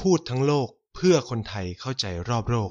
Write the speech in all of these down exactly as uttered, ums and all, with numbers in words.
พูดทั้งโลกเพื่อคนไทยเข้าใจรอบโลก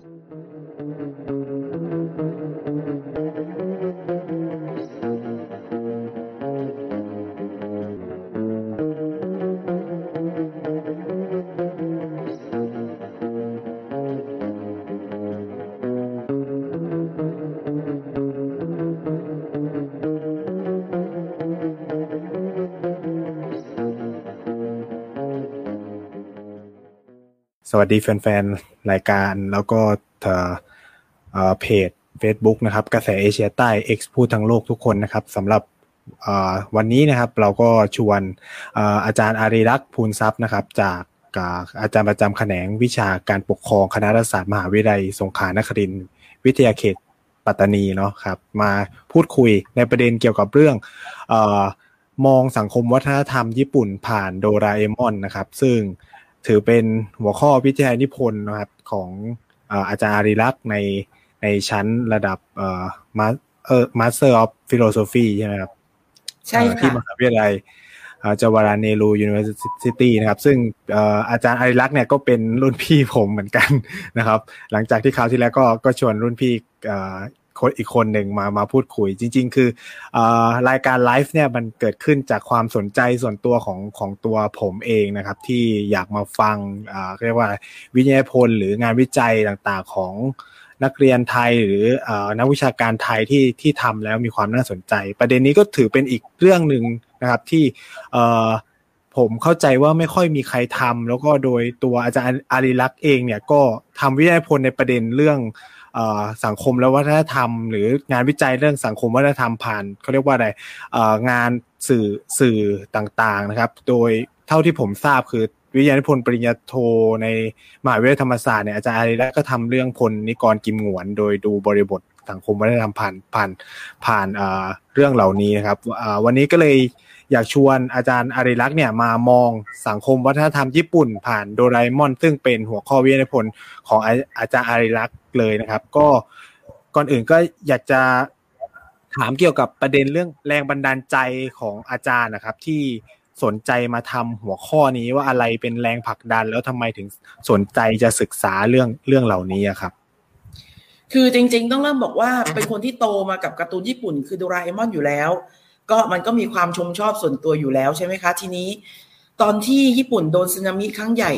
สวัสดีแฟนๆรายการแล้วก็เพจ Facebook นะครับกระแสเอเชียใต้ X พูดทั้งโลกทุกคนนะครับสำหรับวันนี้นะครับเราก็ชวนอาจารย์อารีรักษ์ภูลทรัพย์นะครับจากอาจารย์ประจำแขนงวิชาการปกครองคณะรัฐศาสตร์มหาวิทยาลัยสงขลานครินทร์วิทยาเขตปัตตานีเนาะครับมาพูดคุยในประเด็นเกี่ยวกับเรื่องเอ่อมองสังคมวัฒนธรรมญี่ปุ่นผ่านโดราเอมอนนะครับซึ่งถือเป็นหัวข้อวิทยานิพนธ์นะครับของเอ่ออาจารย์อารีรักษ์ในในชั้นระดับเอ่อมาเอ่อ Master of Philosophy ใช่ไหมครับใช่ค่ะที่มหาวิทยาลัยจวาราเนรูยูนิเวอร์ซิตี้นะครับซึ่งอาจารย์อารีรักษ์เนี่ยก็เป็นรุ่นพี่ผมเหมือนกันนะครับหลังจากที่คราวที่แล้วก็ก็ชวนรุ่นพี่คนอีกคนหนึ่งมามาพูดคุยจริงๆคือรายการไลฟ์เนี่ยมันเกิดขึ้นจากความสนใจส่วนตัวของของตัวผมเองนะครับที่อยากมาฟังเรียกว่าวิทยานิพนธ์หรืองานวิจัยต่างๆของนักเรียนไทยหรือนักวิชาการไทยที่ที่ทำแล้วมีความน่าสนใจประเด็นนี้ก็ถือเป็นอีกเรื่องหนึ่งนะครับที่ผมเข้าใจว่าไม่ค่อยมีใครทำแล้วก็โดยตัวอาจารย์อารีรักษ์เองเนี่ยก็ทำวิทยานิพนธ์ในประเด็นเรื่องสังคมและวัฒนธรรมหรืองานวิจัยเรื่องสังคมวัฒนธรรมผ่านเขาเรียกว่าอะไรงานสื่อสื่อต่างๆนะครับโดยเท่าที่ผมทราบคือวิทยานิพนธ์ปริญญาโทในมหาวิทยาลัยธรรมศาสตร์เนี่ยอาจารย์อารีรักษ์ก็ทำเรื่องพลนิกรกิมหงวนโดยดูบริบทสังคมวัฒนธรรมผ่านผ่านผ่านเรื่องเหล่านี้นะครับวันนี้ก็เลยอยากชวนอาจารย์อารีรักษ์เนี่ยมามองสังคมวัฒนธรรมญี่ปุ่นผ่านโดราเอมอนซึ่งเป็นหัวข้อวิทยานิพนธ์ของอาจารย์อารีรักษ์เลยนะครับก็ก่อนอื่นก็อยากจะถามเกี่ยวกับประเด็นเรื่องแรงบันดาลใจของอาจารย์นะครับที่สนใจมาทำหัวข้อนี้ว่าอะไรเป็นแรงผลักดันแล้วทำไมถึงสนใจจะศึกษาเรื่องเรื่องเหล่านี้ครับคือจริงๆต้องเริ่มบอกว่าเป็นคนที่โตมากับการ์ตูนญี่ปุ่นคือโดราเอมอนอยู่แล้วก็มันก็มีความชมชอบส่วนตัวอยู่แล้วใช่ไหมคะทีนี้ตอนที่ญี่ปุ่นโดนสึนามิครั้งใหญ่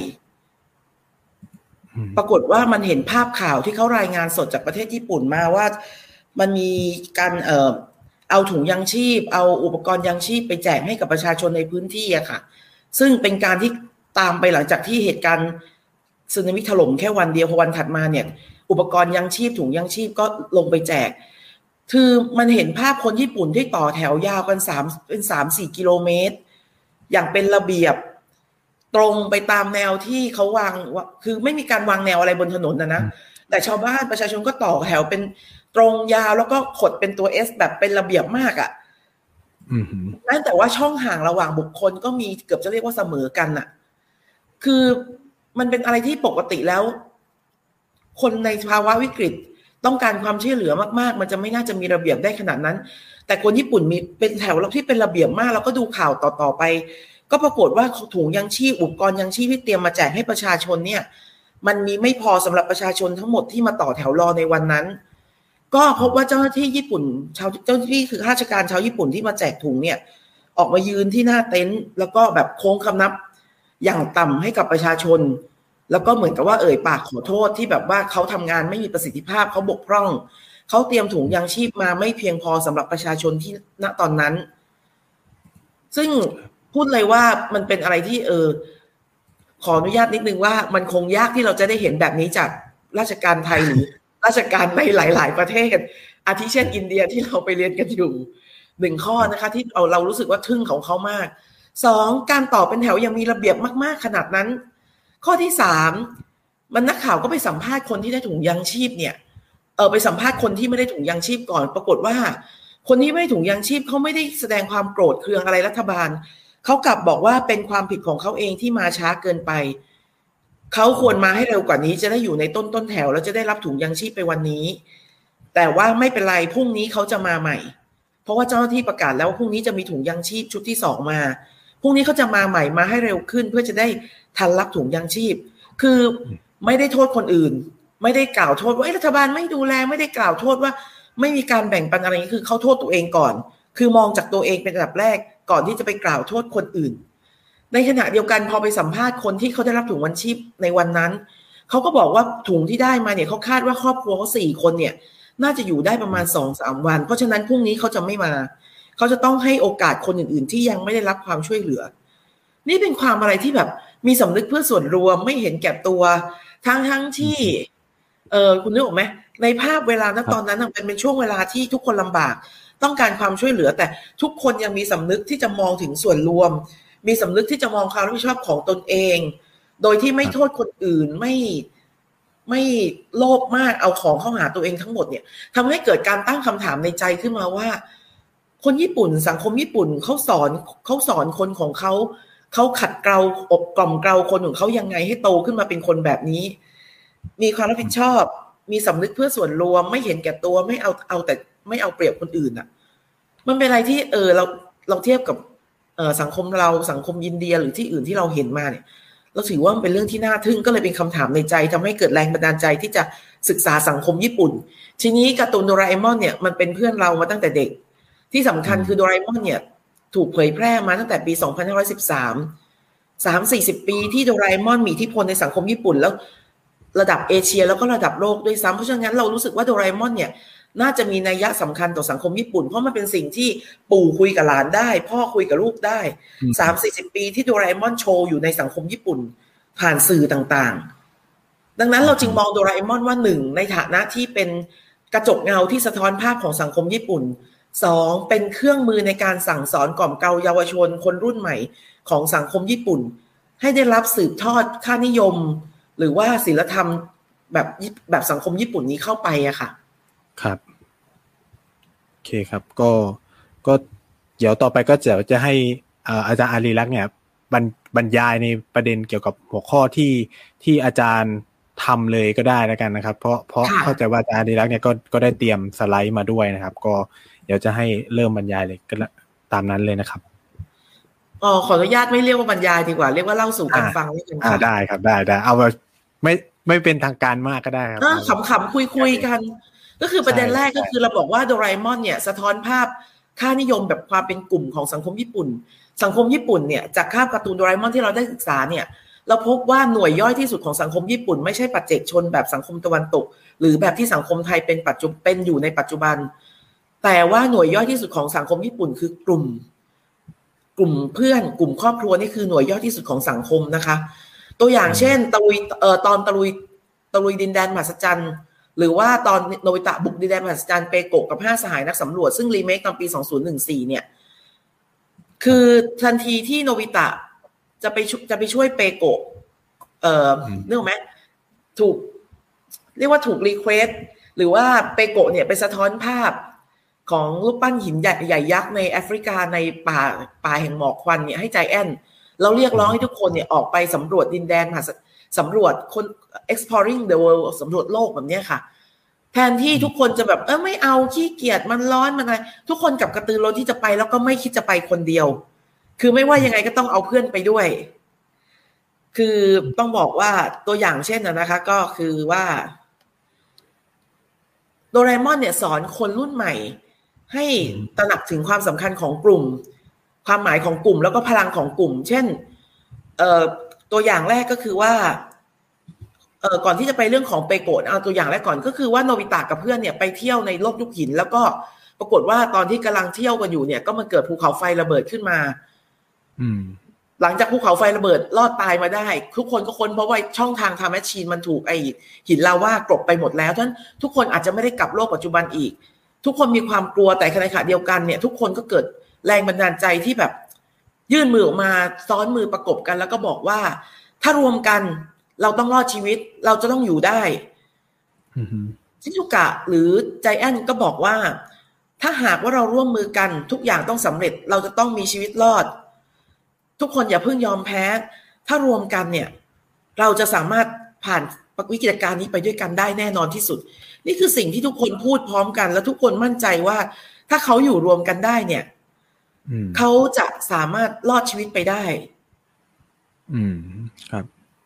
ปรากฏว่ามันเห็นภาพข่าวที่เขารายงานสดจากประเทศญี่ปุ่นมาว่ามันมีการเอ่อเอาถุงยังชีพเอาอุปกรณ์ยังชีพไปแจกให้กับประชาชนในพื้นที่อะค่ะซึ่งเป็นการที่ตามไปหลังจากที่เหตุการณ์สึนามิถล่มแค่วันเดียวพอวันถัดมาเนี่ยอุปกรณ์ยังชีพถุงยังชีพก็ลงไปแจกคือมันเห็นภาพคนญี่ปุ่นที่ต่อแถวยาวกันสามเป็นสามสี่กิโลเมตรอย่างเป็นระเบียบตรงไปตามแนวที่เขาวางคือไม่มีการวางแนวอะไรบนถนนนะนะแต่ชาวบ้านประชาชนก็ต่อแถวเป็นตรงยาวแล้วก็ขดเป็นตัว S แบบเป็นระเบียบมากอ่ะนั่นแต่ว่าช่องห่างระหว่างบุคคลก็มีเกือบจะเรียกว่าเสมอกันน่ะคือมันเป็นอะไรที่ปกติแล้วคนในภาวะวิกฤตต้องการความช่วยเหลือมากๆมันจะไม่น่าจะมีระเบียบได้ขนาดนั้นแต่คนญี่ปุ่นมีเป็นแถวที่เป็นระเบียบมากแล้วก็ดูข่าวต่อๆไปก็ปรากฏว่าถุงยังชีพอุปกรณ์ยังชีพที่เตรียมมาแจกให้ประชาชนเนี่ยมันมีไม่พอสำหรับประชาชนทั้งหมดที่มาต่อแถวรอในวันนั้นก็พบว่าเจ้าหน้าที่ญี่ปุ่นชาวเจ้าหน้าที่คือข้าราชการชาวญี่ปุ่นที่มาแจกถุงเนี่ยออกมายืนที่หน้าเต็นท์แล้วก็แบบโค้งคำนับอย่างต่ำให้กับประชาชนแล้วก็เหมือนกับว่าเอ่ยปากขอโทษที่แบบว่าเขาทำงานไม่มีประสิทธิภาพเขาบกพร่องเขาเตรียมถุงยางชีพมาไม่เพียงพอสำหรับประชาชนที่ณตอนนั้นซึ่งพูดเลยว่ามันเป็นอะไรที่เออขออนุญาตนิดนึงว่ามันคงยากที่เราจะได้เห็นแบบนี้จากราชการไทยหรือราชการในหลายๆประเทศอาทิเช่นอินเดียที่เราไปเรียนกันอยู่หนึ่งข้อนะคะที่เราเรารู้สึกว่าทึ่งของเขามากสองการต่อเป็นแถวยังมีระเบียบมากๆขนาดนั้นข้อที่สามมันนักข่าวก็ไปสัมภาษณ์คนที่ได้ถุงยางชีพเนี่ยเออไปสัมภาษณ์คนที่ไม่ได้ถุงยางชีพก่อนปรากฏว่าคนที่ไม่ได้ถุงยางชีพเขาไม่ได้แสดงความโกรธเคืองอะไรรัฐบาลเขากลับบอกว่าเป็นความผิดของเขาเองที่มาช้าเกินไปเขาควรมาให้เร็วกว่านี้จะได้อยู่ในต้นต้นแถวแล้วจะได้รับถุงยางชีพไปวันนี้แต่ว่าไม่เป็นไรพรุ่งนี้เขาจะมาใหม่เพราะว่าเจ้าหน้าที่ประกาศแล้วว่าพรุ่งนี้จะมีถุงยางชีพชุดที่สองมาพรุ่งนี้เขาจะมาใหม่มาให้เร็วขึ้นเพื่อจะได้ทันรับถุงยางชีพคือไม่ได้โทษคนอื่นไม่ได้กล่าวโทษว่ารัฐบาลไม่ดูแลไม่ได้กล่าวโทษว่าไม่มีการแบ่งปันอะไรนี้คือเขาโทษตัวเองก่อนคือมองจากตัวเองเป็นอันดับแรกก่อนที่จะไปกล่าวโทษคนอื่นในขณะเดียวกันพอไปสัมภาษณ์คนที่เขาได้รับถุงวันชีพในวันนั้นเขาก็บอกว่าถุงที่ได้มาเนี่ยเขาคาดว่าครอบครัวเขาสี่คนเนี่ยน่าจะอยู่ได้ประมาณ สองถึงสาม วันเพราะฉะนั้นพรุ่งนี้เขาจะไม่มาเขาจะต้องให้โอกาสคนอื่นๆที่ยังไม่ได้รับความช่วยเหลือนี่เป็นความอะไรที่แบบมีสำนึกเพื่อส่วนรวมไม่เห็นแก่ตัวทั้งทั้งที่เออคุณนึกออกไหมในภาพเวลาณตอนนั้นมันเป็นช่วงเวลาที่ทุกคนลำบากต้องการความช่วยเหลือแต่ทุกคนยังมีสำนึกที่จะมองถึงส่วนรวมมีสำนึกที่จะมองความรับผิดชอบของตนเองโดยที่ไม่โทษคนอื่นไม่ไม่โลภมากเอาของเข้าหาตัวเองทั้งหมดเนี่ยทำให้เกิดการตั้งคำถามในใจขึ้นมาว่าคนญี่ปุ่นสังคมญี่ปุ่นเขาสอนเขาสอนคนของเขาเขาขัดเกลาอบกล่อมเกลาคนของเขายังไงให้โตขึ้นมาเป็นคนแบบนี้มีความรับผิดชอบมีสำนึกเพื่อส่วนรวมไม่เห็นแก่ตัวไม่เอาเอาแต่ไม่เอาเปรียบคนอื่นอ่ะมันเป็นอะไรที่เออเราเราเทียบกับเออสังคมเราสังคมอินเดียหรือที่อื่นที่เราเห็นมาเนี่ยเราถือว่ามันเป็นเรื่องที่น่าทึ่งก็เลยเป็นคำถามในใจทำให้เกิดแรงบันดาลใจที่จะศึกษาสังคมญี่ปุ่นทีนี้การ์ตูนโดราเอมอนเนี่ยมันเป็นเพื่อนเรามาตั้งแต่เด็กที่สำคัญคือโดราเอมอนเนี่ยถูกเผยแพร่มาตั้งแต่ปีสองพันห้าร้อยสิบสาม สาม สี่สิบปีที่โดราเอมอนมีอิทธิพลในสังคมญี่ปุ่นแล้วระดับเอเชียแล้วก็ระดับโลกด้วยซ้ำเพราะฉะนั้นเรารู้สึกว่าโดราเอมอนเนี่ยน่าจะมีนัยสำคัญต่อสังคมญี่ปุ่นเพราะมันเป็นสิ่งที่ปู่คุยกับหลานได้พ่อคุยกับลูกได้ สาม สี่สิบปีที่โดราเอมอนโชว์อยู่ในสังคมญี่ปุ่นผ่านสื่อต่างๆดังนั้นเราจึงมองโดราเอมอนว่าหนึ่งในฐานะที่เป็นกระจกเงาที่สะท้อนภาพของสังคมญี่ปุ่นสองเป็นเครื่องมือในการสั่งสอนกล่อมเกลาเยาวชนคนรุ่นใหม่ของสังคมญี่ปุ่นให้ได้รับสืบทอดค่านิยมหรือว่าศีลธรรมแบบแบบสังคมญี่ปุ่นนี้เข้าไปอะค่ะครับโอเคครับก็ก็เดี๋ยวต่อไปก็จะจะให้อาจารย์อารีลักษณ์เนี่ยบรรบรรยายในประเด็นเกี่ยวกับหัวข้อที่ที่อาจารย์ทำเลยก็ได้แล้วกันนะครับเพราะเพราะเข้าใจว่าอาจารย์อารีลักษณ์เนี่ยก็ก็ได้เตรียมสไลด์มาด้วยนะครับก็เดี๋ยวจะให้เริ่มบรรยายเลยก็ตามนั้นเลยนะครับอ๋อขออนุญาตไม่เรียกว่าบรรยายดีกว่าเรียกว่าเล่าสู่กันฟังนี่กันค่ะได้ครับได้ได้เอาแบบไม่ไม่เป็นทางการมากก็ได้ครับขำๆคุยๆกันก็คือประเด็นแรกก็คือเราบอกว่าโดราเอมอนเนี่ยสะท้อนภาพค่านิยมแบบความเป็นกลุ่มของสังคมญี่ปุ่นสังคมญี่ปุ่นเนี่ยจากภาพการ์ตูนโดราเอมอนที่เราได้ศึกษาเนี่ยเราพบว่าหน่วยย่อยที่สุดของสังคมญี่ปุ่นไม่ใช่ปัจเจกชนแบบสังคมตะวันตกหรือแบบที่สังคมไทยเป็นปัจจุบันเป็นอยู่ในปัจจุบันแต่ว่าหน่วยย่อยที่สุดของสังคมญี่ปุ่นคือกลุ่มกลุ่มเพื่อนกลุ่มครอบครัวนี่คือหน่วยย่อยที่สุดของสังคมนะคะตัวอย่างเช่นตะลุยเอ่อตอนตะลุยตะลุยดินแดนมหัศจรรย์หรือว่าตอนโนบิตะบุกดินแดนมหัศจรรย์เปโกะกับห้าสหายนักสำรวจซึ่งรีเมคตอนปีสองพันสิบสี่เนี่ยคือทันทีที่โนบิตะจะไปจะไปช่วยเปโกะเอ่อนึกออกไหมถูกเรียกว่าถูกรีเควสหรือว่าเปโกะเนี่ยไปสะท้อนภาพของรูปปั้นหินใหญ่ใหญ่ยักษ์ในแอฟริกาในป่าป่าแห่งหมอกควันเนี่ยให้ใจแอนเราเรียกร้องให้ทุกคนเนี่ยออกไปสำรวจดินแดนมหาสำรวจคน exploring the world สำรวจโลกแบบนี้ค่ะแทนที่ทุกคนจะแบบเออไม่เอาขี้เกียจมันร้อนมันอะไรทุกคนกลับกระตือรือร้นที่จะไปแล้วก็ไม่คิดจะไปคนเดียวคือไม่ว่ายังไงก็ต้องเอาเพื่อนไปด้วยคือต้องบอกว่าตัวอย่างเช่นนะคะก็คือว่าโดราเอมอนเนี่ยสอนคนรุ่นใหม่ให้ตระหนักถึงความสำคัญของกลุ่มความหมายของกลุ่มแล้วก็พลังของกลุ่มเช่นเอ่อตัวอย่างแรกก็คือว่าเอ่อก่อนที่จะไปเรื่องของเปโกะเอาตัวอย่างแรกก่อนก็คือว่าโนบิตะกับเพื่อนเนี่ยไปเที่ยวในโลกยุคหินแล้วก็ปรากฏว่าตอนที่กำลังเที่ยวกันอยู่เนี่ยก็มันเกิดภูเขาไฟระเบิดขึ้นมาอืมหลังจากภูเขาไฟระเบิดรอดตายมาได้ทุกคนก็ค้นเพราะว่าช่องทางทำแมชชีนมันถูกไอหินลาวากลบไปหมดแล้วฉะนั้นทุกคนอาจจะไม่ได้กลับโลกปัจจุบันอีกทุกคนมีความกลัวแต่ในขณะเดียวกันเนี่ยทุกคนก็เกิดแรงบันดาลใจที่แบบยื่นมือออกมาซ้อนมือประกบกันแล้วก็บอกว่าถ้ารวมกันเราต้องรอดชีวิตเราจะต้องอยู่ได้ชิซุกะหรือใจแอนก็บอกว่าถ้าหากว่าเราร่วมมือกันทุกอย่างต้องสำเร็จเราจะต้องมีชีวิตรอดทุกคนอย่าเพิ่งยอมแพ้ถ้ารวมกันเนี่ยเราจะสามารถผ่านวิกฤตการณ์นี้ไปด้วยกันได้แน่นอนที่สุดนี่คือสิ่งที่ทุกคนพูดพร้อมกันและทุกคนมั่นใจว่าถ้าเขาอยู่รวมกันได้เนี่ยเขาจะสามารถรอดชีวิตไปได้อืมครับ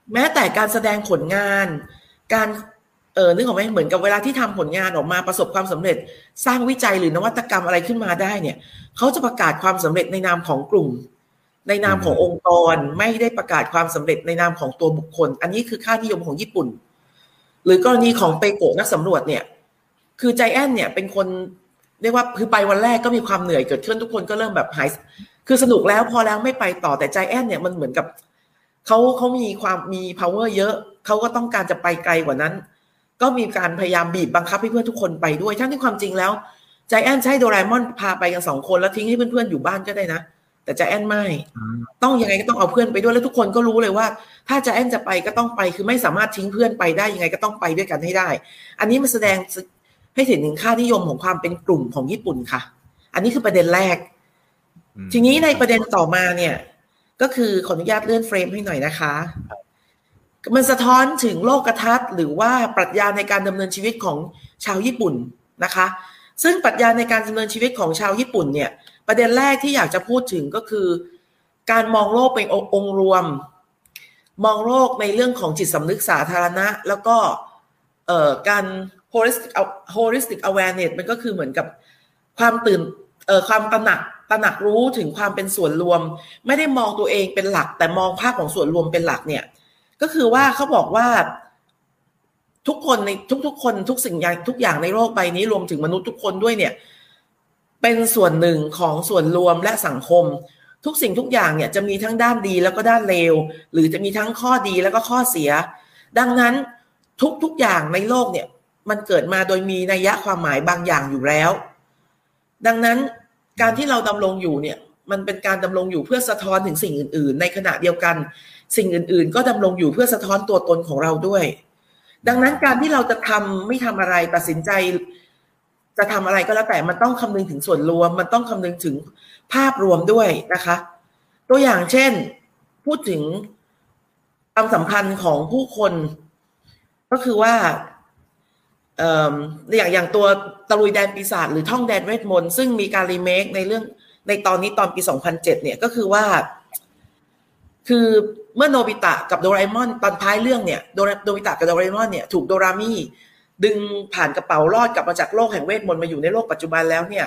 แม้แต่การแสดงผลงานการเออนึกออกไหมเหมือนกับเวลาที่ทำผลงานออกมาประสบความสำเร็จสร้างวิจัยหรือนวัตกรรมอะไรขึ้นมาได้เนี่ยเขาจะประกาศความสำเร็จในนามของกลุ่มในนามขององค์กรไม่ได้ประกาศความสำเร็จในนามของตัวบุคคลอันนี้คือค่านิยมของญี่ปุ่นหรือกรณีของเปโกะนักสำรวจเนี่ยคือใจแอนเนี่ยเป็นคนเรียกว่าคือไปวันแรกก็มีความเหนื่อยเกิดขึ้นทุกคนก็เริ่มแบบหายคือสนุกแล้วพอแล้วไม่ไปต่อแต่ใจแอนเนี่ยมันเหมือนกับเขาเขามีความมี power เยอะเขาก็ต้องการจะไปไกลกว่านั้นก็มีการพยายามบีบบังคับให้เพื่อนทุกคนไปด้วยทั้งที่ความจริงแล้วใจแอนใช้โดราเอมอนพาไปกันสองคนแล้วทิ้งให้เพื่อนๆอยู่บ้านก็ได้นะแต่ใจแอนไม่ต้องยังไงก็ต้องเอาเพื่อนไปด้วยแล้วทุกคนก็รู้เลยว่าถ้าใจแอนจะไปก็ต้องไปคือไม่สามารถทิ้งเพื่อนไปได้ยังไงก็ต้องไปด้วยกันให้ได้อันนี้มันแสดงให้เห็นถึงค่านิยมของความเป็นกลุ่มของญี่ปุ่นค่ะอันนี้คือประเด็นแรกทีนี้ในประเด็นต่อมาเนี่ยก็คือขออนุญาตเลื่อนเฟรมให้หน่อยนะคะมันสะท้อนถึงโลกทัศน์หรือว่าปรัชญาในการดำเนินชีวิตของชาวญี่ปุ่นนะคะซึ่งปรัชญาในการดำเนินชีวิตของชาวญี่ปุ่นเนี่ยประเด็นแรกที่อยากจะพูดถึงก็คือการมองโลกเป็นองค์รวมมองโลกในเรื่องของจิตสำนึกสาธารณะแล้วก็เอ่อการ holistic holistic awareness มันก็คือเหมือนกับความตื่นเอ่อความตระหนักตระหนักรู้ถึงความเป็นส่วนรวมไม่ได้มองตัวเองเป็นหลักแต่มองภาพของส่วนรวมเป็นหลักเนี่ยก็คือว่าเขาบอกว่าทุกคนในทุกๆคนทุกสิ่งอย่างทุกอย่างในโลกใบนี้รวมถึงมนุษย์ทุกคนด้วยเนี่ยเป็นส่วนหนึ่งของส่วนรวมและสังคมทุกสิ่งทุกอย่างเนี่ยจะมีทั้งด้านดีแล้วก็ด้านเลวหรือจะมีทั้งข้อดีแล้วก็ข้อเสียดังนั้นทุกๆอย่างในโลกเนี่ยมันเกิดมาโดยมีนัยยะความหมายบางอย่างอยู่แล้วดังนั้นการที่เราดำรงอยู่เนี่ยมันเป็นการดำรงอยู่เพื่อสะท้อนถึงสิ่งอื่นๆในขณะเดียวกันสิ่งอื่นๆก็ดำรงอยู่เพื่อสะท้อนตัวตนของเราด้วยดังนั้นการที่เราจะทำไม่ทำอะไรตัดสินใจจะทำอะไรก็แล้วแต่มันต้องคำนึงถึงส่วนรวมมันต้องคำนึงถึงภาพรวมด้วยนะคะตัวอย่างเช่นพูดถึงความสัมพันธ์ของผู้คนก็คือว่าเอ่ออย่างอย่างตัวตะลุยแดนปีศาจหรือท่องแดนเวทมนต์ซึ่งมีการรีเมคในเรื่องในตอนนี้ตอนปีสองพันเจ็ดเนี่ยก็คือว่าคือเมื่อโนบิตะกับโดราเอมอนตอนท้ายเรื่องเนี่ยโนบิตะกับโดราเอมอนเนี่ยถูกโดรามิดึงผ่านกระเป๋ารอดกลับมาจากโลกแห่งเวทมนต์มาอยู่ในโลกปัจจุบันแล้วเนี่ย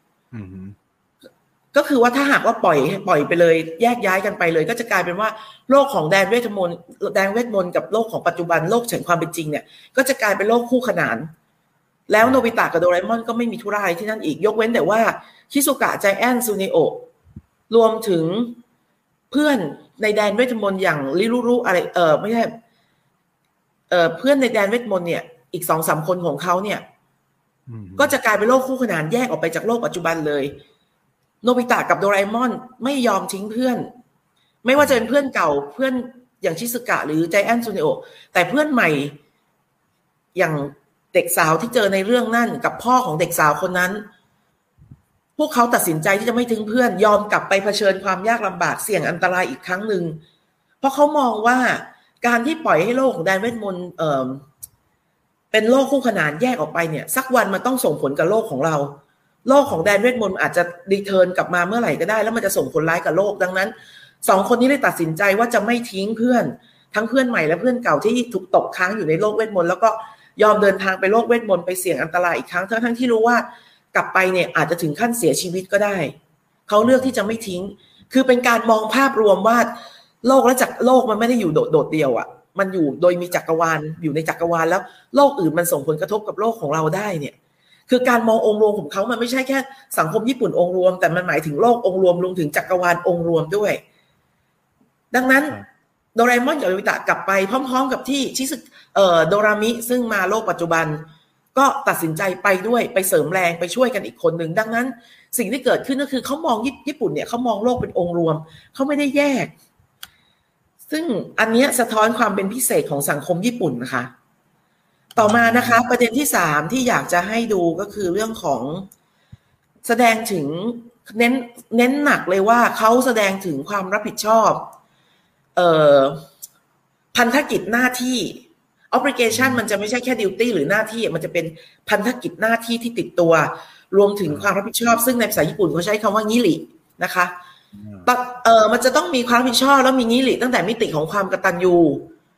ก็คือว่าถ้าหากว่าปล่อยปล่อยไปเลยแยกย้ายกันไปเลยก็จะกลายเป็นว่าโลกของแดนเวทมนต์แดนเวทมนต์กับโลกของปัจจุบันโลกแห่งความเป็นจริงเนี่ยก็จะกลายเป็นโลกคู่ขนานแล้วโนบิตะกับโดราเอมอนก็ไม่มีธุระอะไรที่นั่นอีกยกเว้นแต่ว่าชิซุกะใจแอนซูเนโอะรวมถึงเพื่อนในแดนเวทมนต์อย่างริรุรุอะไรเออไม่ใช่เออเพื่อนในแดนเวทมนต์เนี่ยอีก สองสาม คนของเขาเนี่ยก็จะกลายเป็นโลกคู่ขนานแยกออกไปจากโลกปัจจุบันเลยโนบิตะกับโดราเอมอนไม่ยอมทิ้งเพื่อนไม่ว่าจะเป็นเพื่อนเก่าเพื่อนอย่างชิซึกะหรือใจแอนซูเนโอะแต่เพื่อนใหม่อย่างเด็กสาวที่เจอในเรื่องนั่นกับพ่อของเด็กสาวคนนั้นพวกเขาตัดสินใจที่จะไม่ทิ้งเพื่อนยอมกลับไปเผชิญความยากลำบากเสี่ยงอันตรายอีกครั้งหนึ่งเพราะเขามองว่าการที่ปล่อยให้โลกของแดนเวทมนต์เอ่อเป็นโลกคู่ขนานแยกออกไปเนี่ยสักวันมันต้องส่งผลกับโลกของเราโลกของแดนเวทมนต์อาจจะรีเทิร์นกลับมาเมื่อไหร่ก็ได้แล้วมันจะส่งผลร้ายกับโลกดังนั้นสองคนนี้เลยตัดสินใจว่าจะไม่ทิ้งเพื่อนทั้งเพื่อนใหม่และเพื่อนเก่าที่ถูกตกค้างอยู่ในโลกเวทมนต์แล้วก็ยอมเดินทางไปโลกเวทมนต์ไปเสี่ยงอันตรายอีกครั้งทั้งทั้งที่รู้ว่ากลับไปเนี่ยอาจจะถึงขั้นเสียชีวิตก็ได้เขาเลือกที่จะไม่ทิ้งคือเป็นการมองภาพรวมว่าโลกและจักรโลกมันไม่ได้อยู่โดดโดดเดียวอ่ะมันอยู่โดยมีจักรวาลอยู่ในจักรวาลแล้วโลกอื่นมันส่งผลกระทบกับโลกของเราได้เนี่ยคือการมององค์รวมของเขามันไม่ใช่แค่สังคมญี่ปุ่นองค์รวมแต่มันหมายถึงโลกองค์รวมรวมถึงจักรวาลองค์รวมด้วยดังนั้นโดราเอมอนกับโนบิตะกลับไปพร้อมๆกับที่ชิซึเอ่อโดรามิซึ่งมาโลกปัจจุบันก็ตัดสินใจไปด้วยไปเสริมแรงไปช่วยกันอีกคนหนึ่งดังนั้นสิ่งที่เกิดขึ้นก็คือเขามองญี่ปุ่นเนี่ยเขามองโลกเป็นองค์รวมเขาไม่ได้แยกซึ่งอันนี้สะท้อนความเป็นพิเศษของสังคมญี่ปุ่นนะคะต่อมานะคะประเด็นที่สามที่อยากจะให้ดูก็คือเรื่องของแสดงถึงเน้นเน้นหนักเลยว่าเขาแสดงถึงความรับผิดชอบเอ่อพันธกิจหน้าที่obligation มันจะไม่ใช่แค่ duty หรือหน้าที่มันจะเป็นพันธกิจหน้าที่ที่ติดตัวรวมถึงความรับผิดชอบซึ่งในภาษาญี่ปุ่นเขาใช้คำว่างิรินะคะเอ่อมันจะต้องมีความรับผิดชอบแล้วมีงิริตั้งแต่มิติของความกตัญญู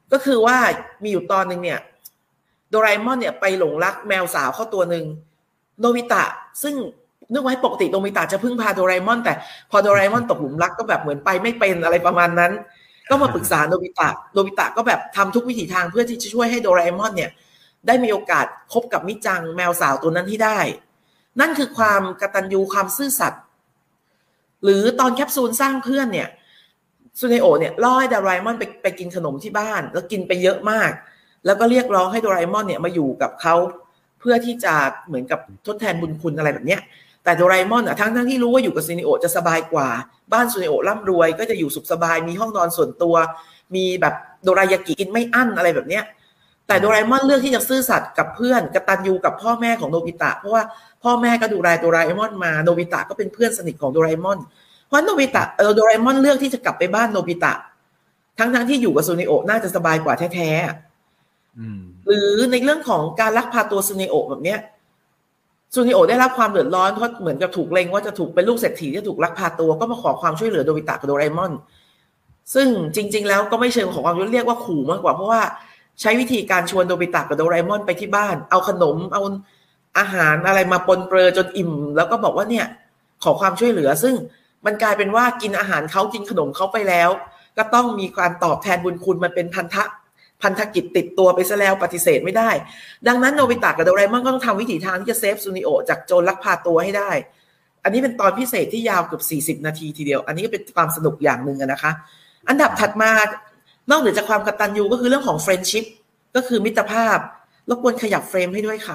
ก็คือว่ามีอยู่ตอนนึงเนี่ยโดราเอมอนเนี่ยไปหลงรักแมวสาวเข้าตัวนึงโนบิตะซึ่งนึกไว้ปกติโนบิตะจะพึ่งพาโดราเอมอนแต่พอโดราเอมอนตกหลุมรักก็แบบเหมือนไปไม่เป็นอะไรประมาณนั้นก็มาปรึกษาโนบิตะโนบิตะก็แบบทำทุกวิถีทางเพื่อที่จะช่วยให้โดราเอมอนเนี่ยได้มีโอกาสคบกับมิจังแมวสาวตัวนั้นที่ได้นั่นคือความกตัญญูความซื่อสัตย์หรือตอนแคปซูลสร้างเพื่อนเนี่ยซูเนโอะเนี่ยล่อให้โดราเอมอนไปไปกินขนมที่บ้านแล้วกินไปเยอะมากแล้วก็เรียกร้องให้โดราเอมอนเนี่ยมาอยู่กับเขาเพื่อที่จะเหมือนกับทดแทนบุญคุณอะไรแบบเนี้ยแต่โดราเอมอนอ่ะทั้งทั้งที่รู้ว่าอยู่กับซูเนโอะจะสบายกว่าบ้านซูเนโอะร่ำรวยก็จะอยู่สุขสบายมีห้องนอนส่วนตัวมีแบบโดรายากิกินไม่อั้นอะไรแบบเนี้ยแต่โดราเอมอนเลือกที่จะซื่อสัตย์กับเพื่อนกตัญญูกับพ่อแม่ของโนบิตะเพราะว่าพ่อแม่ก็ดูแลโดราเอมอนมาโนบิตะก็เป็นเพื่อนสนิทของโดราเอมอนเพราะโนบิตะเออโดราเอมอนเลือกที่จะกลับไปบ้านโนบิตะทั้งทั้งที่อยู่กับซูเนโอะน่าจะสบายกว่าแท้ๆหรือในเรื่องของการลักพาตัวซูเนโอะแบบเนี้ยซูเนโอะได้รับความเดือดร้อนเพราะเหมือนกับถูกเล็งว่าจะถูกเป็นลูกเศรษฐีที่ถูกลักพาตัวก็มาขอความช่วยเหลือโนบิตะกับโดราเอมอนซึ่งจริงๆแล้วก็ไม่เชิงขอความช่วยเหลือเรียกว่าขู่มากกว่าเพราะว่าใช้วิธีการชวนโนบิตะกับโดราเอมอนไปที่บ้านเอาขนมเอาอาหารอะไรมาปนเปื้อนจนอิ่มแล้วก็บอกว่าเนี่ยขอความช่วยเหลือซึ่งมันกลายเป็นว่ากินอาหารเขากินขนมเขาไปแล้วก็ต้องมีการตอบแทนบุญคุณมันเป็นพันธะพันธกิจติดตัวไปซะแล้วปฏิเสธไม่ได้ดังนั้นโนบิตะกับโดราเอมอนก็ต้องทำวิถีทางที่จะเซฟซูนิโอะจากโจรลักพาตัวให้ได้อันนี้เป็นตอนพิเศษที่ยาวเกือบสี่สิบนาทีทีเดียวอันนี้ก็เป็นความสนุกอย่างนึงนะคะอันดับถัดมานอกเหนือจากความกตัญญูก็คือเรื่องของเฟรนด์ชิพก็คือมิตรภาพรบกวนขยับเฟรมให้ด้วยค่ะ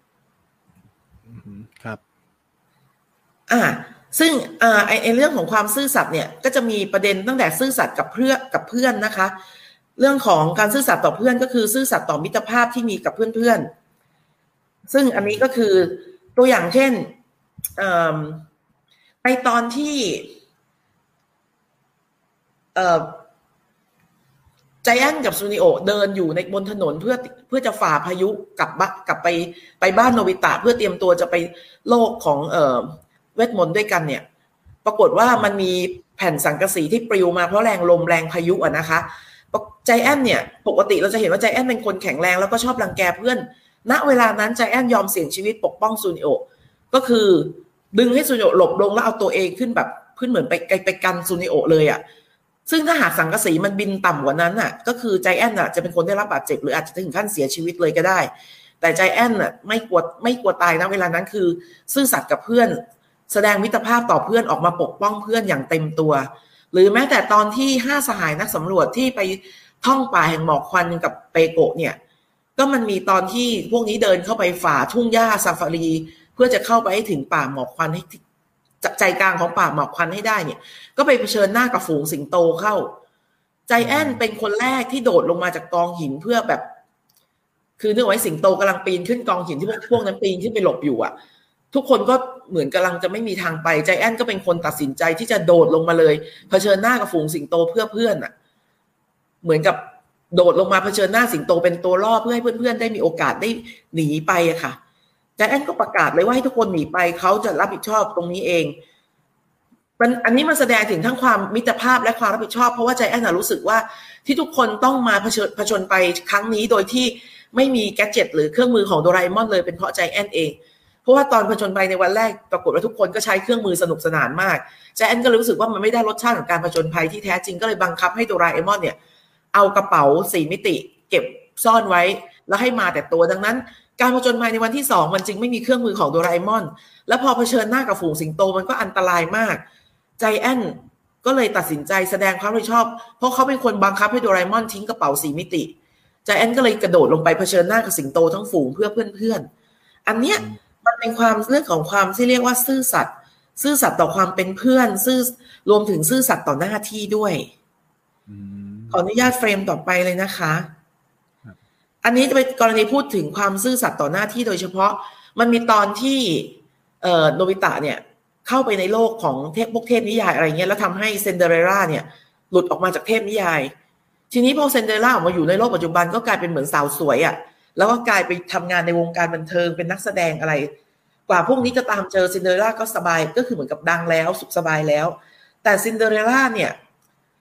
ครับอ่าซึ่งอ่าไอไอเรื่องของความซื่อสัตย์เนี่ยก็จะมีประเด็นตั้งแต่ซื่อสัตย์กับเพื่อนกับเพื่อนนะคะเรื่องของการซื่อสัตย์ต่อเพื่อนก็คือซื่อสัตย์ต่อมิตรภาพที่มีกับเพื่อนๆซึ่งอันนี้ก็คือตัวอย่างเช่นไปตอนที่เอ่อใจแอนกับซูนิโอะเดินอยู่ในบนถนนเพื่อเพื่อจะฝ่าพายุกลับบ้านกลับไปไปบ้านโนบิตะเพื่อเตรียมตัวจะไปโลกของเอ่อเวทมนต์ด้วยกันเนี่ยปรากฏว่ามันมีแผ่นสังกะสีที่ปลิวมาเพราะแรงลมแรงพายุอ่ะนะคะใจแอนเนี่ยปกติเราจะเห็นว่าใจแอนเป็นคนแข็งแรงแล้วก็ชอบรังแกเพื่อนณเวลานั้นใจแอนยอมเสี่ยงชีวิตปกป้องซูนิโอะก็คือดึงให้ซูนิโอะหลบลงแล้วเอาตัวเองขึ้นแบบขึ้นเหมือนไปไปกันซูนิโอะเลยอ่ะซึ่งถ้าหากสังกะสีมันบินต่ำกว่านั้นน่ะก็คือใจแอนน่ะจะเป็นคนได้รับบาดเจ็บหรืออาจจะถึงขั้นเสียชีวิตเลยก็ได้แต่ใจแอนน่ะไม่กลัวไม่กลัวตายนะเวลานั้นคือซื่อสัตย์กับเพื่อนแสดงมิตรภาพต่อเพื่อนออกมาปกป้องเพื่อนอย่างเต็มตัวหรือแม้แต่ตอนที่ห้าสหายนักสำรวจที่ไปท่องป่าแห่งหมอกควันกับเปโกะเนี่ยก็มันมีตอนที่พวกนี้เดินเข้าไปฝ่าทุ่งหญ้าซาฟารีเพื่อจะเข้าไปให้ถึงป่าหมอกควันให้ใจกลางของป่าหมอกควันให้ได้เนี่ยก็ไปเผชิญหน้ากับฝูงสิงโตเข้าใจแอนเป็นคนแรกที่โดดลงมาจากกองหินเพื่อแบบคือนึกไว้สิงโตกำลังปีนขึ้นกองหินที่พวกพวกนั้นปีนขึ้นไปหลบอยู่อ่ะทุกคนก็เหมือนกำลังจะไม่มีทางไปใจแอนก็เป็นคนตัดสินใจที่จะโดดลงมาเลยเผชิญหน้ากับฝูงสิงโตเพื่อเพื่อนอ่ะเหมือนกับโดดลงมาเผชิญหน้าสิงโตเป็นตัวล่อเพื่อให้เพื่อนๆได้มีโอกาสได้หนีไปอะค่ะใจแอนก็ประกาศเลยว่าให้ทุกคนหนีไปเขาจะรับผิดชอบตรงนี้เองมันอันนี้มันแสดงถึงทั้งความมิตรภาพและความรับผิดชอบเพราะว่าใจแอนรู้สึกว่าที่ทุกคนต้องมาเผชิญผจญไปครั้งนี้โดยที่ไม่มีแกดเจ็ตหรือเครื่องมือของโดราเอมอนเลยเป็นเพราะใจแอนเองเพราะว่าตอนผจญไปในวันแรกปรากฏว่าทุกคนก็ใช้เครื่องมือสนุกสนานมากใจแอนก็รู้สึกว่ามันไม่ได้รสชาติของการผจญภัยที่แท้จริงก็เลยบังคับให้โดราเอมอนเนี่ยเอากระเป๋าสี่มิติเก็บซ่อนไว้แล้วให้มาแต่ตัวดังนั้นการผจญภัยในวันที่สองมันจึงไม่มีเครื่องมือของโดราเอมอนแล้วพอเผชิญหน้ากับฝูงสิงโตมันก็อันตรายมากใจแอนก็เลยตัดสินใจแสดงความรับผิดชอบเพราะเขาเป็นคนบังคับให้โดราเอมอนทิ้งกระเป๋าสี่มิติใจแอนก็เลยกระโดดลงไปเผชิญหน้ากับสิงโตทั้งฝูงเพื่อเพื่อนๆอันเนี้ยมันเป็นความเรื่องของความที่เรียกว่าซื่อสัตย์ซื่อสัตย์ต่อความเป็นเพื่อนซื่อรวมถึงซื่อสัตย์ต่อหน้าที่ด้วยขออนุญาตเฟรมต่อไปเลยนะคะอันนี้จะเป็นกรณีพูดถึงความซื่อสัตย์ต่อหน้าที่โดยเฉพาะมันมีตอนที่เอ่อโนบิตะเนี่ยเข้าไปในโลกของเทพพวกเทพนิยายอะไรเงี้ยแล้วทำให้เซนเดอเรลล่าเนี่ยหลุดออกมาจากเทพนิยายทีนี้พอเซนเดอเรลล่าออกมาอยู่ในโลกปัจจุบันก็กลายเป็นเหมือนสาวสวยอ่ะแล้วก็กลายไปทำงานในวงการบันเทิงเป็นนักแสดงอะไรกว่าพวกนี้จะตามเจอซินเดอเรลล่าก็สบายก็คือเหมือนกับดังแล้วสุขสบายแล้วแต่ซินเดอเรลล่าเนี่ย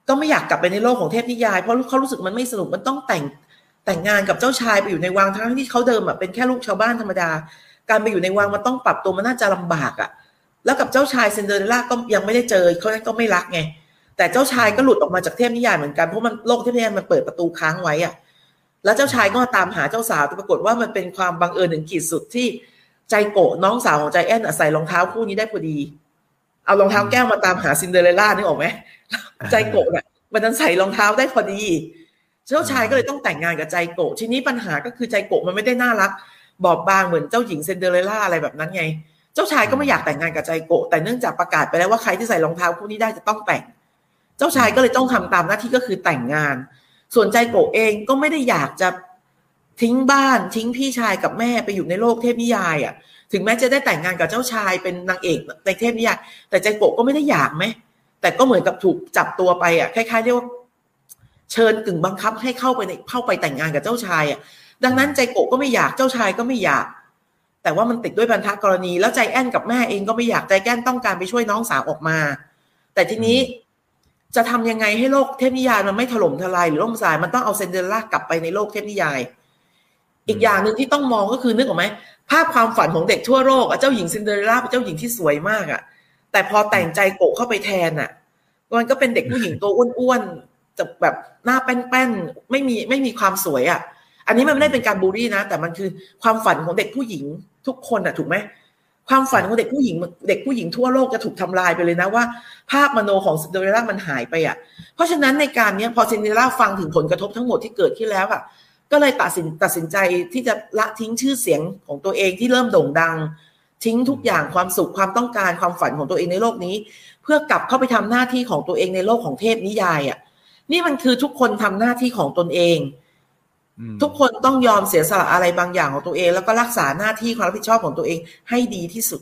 ก็ไม่อยากกลับไปในโลกของเทพนิยายเพราะเขารู้สึกมันไม่สนุกมันต้องแต่งแต่งงานกับเจ้าชายไปอยู่ในวังทั้งที่เขาเดิมอ่ะเป็นแค่ลูกชาวบ้านธรรมดาการไปอยู่ในวังมันต้องปรับตัวมันน่าจะลำบากอ่ะแล้วกับเจ้าชายซินเดอเรลล่าก็ยังไม่ได้เจอเขาก็ไม่รักไงแต่เจ้าชายก็หลุดออกมาจากเทพนิยายเหมือนกันเพราะมันโลกเทพนิยายมันเปิดประตูค้างไว้อ่ะแล้วเจ้าชายก็ตามหาเจ้าสาวแต่ปรากฏว่ามันเป็นความบังเอิญถึงขีดสุดที่ใจโกะน้องสาวของใจแอนใส่รองเท้าคู่นี้ได้พอดีเอารองเท้าแก้วมาตามหาซินเดอเรลล่านึกออกไหมใจโกะเนี่ยมันนั้นใส่รองเท้าได้พอดีเจ้าชายก็เลยต้องแต่งงานกับใจโกะทีนี้ปัญหาก็คือใจโกะมันไม่ได้น่ารักบอบบางเหมือนเจ้าหญิงซินเดอเรลล่าอะไรแบบนั้นไงเจ้าชายก็ไม่อยากแต่งงานกับใจโกะแต่เนื่องจากประกาศไปแล้วว่าใครที่ใส่รองเท้าคู่นี้ได้จะต้องแต่งเจ้าชายก็เลยต้องทำตามหน้าที่ก็คือแต่งงานส่วนใจโกะเองก็ไม่ได้อยากจะทิ้งบ้านทิ้งพี่ชายกับแม่ไปอยู่ในโลกเทพนิยายอ่ะถึงแม้จะได้แต่งงานกับเจ้าชายเป็นนางเอกในเทพนิยายแต่ใจโกะก็ไม่ได้อยากไหมแต่ก็เหมือนกับถูกจับตัวไปอ่ะคล้ายๆเรียกว่าเชิญกึ่งบังคับให้เข้าไปในเข้าไปแต่งงานกับเจ้าชายอ่ะดังนั้นใจโกะก็ไม่อยากเจ้าชายก็ไม่อยากแต่ว่ามันติดด้วยพันธกรณีแล้วใจแอนกับแม่เองก็ไม่อยากใจแอนต้องการไปช่วยน้องสาวออกมาแต่ทีนี้จะทำยังไงให้โลกเทพนิยายมันไม่ถล่มทลายหรือล่มสลายมันต้องเอาซินเดอเรลล่ากลับไปในโลกเทพนิยายอีกอย่างหนึ่งที่ต้องมองก็คือนึกออกไหมภาพความฝันของเด็กทั่วโลกเจ้าหญิงซินเดอเรลล่าเป็นเจ้าหญิงที่สวยมากอ่ะแต่พอแต่งใจโกะเข้าไปแทนอ่ะมันก็เป็นเด็กผู้หญิงตัวอ้วนๆจะแบบหน้าแป้นๆไม่มีไม่มีความสวยอ่ะอันนี้มันไม่ได้เป็นการบูลลี่นะแต่มันคือความฝันของเด็กผู้หญิงทุกคนอ่ะถูกไหมความฝันของเด็กผู้หญิงเด็กผู้หญิงทั่วโลกจะถูกทำลายไปเลยนะว่าภาพมโนของซินเดอเรลล่ามันหายไปอ่ะเพราะฉะนั้นในการนี้พอซินเดอเรลล่าฟังถึงผลกระทบทั้งหมดที่เกิดขึ้นแล้วอ่ะก็เลยตัดสินตัดสินใจที่จะละทิ้งชื่อเสียงของตัวเองที่เริ่มโด่งดังทิ้งทุกอย่างความสุขความต้องการความฝันของตัวเองในโลกนี้เพื่อกลับเข้าไปทำหน้าที่ของตัวเองในโลกของเทพนิยายอ่ะนี่มันคือทุกคนทำหน้าที่ของตนเองทุกคนต้องยอมเสียสละอะไรบางอย่างของตัวเองแล้วก็รักษาหน้าที่ความรับผิดชอบของตัวเองให้ดีที่สุด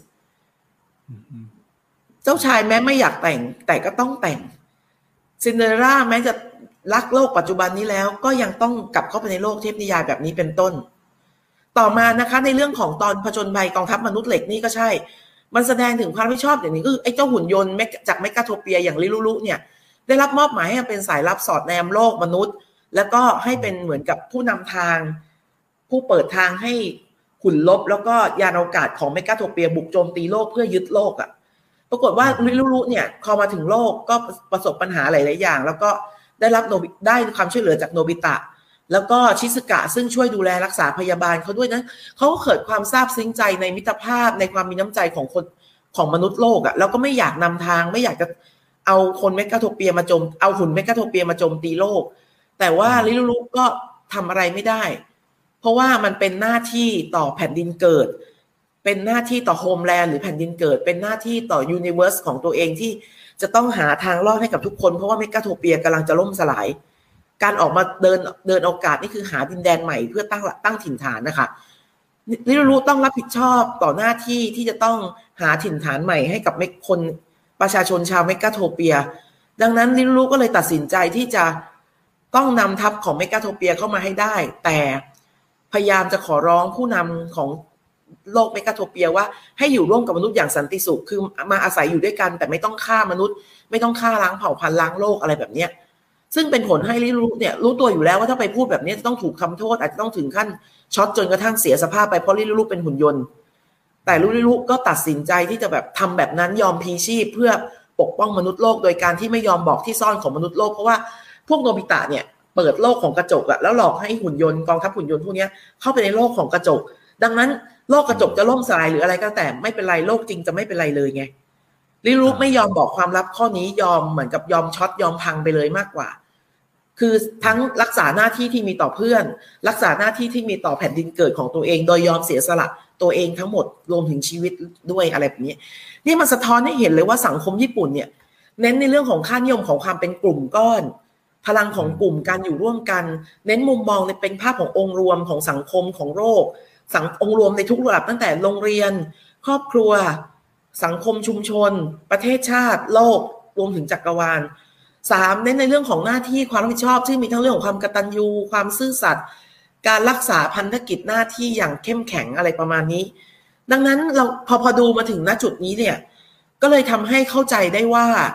เจ้าชายแม้ไม่อยากแต่งแต่ก็ต้องแต่งซินเดอเรลล่าแม้จะรักโลกปัจจุบันนี้แล้วก็ยังต้องกลับเข้าไปในโลกเทพนิยายแบบนี้เป็นต้นต่อมานะคะในเรื่องของตอนผจญภัยกองทัพมนุษย์เหล็กนี่ก็ใช่มันแสดงถึงความรับผิดชอบอย่างนี้คือไอ้เจ้าหุ่นยนต์จากเมกาโทเปียอย่างลิลูลุเนี่ยได้รับมอบหมายให้เป็นสายลับสอดแนมโลกมนุษย์แล้วก็ให้เป็นเหมือนกับผู้นำทางผู้เปิดทางให้หุ่นลบแล้วก็ยานอวกาศของเมกาโทเปียบุกโจมตีโลกเพื่อยึดโลกอ่ะปรากฏว่าลิลูลุเนี่ยพอมาถึงโลกก็ประสบปัญหาหลายๆอย่างแล้วก็ได้รับโนบิได้ความช่วยเหลือจากโนบิตะแล้วก็ชิซึกะซึ่งช่วยดูแลรักษาพยาบาลเขาด้วยนะเขาก็เกิดความซาบซึ้งใจในมิตรภาพในความมีน้ำใจของคนของมนุษย์โลกอ่ะแล้วก็ไม่อยากนำทางไม่อยากจะเอาคนเมกาโทเปียมาโจมเอาหุ่นเมกาโทเปียมาโจมตีโลกแต่ว่าลิลูลุก็ทำอะไรไม่ได้เพราะว่ามันเป็นหน้าที่ต่อแผ่นดินเกิดเป็นหน้าที่ต่อโฮมแลนด์หรือแผ่นดินเกิดเป็นหน้าที่ต่อยูนิเวอร์สของตัวเองที่จะต้องหาทางรอดให้กับทุกคนเพราะว่าเมกาโทเปียกำลังจะล่มสลายการออกมาเดินเดินโอกาสนี่คือหาดินแดนใหม่เพื่อตั้งตั้งถิ่นฐานนะคะลิลูลุต้องรับผิดชอบต่อหน้าที่ที่จะต้องหาถิ่นฐานใหม่ให้กับคนประชาชนชาวเมกาโทเปียดังนั้นลิลูลุก็เลยตัดสินใจที่จะต้องนำทัพของเมกาโทเปียเข้ามาให้ได้แต่พยายามจะขอร้องผู้นำของโลกเมกาโทเปียว่าให้อยู่ร่วมกับมนุษย์อย่างสันติสุขคือมาอาศัยอยู่ด้วยกันแต่ไม่ต้องฆ่ามนุษย์ไม่ต้องฆ่าล้างเผ่าพันธุ์ล้างโลกอะไรแบบเนี้ยซึ่งเป็นผลให้ลิลูเนี่ยรู้ตัวอยู่แล้วว่าถ้าไปพูดแบบนี้จะต้องถูกทำโทษอาจจะต้องถึงขั้นช็อตจนกระทั่งเสียสภาพไปเพราะลิลูเป็นหุ่นยนต์แต่ลิลูก็ตัดสินใจที่จะแบบทำแบบนั้นยอมพลีชีพเพื่อปกป้องมนุษย์โลกโดยการที่ไม่ยอมบอกที่ซ่อนของมนุษย์โลกเพราะว่าพวกโนบิตะเนี่ยเปิดโลกของกระจกอะแล้วหลอกให้หุ่นยนต์กองทัพหุ่นยนต์พวกนี้เข้าไปในโลกของกระจกดังนั้นโลกกระจกจะล่มสลายหรืออะไรก็แต่ไม่เป็นไรโลกจริงจะไม่เป็นไรเลยไงลิลูไม่ยอมบอกความลับข้อนี้ยอมเหมือนกับยอมช็อตยอมพังไปเลยมากกว่าคือทั้งรักษาหน้าที่ที่มีต่อเพื่อนรักษาหน้าที่ที่มีต่อแผ่นดินเกิดของตัวเองโดยยอมเสียสละตัวเองทั้งหมดรวมถึงชีวิตด้วยอะไรแบบนี้นี่มันสะท้อนให้เห็นเลยว่าสังคมญี่ปุ่นเนี่ยเน้นในเรื่องของค่านิยมของความเป็นกลุ่มก้อนพลังของกลุ่มการอยู่ร่วมกันเน้นมุมมองในเป็นภาพขององค์รวมของสังคมของโลกสังองค์รวมในทุกระดับตั้งแต่โรงเรียนครอบครัวสังคมชุมชนประเทศชาติโลกรวมถึงจักรวาลสามเน้นในเรื่องของหน้าที่ความรับผิดชอบซึ่งมีทั้งเรื่องของความกตัญญูความซื่อสัตย์การรักษาพันธกิจหน้าที่อย่างเข้มแข็งอะไรประมาณนี้ดังนั้นเราพอพอดูมาถึงณจุดนี้เนี่ยก็เลยทำให้เข้าใจได้ว่า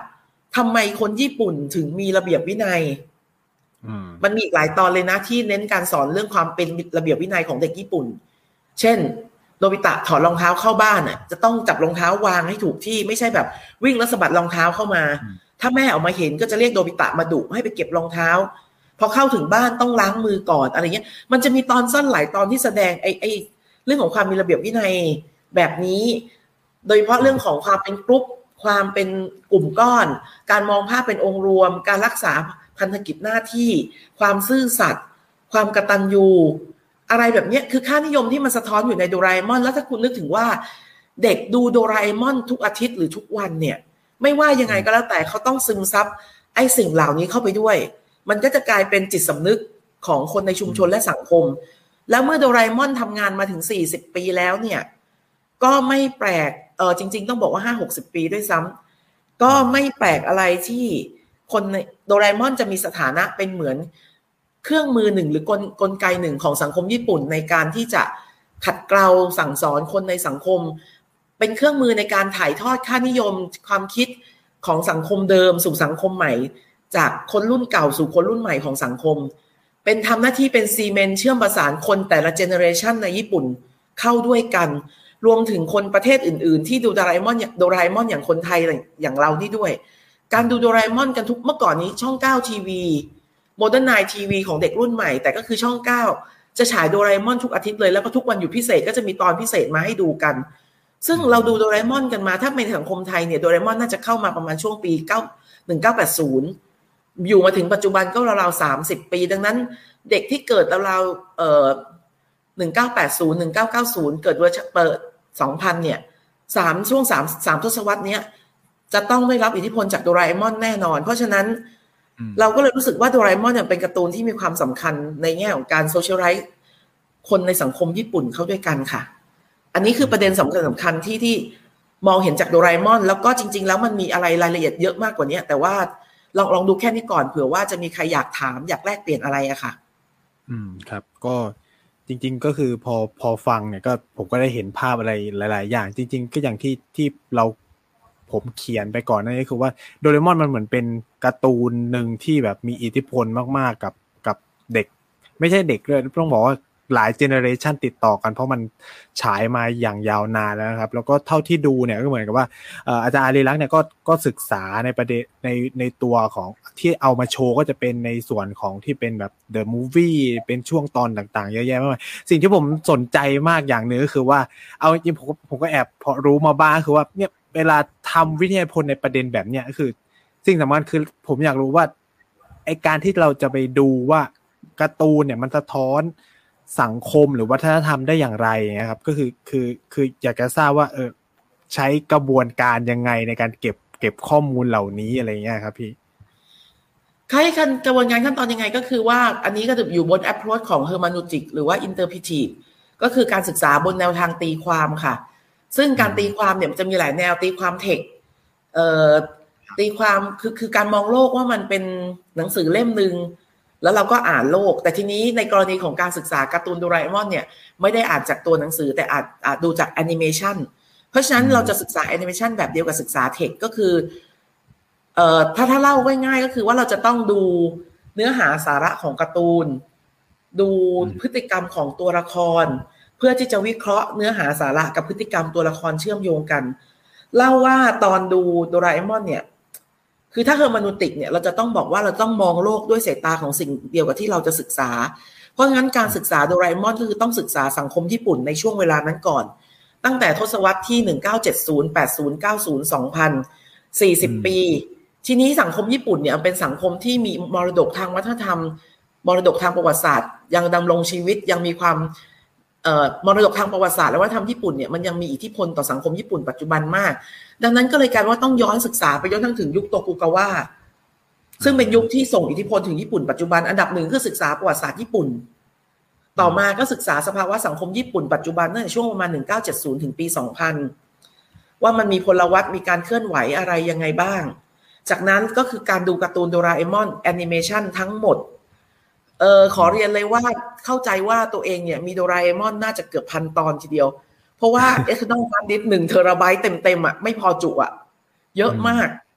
ทำไมคนญี่ปุ่นถึงมีระเบียบวินัยมันมีอีกหลายตอนเลยนะที่เน้นการสอนเรื่องความเป็นระเบียบวินัยของเด็กญี่ปุ่นเช่นโนบิตะถอดรองเท้าเข้าบ้านน่ะจะต้องจับรองเท้าวางให้ถูกที่ไม่ใช่แบบวิ่งแล้วสะบัดรองเท้าเข้ามาถ้าแม่ออกมาเห็นก็จะเรียกโนบิตะมาดุให้ไปเก็บรองเท้าพอเข้าถึงบ้านต้องล้างมือก่อนอะไรเงี้ยมันจะมีตอนสั้นหลายตอนที่แสดงไอ้ไอ้เรื่องของความมีระเบียบวินัยแบบนี้โดยเฉพาะเรื่องของความเป็นกรุ๊ปความเป็นกลุ่มก้อนการมองภาพเป็นองค์รวมการรักษาพันธกิจหน้าที่ความซื่อสัตย์ความกตัญญูอะไรแบบนี้คือค่านิยมที่มันสะท้อนอยู่ในโดราเอมอนแล้วถ้าคุณนึกถึงว่าเด็กดูโดราเอมอนทุกอาทิตย์หรือทุกวันเนี่ยไม่ว่ายังไงก็แล้วแต่เขาต้องซึมซับไอ้สิ่งเหล่านี้เข้าไปด้วยมันก็จะกลายเป็นจิตสำนึกของคนในชุมชนและสังคมแล้วเมื่อโดราเอมอนทำงานมาถึงสี่สิบปีแล้วเนี่ยก็ไม่แปลกเออจริงๆต้องบอกว่า ห้าหกสิบ ปีด้วยซ้ำก็ไม่แปลกอะไรที่คนในโดราเอมอนจะมีสถานะเป็นเหมือนเครื่องมือหนึ่งหรือกลกลไกหนึ่งของสังคมญี่ปุ่นในการที่จะขัดเกลาสั่งสอนคนในสังคมเป็นเครื่องมือในการถ่ายทอดค่านิยมความคิดของสังคมเดิมสู่สังคมใหม่จากคนรุ่นเก่าสู่คนรุ่นใหม่ของสังคมเป็นทำหน้าที่เป็นซีเมนต์เชื่อมประสานคนแต่ละเจเนอเรชันในญี่ปุ่นเข้าด้วยกันรวมถึงคนประเทศอื่นๆที่ดูโดราเอมอนโดราเอมอนอย่างคนไทยอย่างเรานี่ด้วยการดูโดราเอมอนกันทุกเมื่อก่อนนี้ช่องเก้าทีวีโมเดิร์นไนน์ทีวีของเด็กรุ่นใหม่แต่ก็คือช่องเก้าจะฉายโดราเอมอนทุกอาทิตย์เลยแล้วก็ทุกวันหยุดพิเศษก็จะมีตอนพิเศษมาให้ดูกันซึ่งเราดูโดราเอมอนกันมาถ้าในสังคมไทยเนี่ยโดราเอมอนน่าจะเข้ามาประมาณช่วงปีหนึ่งเก้าแปดศูนย์อยู่มาถึงปัจจุบันก็ราวๆสามสิบปีดังนั้นเด็กที่เกิดราวๆเอ่อหนึ่งเก้าแปดศูนย์ หนึ่งเก้าเก้าศูนย์เกิดวันเปิดสองพันเนี่ยสามช่วง3 3ทศวรรษเนี้ยจะต้องได้รับอิทธิพลจากโดราเอมอนแน่นอนเพราะฉะนั้นเราก็เลยรู้สึกว่าโดราเอมอนเนี่ยเป็นการ์ตูนที่มีความสำคัญในแง่ของการโซเชียลไรซ์คนในสังคมญี่ปุ่นเข้าด้วยกันค่ะอันนี้คือประเด็นสำคัญสำคัญที่ที่มองเห็นจากโดราเอมอนแล้วก็จริงๆแล้วมันมีอะไรรายละเอียดเยอะมากกว่านี้แต่ว่าลองลองดูแค่นี้ก่อนเผื่อว่าจะมีใครอยากถามอยากแลกเปลี่ยนอะไรอะค่ะอืมครับก็จริงๆก็คือพอพอฟังเนี่ยก็ผมก็ได้เห็นภาพอะไรหลายๆอย่างจริงๆก็อย่างที่ที่เราผมเขียนไปก่อนนั่นก็คือว่าโดเรมอนมันเหมือนเป็นการ์ตูนหนึ่งที่แบบมีอิทธิพลมากๆกับกับเด็กไม่ใช่เด็กเลยต้องบอกว่าหลายเจเนอเรชันติดต่อกันเพราะมันฉายมาอย่างยาวนานแล้วนะครับแล้วก็เท่าที่ดูเนี่ยก็เหมือนกับว่าอาจารย์อารีลักษณ์เนี่ยก็ก็ศึกษาในประเด็นในในตัวของที่เอามาโชว์ก็จะเป็นในส่วนของที่เป็นแบบ The Movie เป็นช่วงตอนต่างๆเยอะแยะมากมายสิ่งที่ผมสนใจมากอย่างนึงก็คือว่าเอาจริงๆผมผมก็แอบพอรู้มาบ้างคือว่าเนี่ยเวลาทำวิทยาพลในประเด็นแบบเนี้ยก็คือสิ่งสำคัญคือผมอยากรู้ว่าไอการที่เราจะไปดูว่าการ์ตูนเนี่ยมันสะท้อนสังคมหรือวัฒนธรรมได้อย่างไรนะครับก็คือคือคืออยากจะทราบว่าเออใช้กระบวนการยังไงในการเก็บเก็บข้อมูลเหล่านี้อะไรเงี้ยครับพี่ใช้กระบวนการขั้นตอนยังไงก็คือว่าอันนี้ก็จะอยู่บน approach ของ hermeneutic หรือว่า interpretive ก็คือการศึกษาบนแนวทางตีความค่ะซึ่งการตีความเนี่ยมันจะมีหลายแนวตีความเทคเอ่อตีความคือคือการมองโลกว่ามันเป็นหนังสือเล่มนึงแล้วเราก็อ่านโลกแต่ทีนี้ในกรณีของการศึกษาการ์ตูนโดราเอมอนเนี่ยไม่ได้อ่านจากตัวหนังสือแต่อาจอาจดูจากแอนิเมชันเพราะฉะนั้นเราจะศึกษาแอนิเมชันแบบเดียวกับศึกษาเทคก็คือเอ่อถ้าถ้าเล่าง่ายๆก็คือว่าเราจะต้องดูเนื้อหาสาระของการ์ตูนดูพฤติกรรมของตัวละครเพื่อที่จะวิเคราะห์เนื้อหาสาระกับพฤติกรรมตัวละครเชื่อมโยงกันเล่าว่าตอนดูโดราเอมอนเนี่ยคือถ้าเฮอร์มนูติกเนี่ยเราจะต้องบอกว่าเราต้องมองโลกด้วยสายตาของสิ่งเดียวกับที่เราจะศึกษาเพราะงั้นการศึกษาโดราเอมอนก็คือต้องศึกษาสังคมญี่ปุ่นในช่วงเวลานั้นก่อนตั้งแต่ทศวรรษที่หนึ่งเก้าเจ็ดศูนย์ แปดสิบ เก้าสิบ สองพัน สี่สิบปีทีนี้สังคมญี่ปุ่นเนี่ยเป็นสังคมที่มีมรดกทางวัฒนธรรมมรดกทางประวัติศาสตร์ยังดำรงชีวิตยังมีความเอ่อมรดกทางประวัติศาสตร์และวัฒนธรรมญี่ปุ่นเนี่ยมันยังมีอิทธิพลต่อสังคมญี่ปุ่นปัจจุบันมากดังนั้นก็เลยกลายว่าต้องย้อนศึกษาไปย้อนทั้งถึงยุคโตกุกาวะซึ่งเป็นยุคที่ส่งอิทธิพลถึงญี่ปุ่นปัจจุบันอันดับหนึ่งคือศึกษาประวัติศาสตร์ญี่ปุ่นต่อมาก็ศึกษาสภาวะสังคมญี่ปุ่นปัจจุบันตั้งแต่ช่วงประมาณหนึ่งเก้าเจ็ดศูนย์ถึงปีสองพันว่ามันมีพลวัตมีการเคลื่อนไหวอะไรยังไงบ้างจากนั้นก็คือการดูการ์ตูนโดราเอมอนแอนิเมชันทั้งหมดเออขอเรียนเลยว่าเข้าใจว่าตัวเองเนี่ยมีโดราเอมอนน่าจะเกือบพันตอนทีเดียวเพราะว่า external hard disk หนึ่งเทราไบต์เต็มๆอ่ะไม่พอจุอ่ะเยอะมาก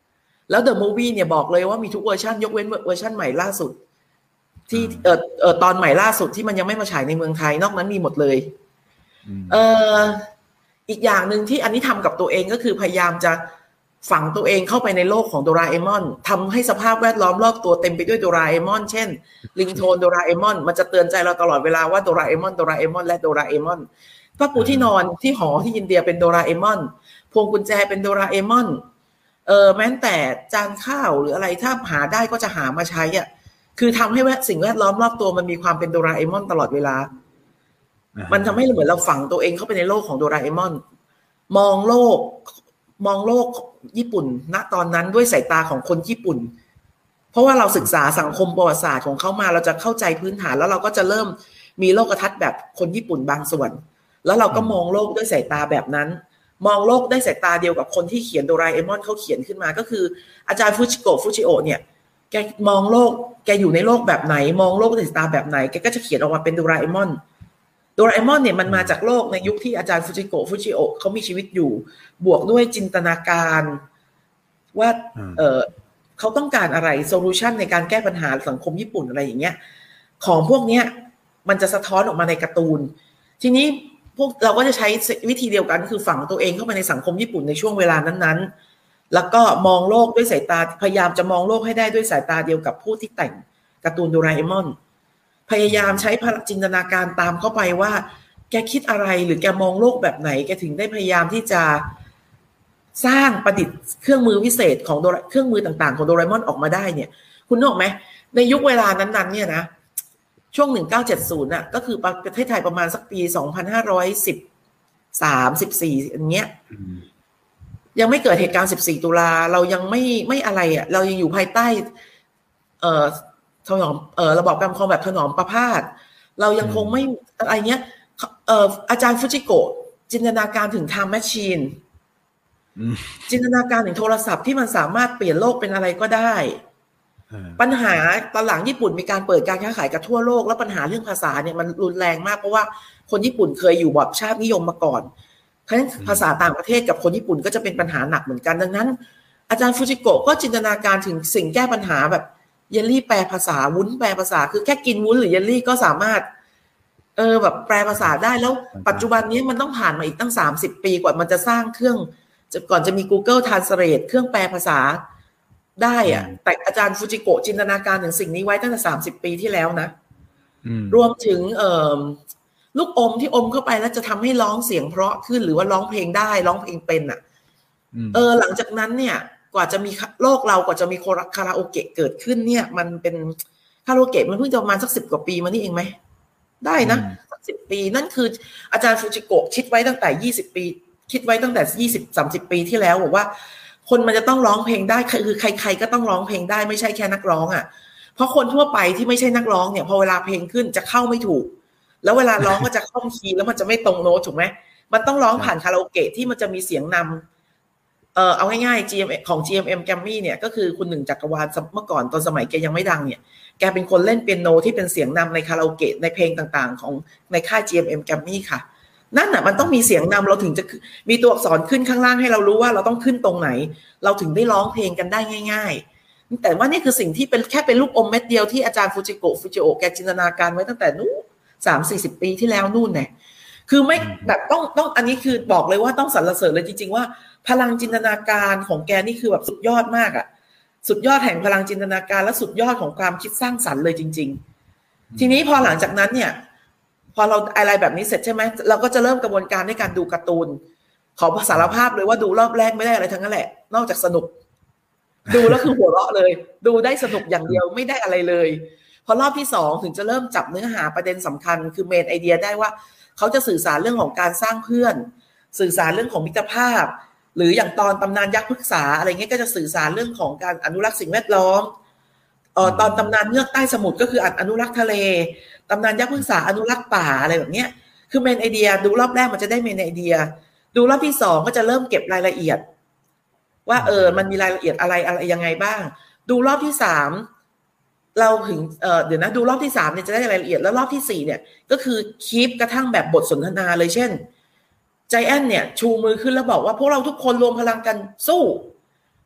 แล้ว The Movie เนี่ยบอกเลยว่ามีทุกเวอร์ชันยกเว้นเวอร์ชันใหม่ล่าสุดที่เออเออตอนใหม่ล่าสุดที่มันยังไม่มาฉายในเมืองไทยนอกนั้นมีหมดเลยเอออีกอย่างหนึ่งที่อันนี้ทำกับตัวเองก็คือพยายามจะฝังตัวเองเข้าไปในโลกของโดราเอมอนทำให้สภาพแวดล้อมรอบตัวเต็มไปด้วยโดราเอมอนเช่นลิงโทนโดราเอมอนมันจะเตือนใจเราตลอดเวลาว่าโดราเอมอนโดราเอมอนและโดราเอมอนผ้าปูที่นอนที่หอที่อินเดียเป็นโดราเอมอนพวงกุญแจเป็นโดราเอมอนเออแม้แต่จานข้าวหรืออะไรถ้าหาได้ก็จะหามาใช้อ่ะคือทำให้สิ่งแวดล้อมรอบตัวมันมีความเป็นโดราเอมอนตลอดเวลามันทำให้เหมือนเราฝังตัวเองเข้าไปในโลกของโดราเอมอนมองโลกมองโลกญี่ปุ่นณตอนนั้นด้วยสายตาของคนญี่ปุ่นเพราะว่าเราศึกษาสังคมประวัติศาสตร์ของเขามาเราจะเข้าใจพื้นฐานแล้วเราก็จะเริ่มมีโลกทัศน์แบบคนญี่ปุ่นบางส่วนแล้วเราก็มองโลกด้วยสายตาแบบนั้นมองโลกได้สายตาเดียวกับคนที่เขียนโดราเอมอนเขาเขียนขึ้นมาก็คืออาจารย์ฟูจิโกะฟูจิโอะเนี่ยแกมองโลกแกอยู่ในโลกแบบไหนมองโลกด้วยสายตาแบบไหนแกก็จะเขียนออกมาเป็นโดราเอมอนโดราเอมอนเนี่ยมันมาจากโลกในยุคที่อาจารย์ฟูจิโกะฟูจิโอะเขามีชีวิตอยู่บวกด้วยจินตนาการว่าเออเขาต้องการอะไรโซลูชันในการแก้ปัญหาสังคมญี่ปุ่นอะไรอย่างเงี้ยของพวกเนี้ยมันจะสะท้อนออกมาในการ์ตูนทีนี้พวกเราก็จะใช้วิธีเดียวกันคือฝังตัวเองเข้าไปในสังคมญี่ปุ่นในช่วงเวลานั้นๆแล้วก็มองโลกด้วยสายตาพยายามจะมองโลกให้ได้ด้วยสายตาเดียวกับผู้ที่แต่งการ์ตูนโดราเอมอนพยายามใช้พลังจินตนาการตามเข้าไปว่าแกคิดอะไรหรือแกมองโลกแบบไหนแกถึงได้พยายามที่จะสร้างประดิษฐ์เครื่องมือวิเศษของเครื่องมือต่างๆของโดราเอมอนออกมาได้เนี่ยคุณนึกออกไหมในยุคเวลานั้นๆเนี่ยนะช่วงหนึ่งเก้าเจ็ดศูนย์น่ะก็คือประเทศไทยประมาณสักปีสองพันห้าร้อยสิบสาม สิบสี่อย่างเงี้ยยังไม่เกิดเหตุการณ์สิบสี่ตุลาเรายังไม่ไม่อะไรอ่ะเรายังอยู่ภายใต้เอ่อถนอมเอ่อระบอบการปกครองแบบถนอมประพาสเรายังคงไม่อะไรเงี้ยเอ่ออาจารย์ฟูจิโกะจินตนาการถึงไทม์แมชชีนจินตนาการถึงโทรศัพท์ที่มันสามารถเปลี่ยนโลกเป็นอะไรก็ได้ปัญหาตอนหลังญี่ปุ่นมีการเปิดการค้าขายกับทั่วโลกแล้วปัญหาเรื่องภาษาเนี่ยมันรุนแรงมากเพราะว่าคนญี่ปุ่นเคยอยู่แบบชาตินิยมมาก่อนเพราะฉะนั้นภาษาต่างประเทศกับคนญี่ปุ่นก็จะเป็นปัญหาหนักเหมือนกันดังนั้นอาจารย์ฟูจิโกะก็จินตนาการถึงสิ่งแก้ปัญหาแบบเยลลี่แปลภาษาวุ้นแปลภาษาคือแค่กินวุ้นหรือเยลลี่ก็สามารถเออแบบแปลภาษาได้แล้วปัจจุบันนี้มันต้องผ่านมาอีกตั้งสามสิบปีกว่ามันจะสร้างเครื่องก่อนจะมี Google Translate เครื่องแปลภาษาได้อะแต่อาจารย์ฟูจิโกะจินตนาการถึงสิ่งนี้ไว้ตั้งแต่สามสิบปีที่แล้วนะรวมถึงเอ่อลูกอมที่อมเข้าไปแล้วจะทำให้ร้องเสียงเพราะขึ้นหรือว่าร้องเพลงได้ร้องเพลงเป็นอ่ะเออหลังจากนั้นเนี่ยกว่าจะมีโลกเรากว่าจะมีคาราโอเกะเกิดขึ้นเนี่ยมันเป็นคาราโอเกะมันเพิ่งจะประมาณสักสิบกว่าปีมานี่เองไหมได้นะสักสิบปีนั่นคืออาจารย์ฟูจิโกะคิดไว้ตั้งแต่ยี่สิบปีคิดไว้ตั้งแต่ยี่สิบ สามสิบปีที่แล้วบอกว่าคนมันจะต้องร้องเพลงได้คือใครๆก็ต้องร้องเพลงได้ไม่ใช่แค่นักร้องอ่ะเพราะคนทั่วไปที่ไม่ใช่นักร้องเนี่ยพอเวลาเพลงขึ้นจะเข้าไม่ถูกแล้วเวลาร้องก็จะค่อมคีย์แล้วมันจะไม่ตรงโน้ตถูกไหมมันต้องร้องผ่านคาราโอเกะที่มันจะมีเสียงนำเออเอาง่ายๆ จี เอ็ม ของ จี เอ็ม เอ็ม Grammy เนี่ยก็คือคุณหนึ่งจักรวาลเมื่อก่อนตอนสมัยแกยังไม่ดังเนี่ยแกเป็นคนเล่นเปียโนที่เป็นเสียงนำในคาราโอเกะในเพลงต่างๆของในค่าย จี เอ็ม เอ็ม Grammy ค่ะนั่นน่ะมันต้องมีเสียงนำเราถึงจะมีตัวอักษรขึ้นข้างล่างให้เรารู้ว่าเราต้องขึ้นตรงไหนเราถึงได้ร้องเพลงกันได้ง่ายๆแต่ว่านี่คือสิ่งที่เป็นแค่เป็นลูกอมเม็ดเดียวที่อาจารย์ฟูจิโกะฟูจิโอะแกจินตนาการไว้ตั้งแต่นู้นสามสี่สิบปีที่แล้วนู่นเนี่ยคือไม่แบบต้องต้องอันนี้คือบอกเลยว่าต้องสรรเสริญเลยจริงๆว่าพลังจินตนาการของแกนี่คือแบบสุดยอดมากอ่ะสุดยอดแห่งพลังจินตนาการและสุดยอดของความคิดสร้างสรรค์เลยจริงๆทีนี้พอหลังจากนั้นเนี่ยพอเราอะไรแบบนี้เสร็จใช่ไหมเราก็จะเริ่มกระบวนการในการดูการ์ตูนขอสารภาพเลยว่าดูรอบแรกไม่ได้อะไรทั้งนั้นแหละนอกจากสนุกดูแล้วคือหัวเราะเลยดูได้สนุกอย่างเดียวไม่ได้อะไรเลยพอรอบที่สองถึงจะเริ่มจับเนื้อหาประเด็นสำคัญคือเมนไอเดียได้ว่าเขาจะสื่อสารเรื่องของการสร้างเพื่อนสื่อสารเรื่องของมิตรภาพหรืออย่างตอนตำนานยักษ์พฤกษาอะไรเงี้ยก็จะสื่อสารเรื่องของการอนุรักษ์สิ่งแวดล้อมเอ่อตอนตำนานเงือกใต้สมุทรก็คืออนุรักษ์ทะเลตำนานยักษ์พฤกษาอนุรักษ์ป่าอะไรแบบเนี้ยคือเมนไอเดียดูรอบแรกมันจะได้เมนไอเดียดูรอบที่สองก็จะเริ่มเก็บรายละเอียดว่าเออมันมีรายละเอียดอะไรอะไรยังไงบ้างดูรอบที่สามเราถึงเอ่อเดี๋ยวนะดูรอบที่สามเนี่ยจะได้รายละเอียดแล้วรอบที่สี่เนี่ยก็คือคีปกระทั่งแบบบทสนทนาเลยเช่นใจแอนเนี่ยชูมือขึ้นแล้วบอกว่าพวกเราทุกคนรวมพลังกันสู้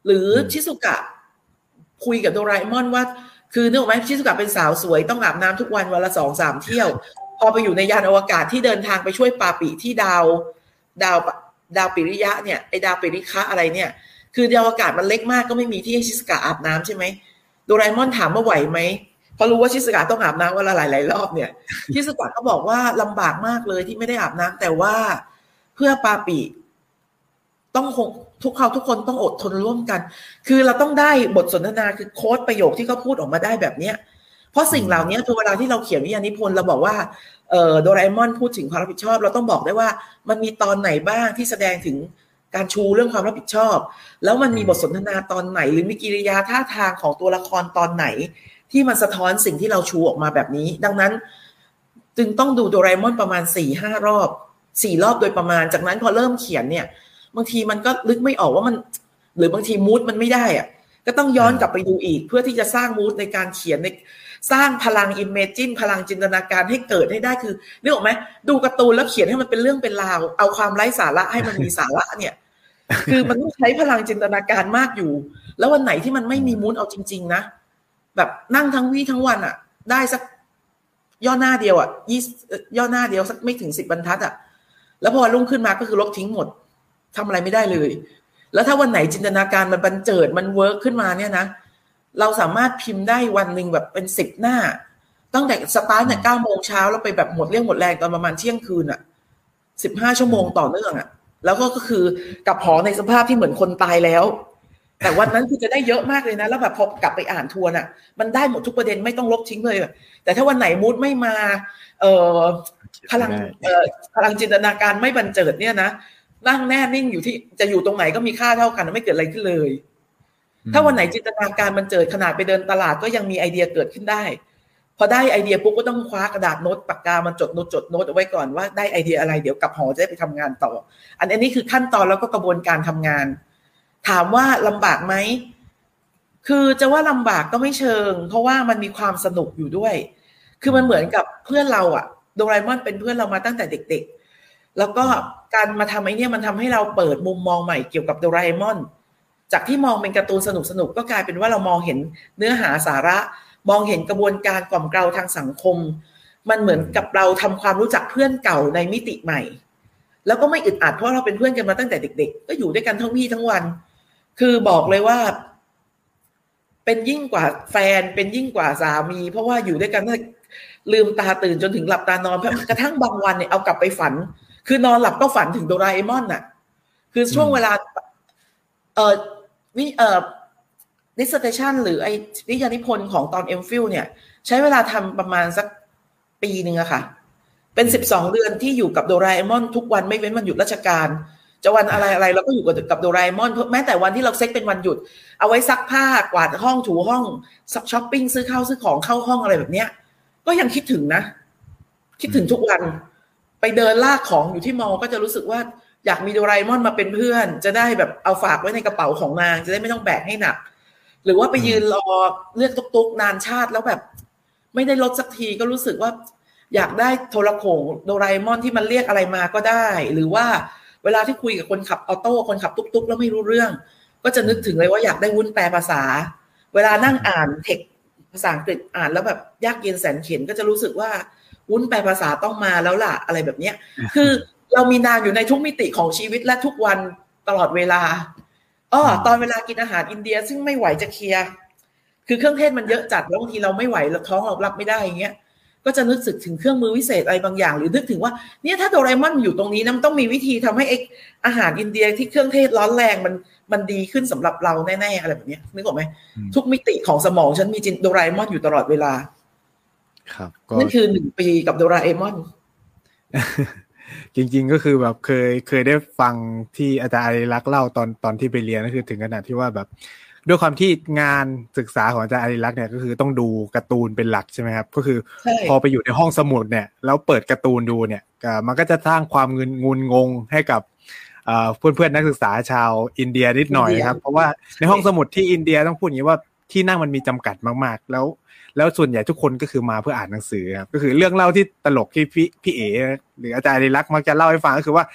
หรือชิซุกะคุยกับโดราเอมอนว่าคือนึกออกไหมชิซุกะเป็นสาวสวยต้องอาบน้ำทุกวันวันละสองสามเที่ยวพอไปอยู่ในยานอวกาศที่เดินทางไปช่วยปาปิที่ดาวดาวดาวปิริยะเนี่ยไอดาวปิริคะอะไรเนี่ยคือดาวอวกาศมันเล็กมากก็ไม่มีที่ให้ชิซุกะอาบน้ำใช่ไหมโดราเอมอนถามว่าไหวไหมพอรู้ว่าชิซุกะต้องอาบน้ำวันละหลายๆรอบเนี่ยชิซุกะก็บอกว่าลำบากมากเลยที่ไม่ได้อาบน้ำแต่ว่าเพื่อปาปิต้องคงทุกเขาทุกคนต้องอดทนร่วมกันคือเราต้องได้บทสนทนาคือโค้ดประโยคที่เขาพูดออกมาได้แบบเนี้ยเพราะสิ่งเหล่านี้เวลาที่เราเขียนวิทยานิพนธ์เราบอกว่าเอ่อโดราเอมอนพูดถึงความรับผิดชอบเราต้องบอกได้ว่ามันมีตอนไหนบ้างที่แสดงถึงการชูเรื่องความรับผิดชอบแล้วมันมีบทสนทนาตอนไหนหรือมีกิริยาท่าทางของตัวละครตอนไหนที่มันสะท้อนสิ่งที่เราชูออกมาแบบนี้ดังนั้นจึงต้องดูโดราเอมอนประมาณ สี่ห้า รอบสี่รอบโดยประมาณจากนั้นพอเริ่มเขียนเนี่ยบางทีมันก็ลึกไม่ออกว่ามันหรือบางทีมูดมันไม่ได้อะก็ต้องย้อนกลับไปดูอีกเพื่อที่จะสร้างมูดในการเขียนในสร้างพลังอิมเมจินพลังจินตนาการให้เกิดให้ได้คือนึกออกไหมดูการ์ตูนแล้วเขียนให้มันเป็นเรื่องเป็นราวเอาความไร้สาระให้มันมีสาระเนี่ยคือมันต้องใช้พลังจินตนาการมากอยู่แล้ววันไหนที่มันไม่มีมูดเอาจริงๆนะแบบนั่งทั้งวี่ทั้งวันอ่ะได้สักย่อหน้าเดียวอ่ะยี่ย่อหน้าเดียวสักไม่ถึงสิบบรรทัดอ่ะแล้วพอรุ่งขึ้นมาก็คือลบทิ้งหมดทำอะไรไม่ได้เลยแล้วถ้าวันไหนจินตนาการมันบันเจิดมันเวิร์กขึ้นมาเนี่ยนะเราสามารถพิมพ์ได้วันหนึ่งแบบเป็นสิบหน้าตั้งแต่สตาร์ทเนี่ยเก้าโมงเช้าแล้วไปแบบหมดเรี่ยวหมดแรงตอนประมาณเที่ยงคืนอ่ะสิบห้าชั่วโมงต่อเนื่องอ่ะแล้วก็ก็คือกลับหอในสภาพที่เหมือนคนตายแล้วแต่วันนั้นคือจะได้เยอะมากเลยนะแล้วแบบพอกลับไปอ่านทวนอ่ะมันได้หมดทุกประเด็นไม่ต้องลบทิ้งเลยแต่ถ้าวันไหนมูดไม่มาเอ่อพลังเอ่อพลังจินตนาการไม่บันเจิดเนี่ยนะนั่งแน่นิ่งอยู่ที่จะอยู่ตรงไหนก็มีค่าเท่ากันไม่เกิดอะไรขึ้นเลยถ้าวันไหนจินตนาการมันเจิดขนาดไปเดินตลาดก็ยังมีไอเดียเกิดขึ้นได้พอได้ไอเดียปุ๊บก็ต้องคว้ากระดาษโน้ตปากกามันจดโน้ตจดโน้ตเอาไว้ก่อนว่าได้ไอเดียอะไรเดี๋ยวกลับหอจะได้ไปทำงานต่ออันนี้คือขั้นตอนแล้วก็กระบวนการทำงานถามว่าลำบากไหมคือจะว่าลำบากก็ไม่เชิงเพราะว่ามันมีความสนุกอยู่ด้วยคือมันเหมือนกับเพื่อนเราอะโดราเอมอนเป็นเพื่อนเรามาตั้งแต่เด็กๆแล้วก็การมาทำไอ้นี่มันทำให้เราเปิดมุมมองใหม่เกี่ยวกับโดราเอมอนจากที่มองเป็นการ์ตูนสนุกๆก็กลายเป็นว่าเรามองเห็นเนื้อหาสาระมองเห็นกระบวนการกล่อมเกลาทางสังคมมันเหมือนกับเราทำความรู้จักเพื่อนเก่าในมิติใหม่แล้วก็ไม่อึดอัดเพราะเราเป็นเพื่อนกันมาตั้งแต่เด็กๆก็อยู่ด้วยกันทั้งวี่ทั้งวันคือบอกเลยว่าเป็นยิ่งกว่าแฟนเป็นยิ่งกว่าสามีเพราะว่าอยู่ด้วยกันตั้งลืมตาตื่นจนถึงหลับตานอนกระทั่งบางวันเนี่ยเอากลับไปฝันคือนอนหลับก็ฝันถึงโดราเอมอนน่ะคือช่วงเวลาเอ่อวิเอ่อ dissertation หรือไอ้วิทยานิพนธ์ของตอน เอ็ม ฟิล เนี่ยใช้เวลาทำประมาณสักปีนึงอะค่ะเป็นสิบสองเดือนที่อยู่กับโดราเอมอนทุกวันไม่เว้นวันหยุดราชการจะวันอะไรอะไรเราก็อยู่กับกับโดราเอมอนแม้แต่วันที่เราเซ็กเป็นวันหยุดเอาไว้ซักผ้ากวาดห้องถูห้องช้อปปิ้งซื้อข้าวซื้อของเข้าห้องอะไรแบบเนี้ยก็ยังคิดถึงนะคิดถึงทุกวันไปเดินลากของอยู่ที่มอก็จะรู้สึกว่าอยากมีโดราเอมอนมาเป็นเพื่อนจะได้แบบเอาฝากไว้ในกระเป๋าของนางจะได้ไม่ต้องแบกให้หนักหรือว่าไปยืนรอเลือกตุ๊กๆนานชาติแล้วแบบไม่ได้ลดสักทีก็รู้สึกว่าอยากได้โทรโข่งโดราเอมอนที่มันเรียกอะไรมาก็ได้หรือว่าเวลาที่คุยกับคนขับออโต้คนขับตุ๊กๆแล้วไม่รู้เรื่องก็จะนึกถึงเลยว่าอยากได้วุ้นแปลภาษาเวลานั่งอ่านเทคภาษาอังกฤษอ่านแล้วแบบยากเย็นแสนเข็ญก็จะรู้สึกว่าวุ้นแปลภาษาต้องมาแล้วล่ะอะไรแบบเนี้ยคือเรามีนางอยู่ในทุกมิติของชีวิตและทุกวันตลอดเวลาอ้อตอนเวลากินอาหารอินเดียซึ่งไม่ไหวจะเคลียร์คือเครื่องเทศมันเยอะจัดแล้วบางทีเราไม่ไหวแล้วท้องเรารับไม่ได้อย่างเงี้ยก็จะนึกสึกถึงเครื่องมือวิเศษอะไรบางอย่างหรือนึกถึงว่าเนี่ยถ้าโดราเอมอนอยู่ตรงนี้นะมันต้องมีวิธีทำให้ไอ้อาหารอินเดียที่เครื่องเทศร้อนแรงมันมันดีขึ้นสำหรับเราแน่ๆอะไรแบบนี้นึกออกไหมทุกมิติของสมองฉันมีโดราเอมอนอยู่ตลอดเวลาครับนั่นคือหนึ่งปีกับโดราเอมอนจริงๆก็คือแบบเคยเคยได้ฟังที่อาจารย์อาริลักษ์เล่าตอนตอนที่ไปเรียนก็คือถึงขนาดที่ว่าแบบด้วยความที่งานศึกษาของอาจารย์อาริลักษ์เนี่ยก็คือต้องดูการ์ตูนเป็นหลักใช่ไหมครับก็คือพอไปอยู่ในห้องสมุดเนี่ยแล้วเปิดการ์ตูนดูเนี่ยมันก็จะสร้างความงุนงุนงงให้กับเพื่อนๆนักศึกษาชาวอินเดียนิดหน่อยครับเพราะว่าในห้องสมุดที่อินเดียต้องพูดอย่างนี้ว่าที่นั่งมันมีจำกัดมากๆแล้วแล้วส่วนใหญ่ทุกคนก็คือมาเพื่ออ่านหนังสือครับก็คือเรื่องเล่าที่ตลกที่พี่พี่เอ๋หรืออาจารย์อาริลักษ์มักจะเล่าให้ฟังก็คือว่า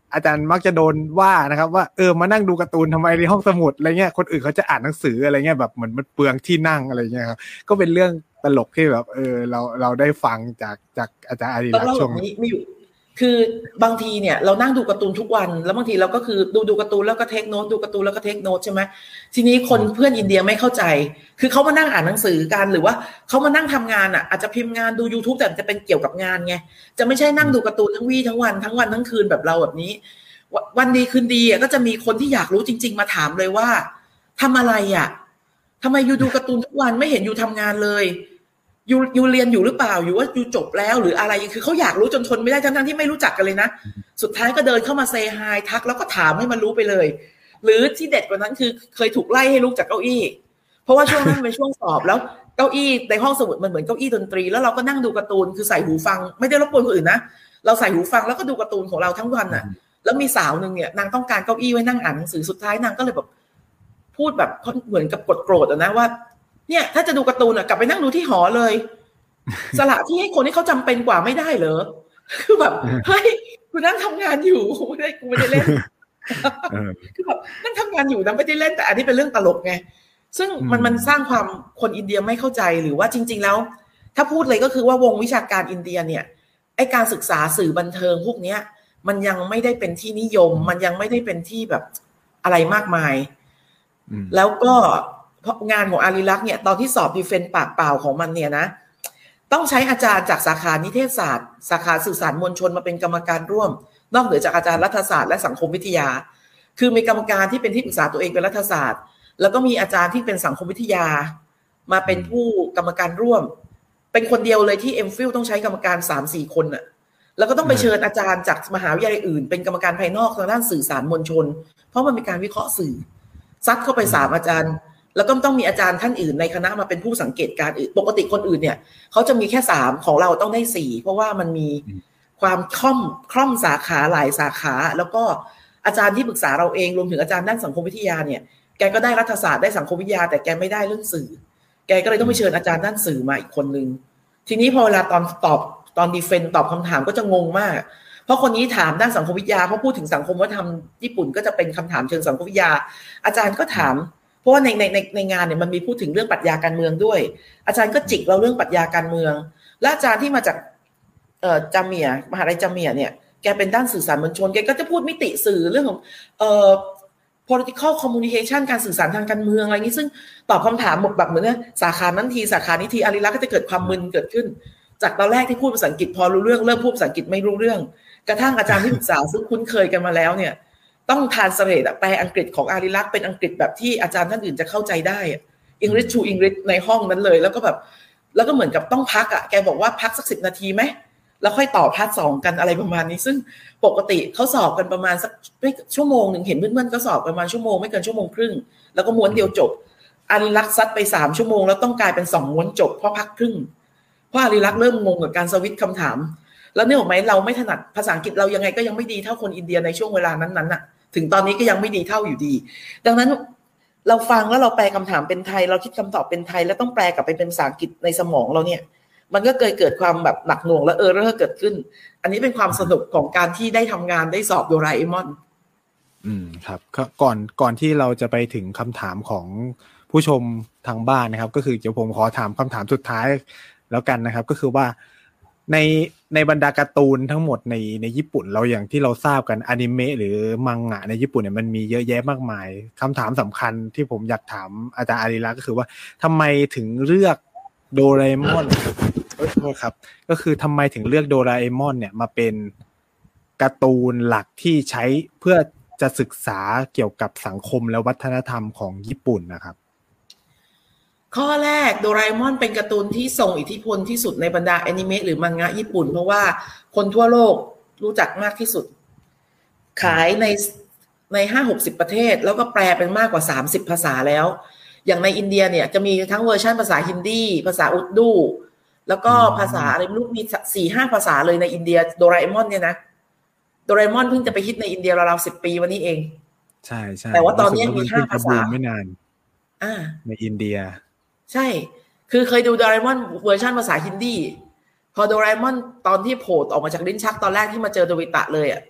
อาจารย์มักจะโดนว่านะครับว่าเออมานั่งดูการ์ตูนทำไมในห้องสมุดอะไรเงี้ยคนอื่นเขาจะอ่านหนังสืออะไรเงี้ยแบบเหมือนมันเปลืองที่นั่งอะไรเงี้ยครับก็เป็นเรื่องตลกที่แบบเออเราเราได้ฟังจากจากอาจารย์อาริรักษ์ช่วงนี้มีอยู่คือบางทีเนี่ยเรานั่งดูการ์ตูนทุกวันแล้วบางทีเราก็คือดูดูการ์ตูนแล้วก็เทคโน้ตดูการ์ตูนแล้วก็เทคโน้ตใช่ไหมทีนี้คนเพื่อนอินเดียไม่เข้าใจคือเขามานั่งอ่านหนังสือกันหรือว่าเขามานั่งทำงานอ่ะอาจจะพิมพ์งานดู YouTube แต่จะเป็นเกี่ยวกับงานไงจะไม่ใช่นั่งดูการ์ตูนทั้งวี่ทั้งวันทั้งวันทั้งคืนแบบเราแบบนี้วันดีคืนดีก็จะมีคนที่อยากรู้จริงๆมาถามเลยว่าทำอะไรอ่ะทำไมยูดูการ์ตูนทุกวันไม่เห็นยูทำงานเลยยูยูเรียนอยู่หรือเปล่าอยู่ว่ายูจบแล้วหรืออะไรคือเขาอยากรู้จนทนไม่ได้ทั้งๆที่ไม่รู้จักกันเลยนะสุดท้ายก็เดินเข้ามาเซฮายทักแล้วก็ถามให้มันรู้ไปเลยหรือที่เด็ดกว่านั้นคือเคยถูกไล่ให้ลุกจากเก้าอี้เพราะว่าช่วงนั้นเป็นช่วงสอบแล้วเก้าอี้ในห้องสมุดมันเหมือนเก้าอี้ดนตรีแล้วเราก็นั่งดูการ์ตูนคือใส่หูฟังไม่ได้รบกวนคนอื่นนะเราใส่หูฟังแล้วก็ดูการ์ตูนของเราทั้งวันน่ะแล้วมีสาวนึงเนี่ยนางต้องการเก้าอี้ไว้นั่งอ่านหนังสือสุดท้ายนางก็เลยแบบพูดแบบเหมือนกับกดโกรธนะว่าเนี่ยถ้าจะดูการ์ตูนอ่ะกลับไปนั่งดูที่หอเลยสละที่ให้คนที่เขาจำเป็นกว่าไม่ได้เหรอคือแบบเฮ้ยกูนั่งทำงานอยู่ไม่ได้กูไม่ได้เล่นคือแบบนั่งทำงานอยู่นะไม่ได้เล่นแต่อันนี้เป็นเรื่องตลกไงซึ่งมันมันสร้างความคนอินเดียไม่เข้าใจหรือว่าจริงๆแล้วถ้าพูดเลยก็คือว่าวงวิชาการอินเดียเนี่ยไอการศึกษาสื่อบันเทิงพวกเนี้ยมันยังไม่ได้เป็นที่นิยมมันยังไม่ได้เป็นที่แบบอะไรมากมายแล้วก็งานของอาริลักษ์เนี่ยตอนที่สอบดีเฟนต์ปากเปล่าของมันเนี่ยนะต้องใช้อาจารย์จากสาขานิเทศศาสตร์สาขาสื่อสารมวลชนมาเป็นกรรมการร่วมนอกเหนือจากอาจารย์รัฐศาสตร์และสังคมวิทยาคือมีกรรมการที่เป็นที่ปรึกษาตัวเองเป็นรัฐศาสตร์แล้วก็มีอาจารย์ที่เป็นสังคมวิทยามาเป็นผู้กรรมการร่วมเป็นคนเดียวเลยที่ เอ็ม ฟิล ต้องใช้กรรมการ สามสี่ คนน่ะแล้วก็ต้องไปเชิญอาจารย์จากมหาวิทยาลัยอื่นเป็นกรรมการภายนอกทางด้านสื่อสารมวลชนเพราะมันมีการวิเคราะห์สื่อซัดเข้าไปสามอาจารย์แล้วก็ต้องมีอาจารย์ท่านอื่นในคณะมาเป็นผู้สังเกตการณ์อื่นปกติคนอื่นเนี่ยเขาจะมีแค่สามของเราต้องได้สี่เพราะว่ามันมีความคล่อมคล่อมสาขาหลายสาขาแล้วก็อาจารย์ที่ปรึกษาเราเองรวมถึงอาจารย์ด้านสังคมวิทยาเนี่ยแกก็ได้รัฐศาสตร์ได้สังคมวิทยาแต่แกไม่ได้เรื่องสื่อแกก็เลยต้องไปเชิญอาจารย์ด้านสื่อมาอีกคนนึงทีนี้พอเวลาตอนตอบตอนดีเฟนต์ตอบคำถามก็จะงงมากเพราะคนนี้ถามด้านสังคมวิทยาเพราะพูดถึงสังคมวัฒนธรรมญี่ปุ่นก็จะเป็นคำถามเชิงสังคมวิทยาอาจารย์ก็ถามเพราะว่าในในในในงานเนี่ยมันมีพูดถึงเรื่องปรัชญาการเมืองด้วยอาจารย์ก็จิกเราเรื่องปรัชญาการเมืองและอาจารย์ที่มาจากเอ่อจามเมียมหาวิทยาลัยจามเมียเนี่ยแกเป็นด้านสื่อสารมวลชนแกก็จะพูดมิติสื่อเรื่องของเอ่อ political communication การสื่อสารทางการเมืองอะไรนี้ซึ่งตอบคำถามหมดแบบเหมือนเนี่ยสาขานั้นทีสาขานี้ทีอาริลักษ์ก็จะเกิดความมึนเกิดขึ้นจากตอนแรกที่พูดภาษาอังกฤษพอรู้เรื่องเริ่มพูดภาษาอังกฤษไม่รู้เรื่องกระทั่งอาจารย์ที่ปรึกษาซึ่งคุ้นเคยกันมาแล้วเนี่ยต้องทรานสเลทแปลอังกฤษของอาริลักษ์เป็นอังกฤษแบบที่อาจารย์ท่านอื่นจะเข้าใจได้ English to English ในห้องนั้นเลยแล้วก็แบบแล้วก็เหมือนกับต้องพักอ่ะแกบอกว่าพักสักสิบนาทีไหมแล้วค่อยต่อพาร์ทสองกันอะไรประมาณนี้ซึ่งปกติเขาสอบกันประมาณสักชั่วโมงหนึ่งเห็นเพื่อนๆก็สอบประมาณชั่วโมงไม่เกินชั่วโมงครึ่งแล้วก็ม้วนเดียวจบอาริลักษ์ซัดไปสามชั่วโมงแล้วต้องกลายเป็นสองม้วนจบเพราะพักครึ่งเพราะอาริลักษ์เริ่มงงกับการสวิตช์คำถามแล้วเนี่ยหรอไหมเราไม่ถนัดภาษาอังกฤษเรายังไงก็ยังไม่ดีเท่าคนอินเดียในช่วงเวลานั้นๆน่ะถึงตอนนี้ก็ยังไม่ดีเท่าอยู่ดีดังนั้นเราฟังแล้วเราแปลคำถามเป็นไทยเราคิดคำตอบเป็นไทยแล้วต้องแปลกลับไปเป็นภาษาอังกฤษในสมองเราเนี่ยมันก็เกิดเกิดความแบบหนักหน่วงและเออเรอเกิดขึ้นอันนี้เป็นความสนุกของการที่ได้ทำงานได้สอบโดราเอมอนอืมครับก่อนก่อนที่เราจะไปถึงคำถามของผู้ชมทางบ้านนะครับก็คือเดี๋ยวผมขอถามคำถามสุดท้ายแล้วกันนะครับก็คือว่าในในบรรดาการ์ตูนทั้งหมดในในญี่ปุ่นเราอย่างที่เราทราบกันอนิเมะหรือมังงะในญี่ปุ่นเนี่ยมันมีเยอะแยะมากมายคำถามสำคัญที่ผมอยากถามอาจารย์อาริลักษ์ก็คือว่าทำไมถึงเลือกโดราเอมอนขอโทษครับก็คือทำไมถึงเลือกโดราเอมอนเนี่ยมาเป็นการ์ตูนหลักที่ใช้เพื่อจะศึกษาเกี่ยวกับสังคมและวัฒนธรรมของญี่ปุ่นนะครับข้อแรกโดราเอมอนเป็นการ์ตูนที่ส่งอิทธิพลที่สุดในบรรดาแอนิเมะหรือมังงะญี่ปุ่นเพราะว่าคนทั่วโลกรู้จักมากที่สุดขายในใน ห้าหกสิบ ประเทศแล้วก็แปลเป็นมากกว่าสามสิบภาษาแล้วอย่างในอินเดียเนี่ยจะมีทั้งเวอร์ชันภาษาฮินดีภาษาอุรดูแล้วก็ภาษาอะไรไม่รู้มี สี่ห้า ภาษาเลยในอินเดียโดราเอมอนเนี่ยนะโดราเอมอนเพิ่งจะไปฮิตในอินเดียราวๆสิบปีวันนี้เองใช่ๆแต่ว่าตอนนี้มีห้าภาษาไม่นานอ่าในอินเดียใช่คือเคยดูโดราเอมอนเวอร์ชันภาษาฮินดีพอโดราเอมอนตอนที่โผล่ออกมาจากลิ้นชักตอนแรกที่มาเจอโดบิตะเลยอ่ะ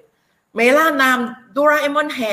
เมล่านามโดราเอมอนแฮ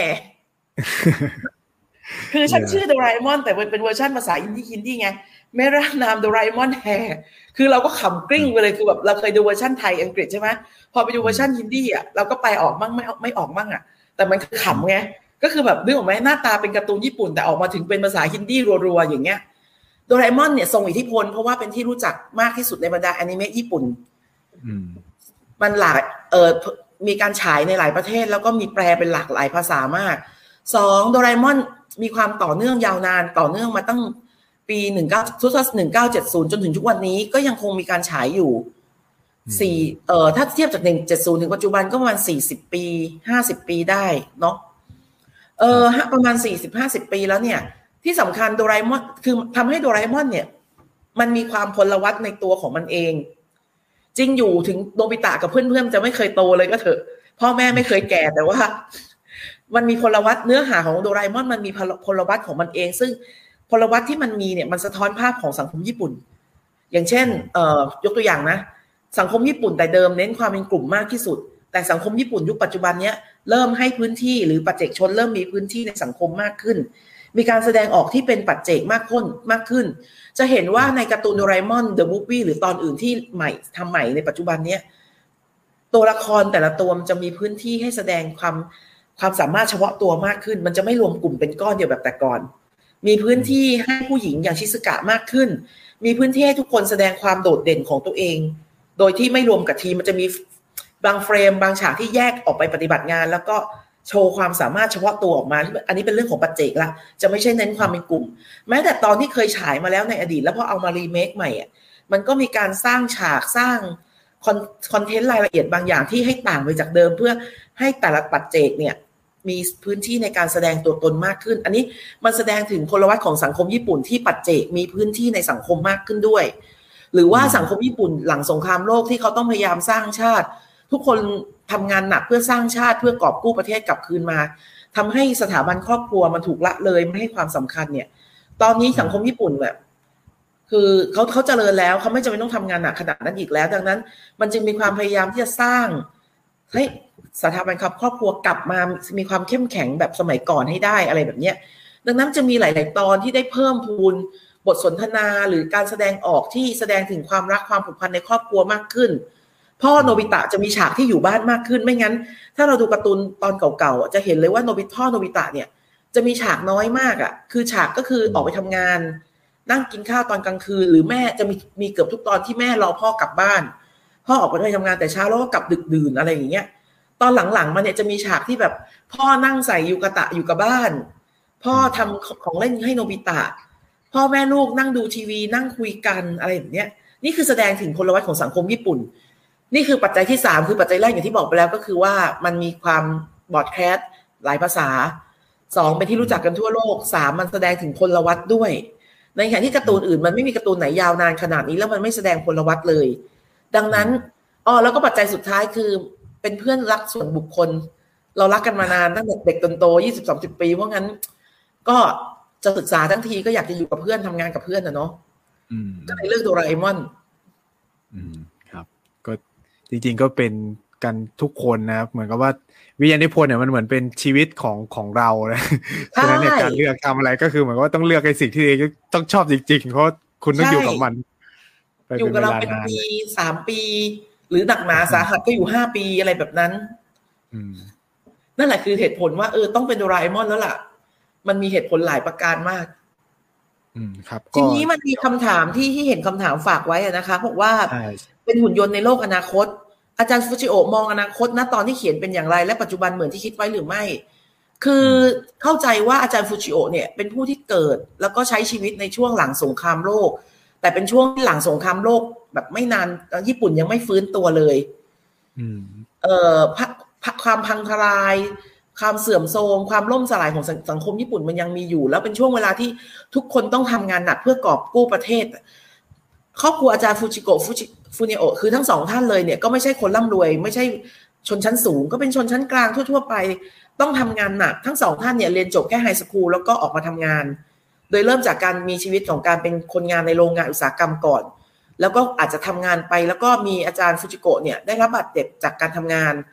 คือฉันชื่อโดราเอมอนแต่มันเป็นเวอร์ชันภาษาอินดี้ฮินดี้ไงเมล่านามโดราเอมอนแฮคือเราก็ขำกริ้งไปเลยคือแบบเราเคยดูเวอร์ชันไทยอังกฤษใช่ไหมพอไปดูเวอร์ชันฮินดี้อ่ะเราก็ไปออกมั่งไม่ไม่ออกมั่งอ่ะแต่มันคือขำไงก็คือแบบนึกออกไหมหน้าตาเป็นการ์ตูนญี่ปุ่นแต่ออกมาถึงเป็นภาษาฮินดี้รัวๆอย่างเงี้ยโดราเอมอนเนี่ยทรงอิทธิพลเพราะว่าเป็นที่รู้จักมากที่สุดในบรรดาอนิเมะญี่ปุ่นมันหลายเออมีการฉายในหลายประเทศแล้วก็มีแปลเป็นหลากหลายภาษามากสองโดราเอมอนมีความต่อเนื่องยาวนานต่อเนื่องมาตั้งปีหนึ่งเก้าทุกหนึ่งเก้าเจ็ดศูนย์จนถึงทุกวันนี้ก็ยังคงมีการฉายอยู่สี่เอ่อถ้าเทียบจากหนึ่งเจ็ดศูนย์ถึงปัจจุบันก็ประมาณสี่สิบปีห้าสิบปีได้เนาะเออประมาณสี่สิบห้าสิบปีแล้วเนี่ยที่สำคัญโดราเอมอนคือทำให้โดราเอมอนเนี่ยมันมีความพลวัตในตัวของมันเองจริงอยู่ถึงโนบิตะกับเพื่อนๆจะไม่เคยโตเลยก็เถอะพ่อแม่ไม่เคยแก่แต่ว่ามันมีพลวัตเนื้อหาของโดราเอมอนมันมีพลวัตของมันเองซึ่งพลวัตที่มันมีเนี่ยมันสะท้อนภาพของสังคมญี่ปุ่นอย่างเช่นเอ่อยกตัวอย่างนะสังคมญี่ปุ่นแต่เดิมเน้นความเป็นกลุ่มมากที่สุดแต่สังคมญี่ปุ่นยุคปัจจุบันเนี้ยเริ่มให้พื้นที่หรือปัจเจกชนเริ่มมีพื้นที่ในสังคมมากขึ้นมีการแสดงออกที่เป็นปัจเจกมากขึ้นมากขึ้นจะเห็นว่าในการ์ตูนโดราเอมอนเดอะมูฟวี่หรือตอนอื่นที่ใหม่ทำใหม่ในปัจจุบันเนี้ยตัวละครแต่ละตัวมันจะมีพื้นที่ให้แสดงความความสามารถเฉพาะตัวมากขึ้นมันจะไม่รวมกลุ่มเป็นก้อนเดียวแบบแต่ก่อนมีพื้นที่ให้ผู้หญิงอย่างชิซึกะมากขึ้นมีพื้นที่ให้ทุกคนแสดงความโดดเด่นของตัวเองโดยที่ไม่รวมกับทีมมันจะมีบางเฟรมบางฉากที่แยกออกไปปฏิบัติงานแล้วก็โชว์ความสามารถเฉพาะตัวออกมาอันนี้เป็นเรื่องของปัจเจกละจะไม่ใช่เน้นความเป็นกลุ่มแม้แต่ตอนที่เคยฉายมาแล้วในอดีตแล้วพอเอามารีเมคใหม่อ่ะมันก็มีการสร้างฉากสร้างคอนเทนต์รายละเอียดบางอย่างที่ให้ต่างไปจากเดิมเพื่อให้แต่ละปัจเจกเนี่ยมีพื้นที่ในการแสดงตัวตนมากขึ้นอันนี้มันแสดงถึงพลวัตของสังคมญี่ปุ่นที่ปัจเจกมีพื้นที่ในสังคมมากขึ้นด้วยหรือว่าสังคมญี่ปุ่นหลังสงครามโลกที่เขาต้องพยายามสร้างชาติทุกคนทำงานหนักเพื่อสร้างชาติเพื่อกอบกู้ประเทศกลับคืนมาทำให้สถาบันครอบครัวมันถูกละเลยไม่ให้ความสำคัญเนี่ยตอนนี้สังคมญี่ปุ่นแบบคือเขาเขาเจริญแล้วเขาไม่จำเป็นต้องทำงานหนักขนาดนั้นอีกแล้วดังนั้นมันจึงมีความพยายามที่จะสร้างให้สถาบันครอบครัวกลับมามีความเข้มแข็งแบบสมัยก่อนให้ได้อะไรแบบเนี้ยดังนั้นจะมีหลายๆตอนที่ได้เพิ่มพูนบทสนทนาหรือการแสดงออกที่แสดงถึงความรักความผูกพันในครอบครัวมากขึ้นพ่อโนบิตะจะมีฉากที่อยู่บ้านมากขึ้นไม่งั้นถ้าเราดูการ์ตูนตอนเก่าๆจะเห็นเลยว่าโนบิพ่อโนบิตะเนี่ยจะมีฉากน้อยมากอ่ะคือฉากก็คือออกไปทำงานนั่งกินข้าวตอนกลางคืนหรือแม่จะมีมีเกือบทุกตอนที่แม่รอพ่อกลับบ้านพ่อออกไปทำงานแต่เช้าแล้วก็กลับดึกดื่นอะไรอย่างเงี้ยตอนหลังๆมาเนี่ยจะมีฉากที่แบบพ่อนั่งใส่ยูกะตะอยู่กับบ้านพ่อทำของเล่นให้โนบิตะพ่อแม่ลูกนั่งดูทีวีนั่งคุยกันอะไรแบบเนี้ยนี่คือแสดงถึงพลวัตของสังคมญี่ปุ่นนี่คือปัจจัยที่สามคือปัจจัยแรกอย่างที่บอกไปแล้วก็คือว่ามันมีความบอดแคสต์หลายภาษาสองเป็นที่รู้จักกันทั่วโลกสามมันแสดงถึงพลวัตด้วยในขณะที่การ์ตูนอื่นมันไม่มีการ์ตูนไหนยาวนานขนาดนี้แล้วมันไม่แสดงพลวัตเลยดังนั้นอ๋อแล้วก็ปัจจัยสุดท้ายคือเป็นเพื่อนรักส่วนบุคคลเรารักกันมานานตั้งแต่เด็กจนโตยี่สิบ สามสิบปีเพราะงั้นก็จะศึกษาทั้งทีก็อยากจะอยู่กับเพื่อนทำงานกับเพื่อนนะเนาะก็เลยเลือกโดราเอมอนอืมครับก็จริงๆก็เป็นกันทุกคนนะครับเหมือนกับว่าวิญญาณนิพนธ์เนี่ยมันเหมือนเป็นชีวิตของของเรานะฉะนั้นในการเลือกทำอะไรก็คือเหมือนว่าต้องเลือกในสิ่งที่ต้องชอบจริงๆเพราะคุณต้องอยู่กับมันอยู่กับเราเป็นปีสามปีหรือหนักหนาสาหัสก็อยู่ห้าปีอะไรแบบนั้นนั่นแหละคือเหตุผลว่าเออต้องเป็นโดราเอมอนแล้วล่ะมันมีเหตุผลหลายประการมากอืมครับทีนี้มันมีคำถามที่ที่เห็นคำถามฝากไว้นะคะบอกว่าเป็นหุ่นยนต์ในโลกอนาคตอาจารย์ฟูจิโอะมองอนาคตณตอนที่เขียนเป็นอย่างไรและปัจจุบันเหมือนที่คิดไว้หรือไม่คือเข้าใจว่าอาจารย์ฟูจิโอะเนี่ยเป็นผู้ที่เกิดแล้วก็ใช้ชีวิตในช่วงหลังสงครามโลกแต่เป็นช่วงหลังสงครามโลกแบบไม่นานญี่ปุ่นยังไม่ฟื้นตัวเลยเอ่อความพังทลายความเสื่อมโทรมความล่มสลายของสังคมญี่ปุ่นมันยังมีอยู่แล้วเป็นช่วงเวลาที่ทุกคนต้องทำงานหนักเพื่อกอบกู้ประเทศครอบครัวอาจารย์ฟูจิโกะฟูจิฟูเนโอะคือทั้งสองท่านเลยเนี่ยก็ไม่ใช่คนร่ำรวยไม่ใช่ชนชั้นสูงก็เป็นชนชั้นกลางทั่วๆไปต้องทำงานหนักทั้งสองท่านเนี่ยเรียนจบแค่ไฮสคูลแล้วก็ออกมาทำงานโดยเริ่มจากการมีชีวิตของการเป็นคนงานในโรงงานอุตสาหกรรมก่อนแล้วก็อาจจะทำงานไปแล้วก็มีอาจารย์ฟูจิโกะเนี่ยได้รับบาดเจ็บจากการทำงาน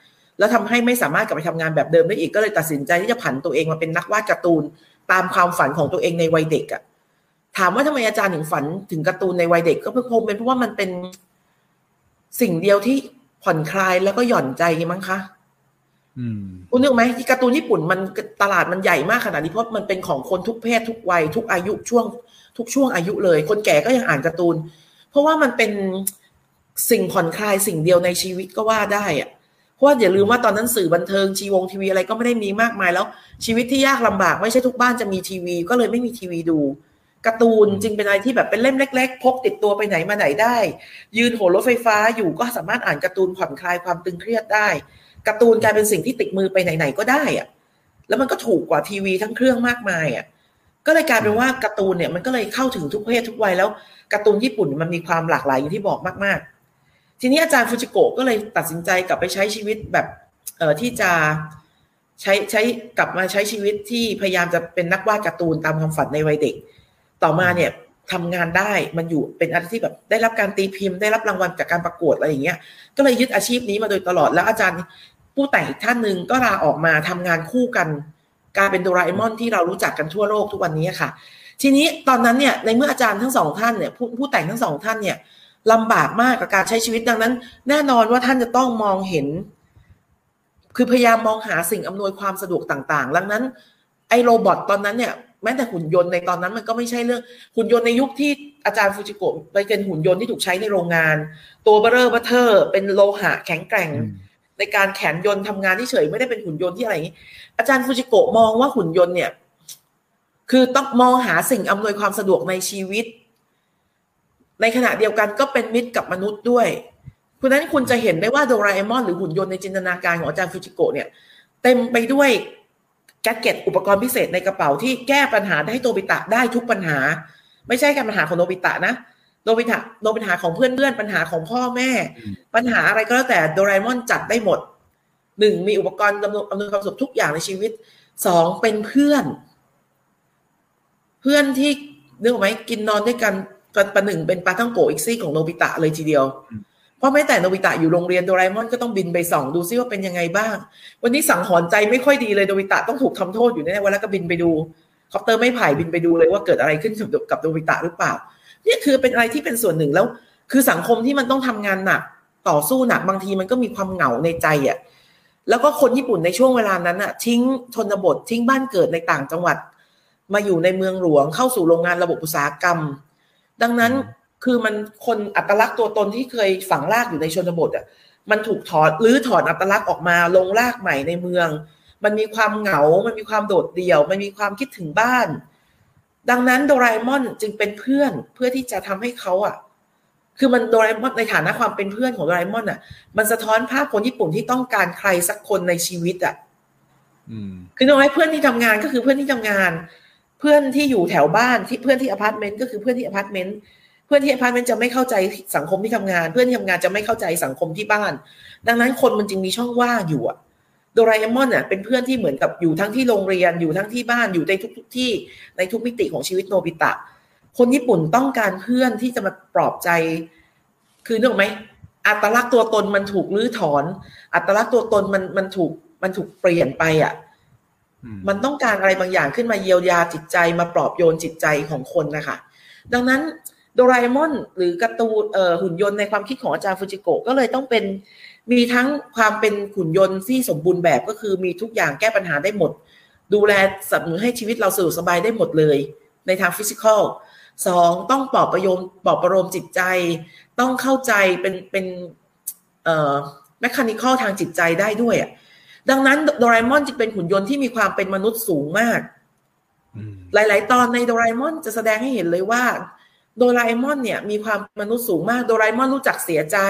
แล้วทำให้ไม่สามารถกลับไปทำงานแบบเดิมได้อีกก็เลยตัดสินใจที่จะผันตัวเองมาเป็นนักวาดการ์ตูนตามความฝันของตัวเองในวัยเด็กอะถามว่าทำไมอาจารย์ถึงฝันถึงการ์ตูนในวัยเด็กก็คงเป็นเพราะว่ามันเป็นสิ่งเดียวที่ผ่อนคลายแล้วก็หย่อนใจมั้งคะคุณนึกไหมที่การ์ตูนญี่ปุ่นมันตลาดมันใหญ่มากขนาดนี้เพราะมันเป็นของคนทุกเพศทุกวัยทุกอายุช่วงทุกช่วงอายุเลยคนแก่ก็ยังอ่านการ์ตูนเพราะว่ามันเป็นสิ่งผ่อนคลายสิ่งเดียวในชีวิตก็ว่าได้อะเพราะอย่าลืมว่าตอนนั้นสื่อบันเทิงชีวงทีวีอะไรก็ไม่ได้มีมากมายแล้วชีวิตที่ยากลำบากไม่ใช่ทุกบ้านจะมีทีวีก็เลยไม่มีทีวีดูการ์ตูนจึงเป็นอะไรที่แบบเป็นเล่มเล็กๆพกติดตัวไปไหนมาไหนได้ยืนหัวรถไฟฟ้าอยู่ก็สามารถอ่านการ์ตูนผ่อนคลายความตึงเครียดได้การ์ตูนกลายเป็นสิ่งที่ติดมือไปไหนๆก็ได้อะแล้วมันก็ถูกกว่าทีวีทั้งเครื่องมากมายอ่ะก็เลยกลายเป็นว่าการ์ตูนเนี่ยมันก็เลยเข้าถึงทุกเพศทุกวัยแล้วการ์ตูนญี่ปุ่นมันมีความหลากหลายอย่างที่บอกมากๆทีนี้อาจารย์ฟูจิโกะก็เลยตัดสินใจกลับไปใช้ชีวิตแบบเอ่อที่จะใช้ใช้กลับมาใช้ชีวิตที่พยายามจะเป็นนักวาดการ์ตูนตามความฝันในวัยเด็กต่อมาเนี่ยทำงานได้มันอยู่เป็นอะไรที่แบบได้รับการตีพิมพ์ได้รับรางวัลจากการประกวดอะไรอย่างเงี้ยก็เลยยึดอาชีพนี้มาโดยตลอดแล้วอาจารย์ผู้แต่งอีกท่านหนึ่งก็ลาออกมาทำงานคู่กันกลายเป็นโดราเอมอนที่เรารู้จักกันทั่วโลกทุกวันนี้ค่ะทีนี้ตอนนั้นเนี่ยในเมื่ออาจารย์ทั้งสองท่านเนี่ยผู้ผู้แต่งทั้งสองท่านเนี่ยลำบากมากกับการใช้ชีวิตดังนั้นแน่นอนว่าท่านจะต้องมองเห็นคือพยายามมองหาสิ่งอำนวยความสะดวกต่างๆดังนั้นไอ้โรบอทตอนนั้นเนี่ยแม้แต่หุ่นยนต์ในตอนนั้นมันก็ไม่ใช่เรื่องหุ่นยนต์ในยุคที่อาจารย์ฟูจิโกะไปเป็นหุ่นยนต์ที่ถูกใช้ในโรงงานตัวเบอร์เรอร์เบอร์เทอร์เป็นโลหะแข็งแกร่งในการแขนยนต์ทำงานที่เฉยไม่ได้เป็นหุ่นยนต์ที่อะไรอย่างนี้อาจารย์ฟูจิโกะมองว่าหุ่นยนต์เนี่ยคือต้องมองหาสิ่งอำนวยความสะดวกในชีวิตในขณะเดียวกันก็เป็นมิตรกับมนุษย์ด้วยเพราะฉะนั้นคุณจะเห็นได้ว่าโดราเอมอนหรือหุ่นยนต์ในจินตนาการของอาจารย์ฟูจิโกะเนี่ยเต็มไปด้วยแจ็คเก็ตอุปกรณ์พิเศษในกระเป๋าที่แก้ปัญหาได้โนบิตะได้ทุกปัญหาไม่ใช่แค่ปัญหาของโนบิตะนะโนบิตะโนปัญหาของเพื่อนๆปัญหาของพ่อแม่ปัญหาอะไรก็แล้วแต่โดราเอมอนจัดได้หมดหนึ่งมีอุปกรณ์อำนวยอำนวยความสะดวกทุกอย่างในชีวิตสองเป็นเพื่อนเพื่อนที่นึกออกไหมกินนอนด้วยกันประหนึ่งเป็นปลาท่องโกะอีกซี่ของโนบิตะเลยทีเดียวเพราะแม้แต่โนบิตะอยู่โรงเรียนโดราเอมอนก็ต้องบินไปส่องดูซิว่าเป็นยังไงบ้างวันนี้สังหรณ์ใจไม่ค่อยดีเลยโนบิตะต้องถูกทำโทษอยู่แน่ๆวันแล้วก็บินไปดูคอปเตอร์ไม่ไผ่บินไปดูเลยว่าเกิดอะไรขึ้นกับโนบิตะหรือเปล่านี่คือเป็นอะไรที่เป็นส่วนหนึ่งแล้วคือสังคมที่มันต้องทำงานหนักต่อสู้หนักบางทีมันก็มีความเหงาในใจอ่ะแล้วก็คนญี่ปุ่นในช่วงเวลานั้นอ่ะทิ้งชนบททิ้งบ้านเกิดในต่างจังหวัดมาอยู่ในเมืองหลวงเข้าสู่โรงงานระบบอุตสาหกรรมดังนั้นคือมันคนอัตลักษณ์ตัวตนที่เคยฝังรากอยู่ในชนบทอ่ะมันถูกถอดหรือถอนอัตลักษณ์ออกมาลงรากใหม่ในเมืองมันมีความเหงามันมีความโดดเดี่ยวมันมีความคิดถึงบ้านดังนั้นโดราเอมอนจึงเป็นเพื่อนเพื่อที่จะทำให้เขาอ่ะคือมันโดราเอมอนในฐานะความเป็นเพื่อนของโดราเอมอนอ่ะมันสะท้อนภาพคนญี่ปุ่นที่ต้องการใครสักคนในชีวิตอ่ะคือน้อยเพื่อนที่ทำงานก็คือเพื่อนที่ทำงานเพื่อนที่อยู่แถวบ้านที่เพื่อนที่อพาร์ตเมนต์ก็คือเพื่อนที่อพาร์ตเมนต์เพื่อนที่อพาร์ตเมนต์จะไม่เข้าใจสังคมที่ทำงานเพื่อนที่ทำงานจะไม่เข้าใจสังคมที่บ้านดังนั้นคนมันจึงมีช่องว่างอยู่อ่ะโดราเอมอนอ่ะเป็นเพื่อนที่เหมือนกับอยู่ทั้งที่โรงเรียนอยู่ทั้งที่บ้านอยู่ในทุกทุกที่ในทุกมิติของชีวิตโนบิตะคนญี่ปุ่นต้องการเพื่อนที่จะมาปลอบใจคือนึกออกไหมอัตลักษณ์ตัวตนมันถูกลื้อถอนอัตลักษณ์ตัวตนมันมันถูกมันถูกเปลี่ยนไปอ่ะมันต้องการอะไรบางอย่างขึ้นมาเยียวยาจิตใจมาปลอบโยนจิตใจของคนนะคะดังนั้นโดราเอมอนหรือการ์ตูนเอ่อหุ่นยนต์ในความคิดของอาจารย์ฟูจิโกะก็เลยต้องเป็นมีทั้งความเป็นหุ่นยนต์ที่สมบูรณ์แบบก็คือมีทุกอย่างแก้ปัญหาได้หมดดูแลสนับสนุนให้ชีวิตเราสะดวกสบายได้หมดเลยในทางฟิสิกอลสองต้องปลอบประโยมปลอบประโลมจิตใจต้องเข้าใจเป็นเป็นเอ่อแมคานิคอลทางจิตใจได้ด้วยอ่ะดังนั้นโดราเอมอนจึงเป็นหุ่นยนต์ที่มีความเป็นมนุษย์สูงมากหลายๆตอนในโดราเอมอนจะแสดงให้เห็นเลยว่าโดราเอมอนเนี่ยมีความมนุษย์สูงมากโดราเอมอนรู้จักเสียใจ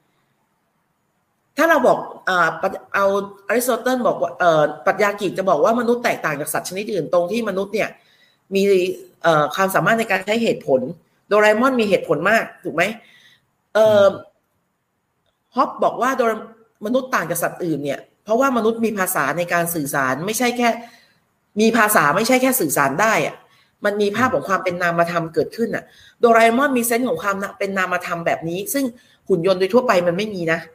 ถ้าเราบอกเอ่อเอาอริสโตเติลบอกว่าเอ่อปรัชญากิจจะบอกว่ามนุษย์แตกต่างจากสัตว์ชนิดอื่นตรงที่มนุษย์เนี่ยมีเอ่อความสามารถในการใช้เหตุผลโดราเอมอนมีเหตุผลมากถูกไหมเอ่อฮอปบอกว่าโดรมนุษย์ต่างจากสัตว์อื่นเนี่ยเพราะว่ามนุษย์มีภาษาในการสื่อสารไม่ใช่แค่มีภาษาไม่ใช่แค่สื่อสารได้อะมันมีภาพของความเป็นนามธรรมเกิดขึ้นอ่ะโดราเอมอนมีเซนส์ของความเป็นนามธรรมแบบนี้ซึ่งหุ่นยนต์โดยทั่วไปมันไม่มีนะ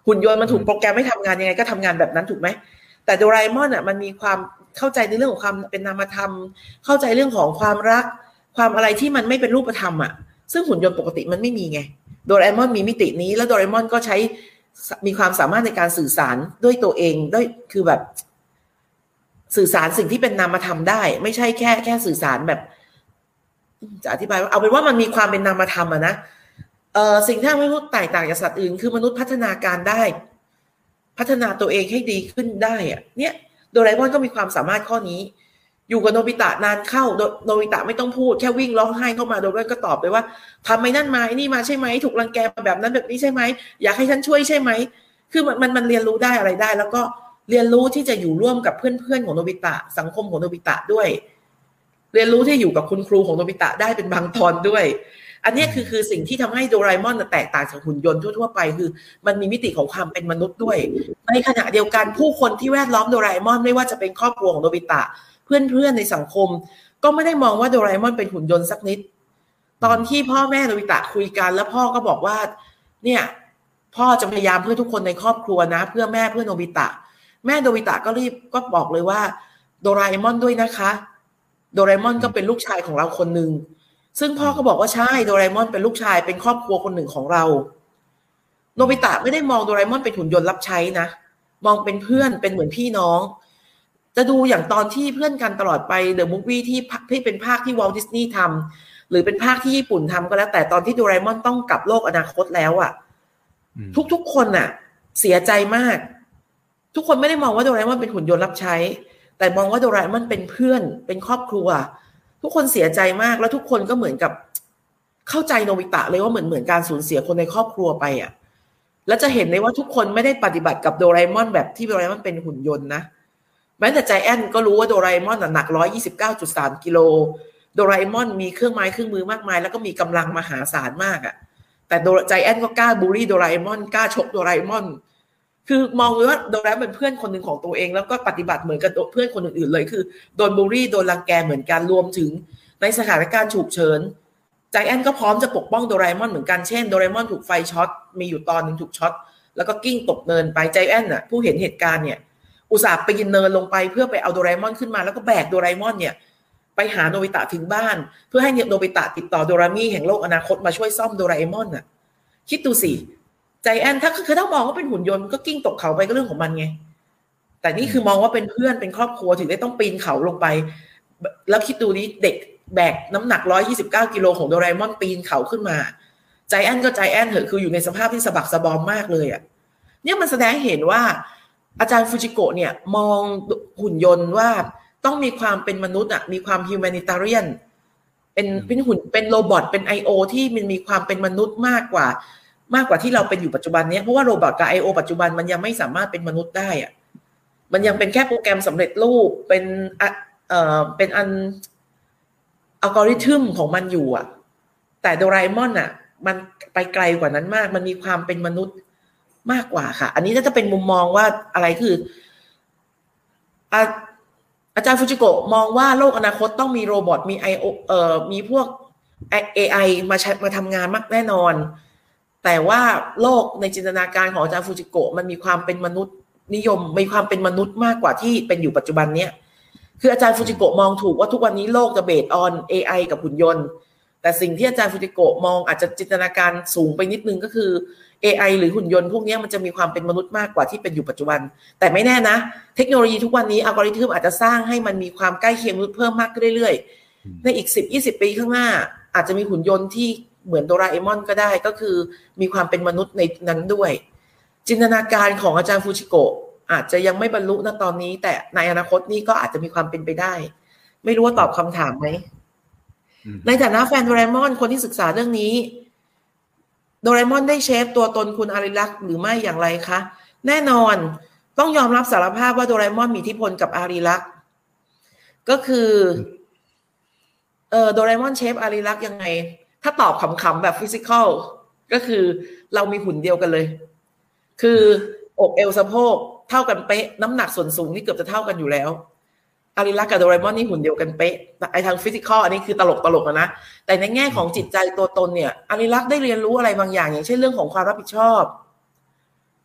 หุ่นยนต์มันถูกโปรแกรมให้ทำงานยังไงก็ทำงานแบบนั้นถูกไหมแต่โดราเอมอนอ่ะมันมีความเข้าใจในเรื่องของความเป็นนามธรรมเข้าใจเรื่องของความรักความอะไรที่มันไม่เป็นรูปธรรมอ่ะซึ่งหุ่นยนต์ปกติมันไม่มีไงโดราเอมอนมีมิตินี้แล้วโดราเอมอนก็ใช้มีความสามารถในการสื่อสารด้วยตัวเองด้วยคือแบบสื่อสารสิ่งที่เป็นนามธรรมได้ไม่ใช่แค่แค่สื่อสารแบบจะอธิบายว่าเอาเป็นว่ามันมีความเป็นนามธรรมอะนะเอ่อสิ่งที่มนุษย์แตกต่างจากสัตว์อื่นคือมนุษย์พัฒนาการได้พัฒนาตัวเองให้ดีขึ้นได้อะเนี่ยโดราเอมอนก็มีความสามารถข้อนี้อยู่กับโนบิตะนานเข้าโนบิตะไม่ต้องพูดแค่วิ่งร้องไห้เข้ามาโดราเอมอนก็ตอบไปว่าทำไมนั่นมาไอ้นี่มาใช่ไหมถูกรังแกแบบนั้นแบบนี้ใช่ไหมอยากให้ฉันช่วยใช่ไหมคือมันมันมันเรียนรู้ได้อะไรได้แล้วก็เรียนรู้ที่จะอยู่ร่วมกับเพื่อนๆของโนบิตะสังคมของโนบิตะด้วยเรียนรู้ที่อยู่กับคุณครูของโนบิตะได้เป็นบางตอนด้วยอันนี้คือคือสิ่งที่ทำให้โดราเอมอนแตกต่างจากหุ่นยนต์ทั่วๆไปคือมันมีมิติของความเป็นมนุษย์ด้วยในขณะเดียวกันผู้คนที่แวดล้อมโดราเอมอนไม่ว่าจะเป็นครอบครัวของโนบิตะเพื่อนๆในสังคมก็ไม่ได้มองว่าโดราเอมอนเป็นหุ่นยนต์สักนิดตอนที่พ่อแม่โนบิตะคุยกันแล้วพ่อก็บอกว่าเนี่ยพ่อจะพยายามเพื่อทุกคนในครอบครัวนะเพื่อแม่เพื่อโนบิตะแม่โนบิตะก็รีบก็บอกเลยว่าโดราเอมอนด้วยนะคะโดราเอมอนก็เป็นลูกชายของเราคนนึงซึ่งพ่อก็บอกว่าใช่โดราเอมอนเป็นลูกชายเป็นครอบครัวคนหนึ่งของเราโนบิตะไม่ได้มองโดราเอมอนเป็นหุ่นยนต์รับใช้นะมองเป็นเพื่อนเป็นเหมือนพี่น้องจะดูอย่างตอนที่เพื่อนกันตลอดไปเดอะมูฟวี่ที่ที่เป็นภาคที่วอลต์ดิสนีย์ทำหรือเป็นภาคที่ญี่ปุ่นทำก็แล้วแต่ตอนที่โดราเอมอนต้องกลับโลกอนาคตแล้วอ่ะทุกๆคนน่ะเสียใจมากทุกคนไม่ได้มองว่าโดราเอมอนเป็นหุ่นยนต์รับใช้แต่มองว่าโดราเอมอนเป็นเพื่อนเป็นครอบครัวทุกคนเสียใจมากแล้วทุกคนก็เหมือนกับเข้าใจโนบิตะเลยว่าเหมือนเหมือนการสูญเสียคนในครอบครัวไปอ่ะแล้วจะเห็นเลยว่าทุกคนไม่ได้ปฏิบัติกับโดราเอมอนแบบที่โดราเอมอนเป็นหุ่นยนต์นะแม้แต่ใจแอนก็รู้ว่าโดราเอมอนหนัก หนึ่งร้อยยี่สิบเก้าจุดสาม กิโลโดราเอมอนมีเครื่องไม้เครื่องมือมากมายแล้วก็มีกำลังมหาศาลมากอ่ะแต่ใจแอนก็กล้าบูลลี่โดราเอมอนกล้าชกโดราเอมอนคือมองเลยว่าโดราเอมอนเป็นเพื่อนคนหนึ่งของตัวเองแล้วก็ปฏิบัติเหมือนกับเพื่อนคนอื่นๆเลยคือโดนบูลลี่โดนรังแกเหมือนกันรวมถึงในสถานการณ์ฉุกเฉินใจแอนก็พร้อมจะปกป้องโดราเอมอนเหมือนกันเช่นโดราเอมอนถูกไฟช็อตมีอยู่ตอนนึงถูกช็อตแล้วก็กิ้งตกเนินไปใจแอนน่ะผู้เห็นเหตุการณ์เนี่ยอุตส่าห์ปีนเนินลงไปเพื่อไปเอาโดราเอมอนขึ้นมาแล้วก็แบกโดราเอมอนเนี่ยไปหาโนบิตะถึงบ้านเพื่อให้โนบิตะติดต่อโดรามิแห่งโลกอนาคตมาช่วยซ่อมโดราเอมอนน่ะคิดดูสิใจแอนถ้าคือถ้ามองว่าเป็นหุ่นยนต์ก็กิ้งตกเขาไปก็เรื่องของมันไงแต่นี่คือมองว่าเป็นเพื่อนเป็นครอบครัวถึงได้ต้องปีนเขาลงไปแล้วคิดดูนี้เด็กแบกน้ำหนักหนึ่งร้อยยี่สิบเก้ากิโลของโดราเอมอนปีนเขาขึ้นมาใจแอนก็ใจแอนเถอะคืออยู่ในสภาพที่สะบักสะบอมมากเลยอ่ะเนี่ยมันแสดงให้เห็นว่าอาจารย์ฟูจิโกะเนี่ยมองหุ่นยนต์ว่าต้องมีความเป็นมนุษย์อ่ะมีความฮิวแมนิตาเรียนเป็นเป็นหุ่นเป็นโรบอทเป็น ไอ โอ ที่มันมีความเป็นมนุษย์มากกว่ามากกว่าที่เราเป็นอยู่ปัจจุบันนี้เพราะว่าโรบอทกับ ไอ โอ ปัจจุบันมันยังไม่สามารถเป็นมนุษย์ได้อ่ะมันยังเป็นแค่โปรแกรมสำเร็จรูปเป็นเอ่อเป็นอันอัลกอริทึมของมันอยู่อ่ะแต่โดราเอมอนอ่ะมันไปไกลกว่านั้นมากมันมีความเป็นมนุษย์มากกว่าค่ะอันนี้น่าจะเป็นมุมมองว่าอะไรคืออาอาจารย์ฟูจิโกะมองว่าโลกอนาคตต้องมีโรบอทมี ไอ โอ เอ่อมีพวก เอ ไอ มาใช้มาทำงานมากแน่นอนแต่ว่าโลกในจินตนาการของอาจารย์ฟูจิโกะมันมีความเป็นมนุษย์นิยมมีความเป็นมนุษย์มากกว่าที่เป็นอยู่ปัจจุบันเนี้ยคืออาจารย์ฟูจิโกะมองถูกว่าทุกวันนี้โลกจะเบสออน เอ ไอ กับหุ่นยนต์แต่สิ่งที่อาจารย์ฟูจิโกะมองอาจจะจินตนาการสูงไปนิดนึงก็คือ เอ ไอ หรือหุ่นยนต์พวกนี้มันจะมีความเป็นมนุษย์มากกว่าที่เป็นอยู่ปัจจุบันแต่ไม่แน่นะเทคโนโลยีทุกวันนี้อัลกอริทึมอาจจะสร้างให้มันมีความใกล้เคียงมนุษย์เพิ่มมากขึ้นเรื่อยๆในอีก สิบ ยี่สิบ ปีข้างหน้าอาจจะมีหุ่นยนต์ที่เหมือนโดราเอมอนก็ได้ก็คือมีความเป็นมนุษย์ในนั้นด้วยจินตนาการของอาจารย์ฟูจิโกะอาจจะยังไม่บรรลุณตอนนี้แต่ในอนาคตนี้ก็อาจจะมีความเป็นไปได้ไม่รู้ว่าตอบคำถามไหมในฐานะแฟนโดราเอมอนคนที่ศึกษาเรื่องนี้โดราเอมอนได้เชฟตัวตนคุณอาริลักษ์หรือไม่อย่างไรคะแน่นอนต้องยอมรับสารภาพว่าโดราเอมอนมีอิทธิพลกับอาริลักษ์ก็คือเออโดราเอมอนเชฟอาริลักษ์ยังไงถ้าตอบขำๆแบบฟิสิกอลก็คือเรามีหุ่นเดียวกันเลยคือ อกเอวสะโพกเท่ากันเป๊ะน้ำหนักส่วนสูงนี่เกือบจะเท่ากันอยู่แล้วอาริลักกับโดราเอมอนนี่หุ่นเดียวกันเป๊ะไอ้ทางฟิสิกอลอันนี้คือตลกตลกนะแต่ในแง่ของจิตใจตัวตนเนี่ยอาริลักได้เรียนรู้อะไรบางอย่างอย่างเช่นเรื่องของความรับผิดชอบ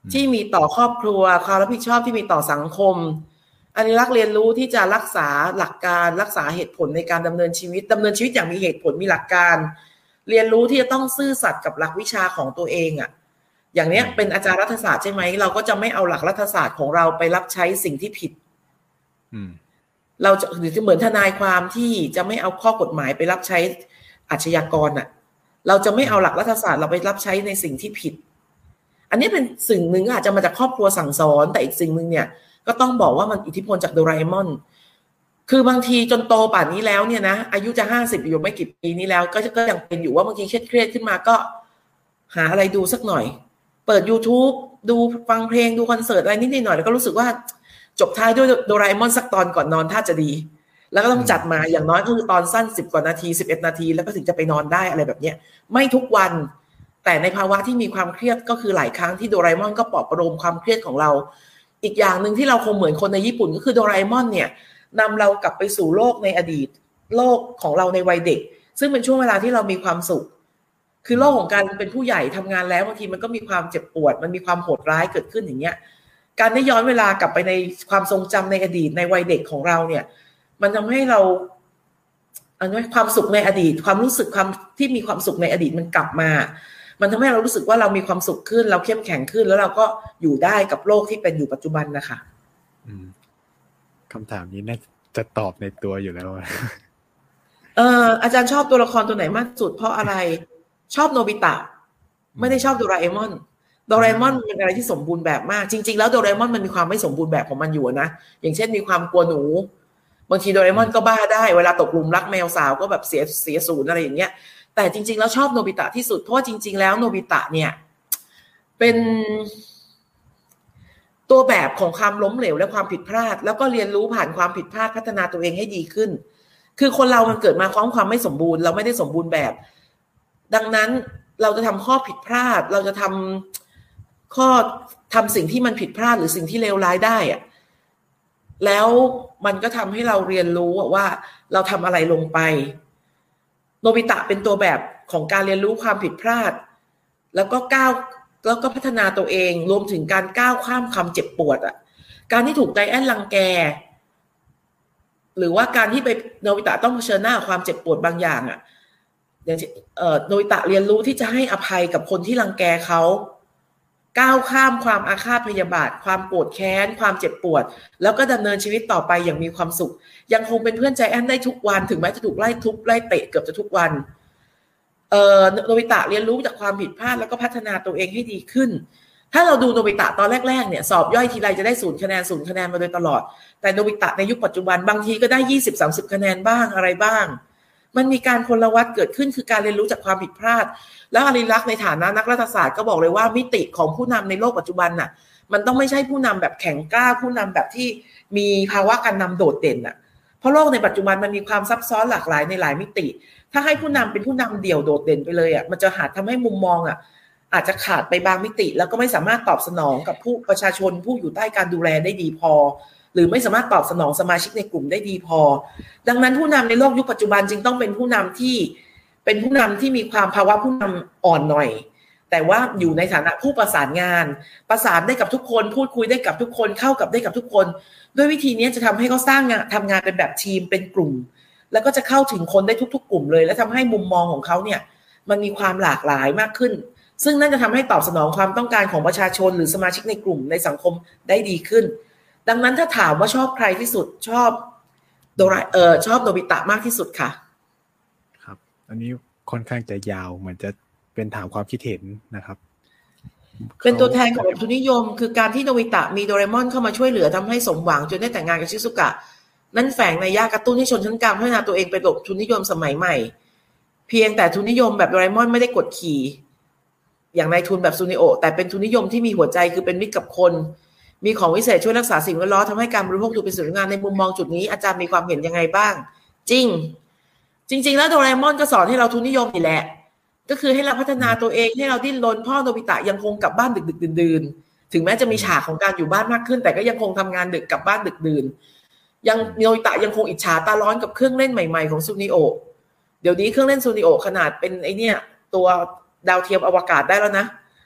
ที่มีต่อครอบครัวความรับผิดชอบที่มีต่อสังคมอนุรักษ์เรียนรู้ที่จะรักษาหลักการรักษาเหตุผลในการดำเนินชีวิตดำเนินชีวิตอย่างมีเหตุผลมีหลักการเรียนรู้ที่จะต้องซื่อสัตย์กับหลักวิชาของตัวเองอ่ะอย่างเนี้ยเป็นอาจารย์รัฐศาสตร์ใช่ไหมเราก็จะไม่เอาหลักรัฐศาสตร์ของเราไปรับใช้สิ่งที่ผิดเราจะหรือเหมือนทนายความที่จะไม่เอาข้อกฎหมายไปรับใช้อาชญากรอ่ะเราจะไม่เอาหลักรัฐศาสตร์เราไปรับใช้ในสิ่งที่ผิดอันนี้เป็นสิ่งหนึ่งอาจจะมาจากครอบครัวสั่งสอนแต่อีกสิ่งหนึ่งเนี่ยก็ต้องบอกว่ามันอิทธิพลจากโดราเอมอนคือบางทีจนโตป่านนี้แล้วเนี่ยนะอายุจะห้าสิบอยู่ไม่กี่ปีนี้แล้วก็ก็ยังเป็นอยู่ว่าบางทีเครียดๆขึ้นมาก็หาอะไรดูสักหน่อยเปิด YouTube ดูฟังเพลงดูคอนเสิร์ตอะไรนิดๆหน่อยแล้วก็รู้สึกว่าจบท้ายด้วยโดราเอมอนสักตอนก่อนนอนถ้าจะดีแล้วก็ต้องจัดมาอย่างน้อยก็คือตอนสั้นสิบกว่านาทีสิบเอ็ดนาทีแล้วก็ถึงจะไปนอนได้อะไรแบบเนี้ยไม่ทุกวันแต่ในภาวะที่มีความเครียดก็คือหลายครั้งที่โดราเอมอนก็ปลอบประโลมความเครียดของเราอีกอย่างหนึ่งที่เราคงเหมือนคนในญี่ปุ่นก็คือโดราเอมอนเนี่ยนำเรากลับไปสู่โลกในอดีตโลกของเราในวัยเด็กซึ่งเป็นช่วงเวลาที่เรามีความสุขคือโลกของการเป็นผู้ใหญ่ทำงานแล้วบางทีมันก็มีความเจ็บปวดมันมีความโหดร้ายเกิดขึ้นอย่างเงี้ยการได้ย้อนเวลากลับไปในความทรงจำในอดีตในวัยเด็กของเราเนี่ยมันทำให้เราอันนี้ความสุขในอดีตความรู้สึกความที่มีความสุขในอดีตมันกลับมามันทำให้เรารู้สึกว่าเรามีความสุขขึ้นเราเข้มแข็งขึ้นแล้วเราก็อยู่ได้กับโลกที่เป็นอยู่ปัจจุบันนะคะคำถามนี้น่าจะตอบในตัวอยู่แล้วเอออาจารย์ชอบตัวละครตัวไหนมากสุดเพราะอะไรชอบโนบิตะไม่ได้ชอบโดราเอมอนโดราเอมอนเป็นอะไรที่สมบูรณ์แบบมากจริงๆแล้วโดราเอมอนมันมีความไม่สมบูรณ์แบบของมันอยู่นะอย่างเช่นมีความกลัวหนูบางทีโดราเอมอนก็บ้าได้เวลาตกหลุมรักแมวสาวก็แบบเสียเสียศูนย์อะไรอย่างเงี้ยแต่จริงๆแล้วชอบโนบิตะที่สุดเพราะว่าจริงๆแล้วโนบิตะเนี่ยเป็นตัวแบบของความล้มเหลวและความผิดพลาดแล้วก็เรียนรู้ผ่านความผิดพลาดพัฒนาตัวเองให้ดีขึ้นคือคนเรามันเกิดมาพร้อมความไม่สมบูรณ์เราไม่ได้สมบูรณ์แบบดังนั้นเราจะทำข้อผิดพลาดเราจะทำข้อทำสิ่งที่มันผิดพลาดหรือสิ่งที่เลวร้ายได้อะแล้วมันก็ทำให้เราเรียนรู้ว่าเราทำอะไรลงไปโนบิตะเป็นตัวแบบของการเรียนรู้ความผิดพลาดแล้วก็ก้าวแล้วก็พัฒนาตัวเองรวมถึงการก้าวข้ามความเจ็บปวดอ่ะการที่ถูกไดแอนรังแกหรือว่าการที่ไปโนบิตะต้องเผชิญหน้ากับความเจ็บปวดบางอย่างอ่ะอย่างเอ่อโนบิตะเรียนรู้ที่จะให้อภัยกับคนที่รังแกเขาก้าวข้ามความอาฆาตพยาบาทความโกรธแค้นความเจ็บปวดแล้วก็ดำเนินชีวิตต่อไปอย่างมีความสุขยังคงเป็นเพื่อนใจแอนได้ทุกวันถึงแม้จะถูกไล่ทุบไล่เตะเกือบจะทุกวันเอ่อโนบิตะเรียนรู้จากความผิดพลาดแล้วก็พัฒนาตัวเองให้ดีขึ้นถ้าเราดูโนบิตะตอนแรกๆเนี่ยสอบย่อยทีไรจะได้ศูนย์คะแนนศูนย์คะแนนมาโดยตลอดแต่โนบิตะในยุคปัจจุบันบางทีก็ได้ ยี่สิบ สามสิบ คะแนนบ้างอะไรบ้างมันมีการพลวัตเกิดขึ้นคือการเรียนรู้จากความผิดพลาดแล้วอาริลักษ์ในฐานะนักรัฐศาสตร์ก็บอกเลยว่ามิติของผู้นำในโลกปัจจุบันน่ะมันต้องไม่ใช่ผู้นำแบบแข็งกล้าผู้นำแบบที่มีภาวะการนำโดดเด่นน่ะเพราะโลกในปัจจุบันมันมีความซับซ้อนหลากหลายในหลายมิติถ้าให้ผู้นำเป็นผู้นำเดี่ยวโดดเด่นไปเลยอ่ะมันจะหาทำให้มุมมองอ่ะอาจจะขาดไปบางมิติแล้วก็ไม่สามารถตอบสนองกับผู้ประชาชนผู้อยู่ใต้การดูแลได้ดีพอหรือไม่สามารถตอบสนองสมาชิกในกลุ่มได้ดีพอดังนั้นผู้นำในโลกยุคปัจจุบันจึงต้องเป็นผู้นำที่เป็นผู้นำที่มีความภาวะผู้นำอ่อนหน่อยแต่ว่าอยู่ในฐานะผู้ประสานงานประสานได้กับทุกคนพูดคุยได้กับทุกคนเข้ากับได้กับทุกคนด้วยวิธีนี้จะทำให้เขาสร้างงานทำงานเป็นแบบทีมเป็นกลุ่มแล้วก็จะเข้าถึงคนได้ทุกๆกลุ่มเลยและทำให้มุมมองของเขาเนี่ยมันมีความหลากหลายมากขึ้นซึ่งนั่นจะทำให้ตอบสนองความต้องการของประชาชนหรือสมาชิกในกลุ่มในสังคมได้ดีขึ้นดังนั้นถ้าถามว่าชอบใครที่สุดชอบโดราเออชอบโนบิตะมากที่สุดค่ะครับอันนี้ค่อนข้างจะยาวเหมือนจะเป็นถามความคิดเห็นนะครับเป็นตัวแทนของทุนนิยมคือการที่โนบิตะมีโดเรมอนเข้ามาช่วยเหลือทำให้สมหวังจนได้แต่งงานกับชิซุกะนั่นแฝงในยากระตุ้นให้ชนชั้นกลางพัฒนาตัวเองไปหลบทุนนิยมสมัยใหม่เพียงแต่ทุนนิยมแบบโดเรมอนไม่ได้กดขี่อย่างนายทุนแบบซูนิโอแต่เป็นทุนนิยมที่มีหัวใจคือเป็นมิตรกับคนมีของวิเศษช่วยรักษาสิ่งแวดล้อมทำให้การบริโภคดูเป็นสิ่งงามในมุมมองจุดนี้อาจารย์มีความเห็นยังไงบ้างจริงจริงๆแล้วโดราเอมอนก็สอนให้เราทุนนิยมนี่แหละก็คือให้เราพัฒนาตัวเองให้เราดิ้นรนพ่อโนบิตะยังคงกลับบ้านดึกๆดื่นๆถึงแม้จะมีฉากของการอยู่บ้านมากขึ้นแต่ก็ยังคงทำงานดึกกลับบ้านดึกดื่นยังโนบิตะยังคงอิจฉาตาร้อนกับเครื่องเล่นใหม่ๆของซูนิโอเดี๋ยวนี้เครื่องเล่นซูนิโอขนาดเป็นไอเนี่ยตัวดาวเทียมอวกาศได้แล้วนะ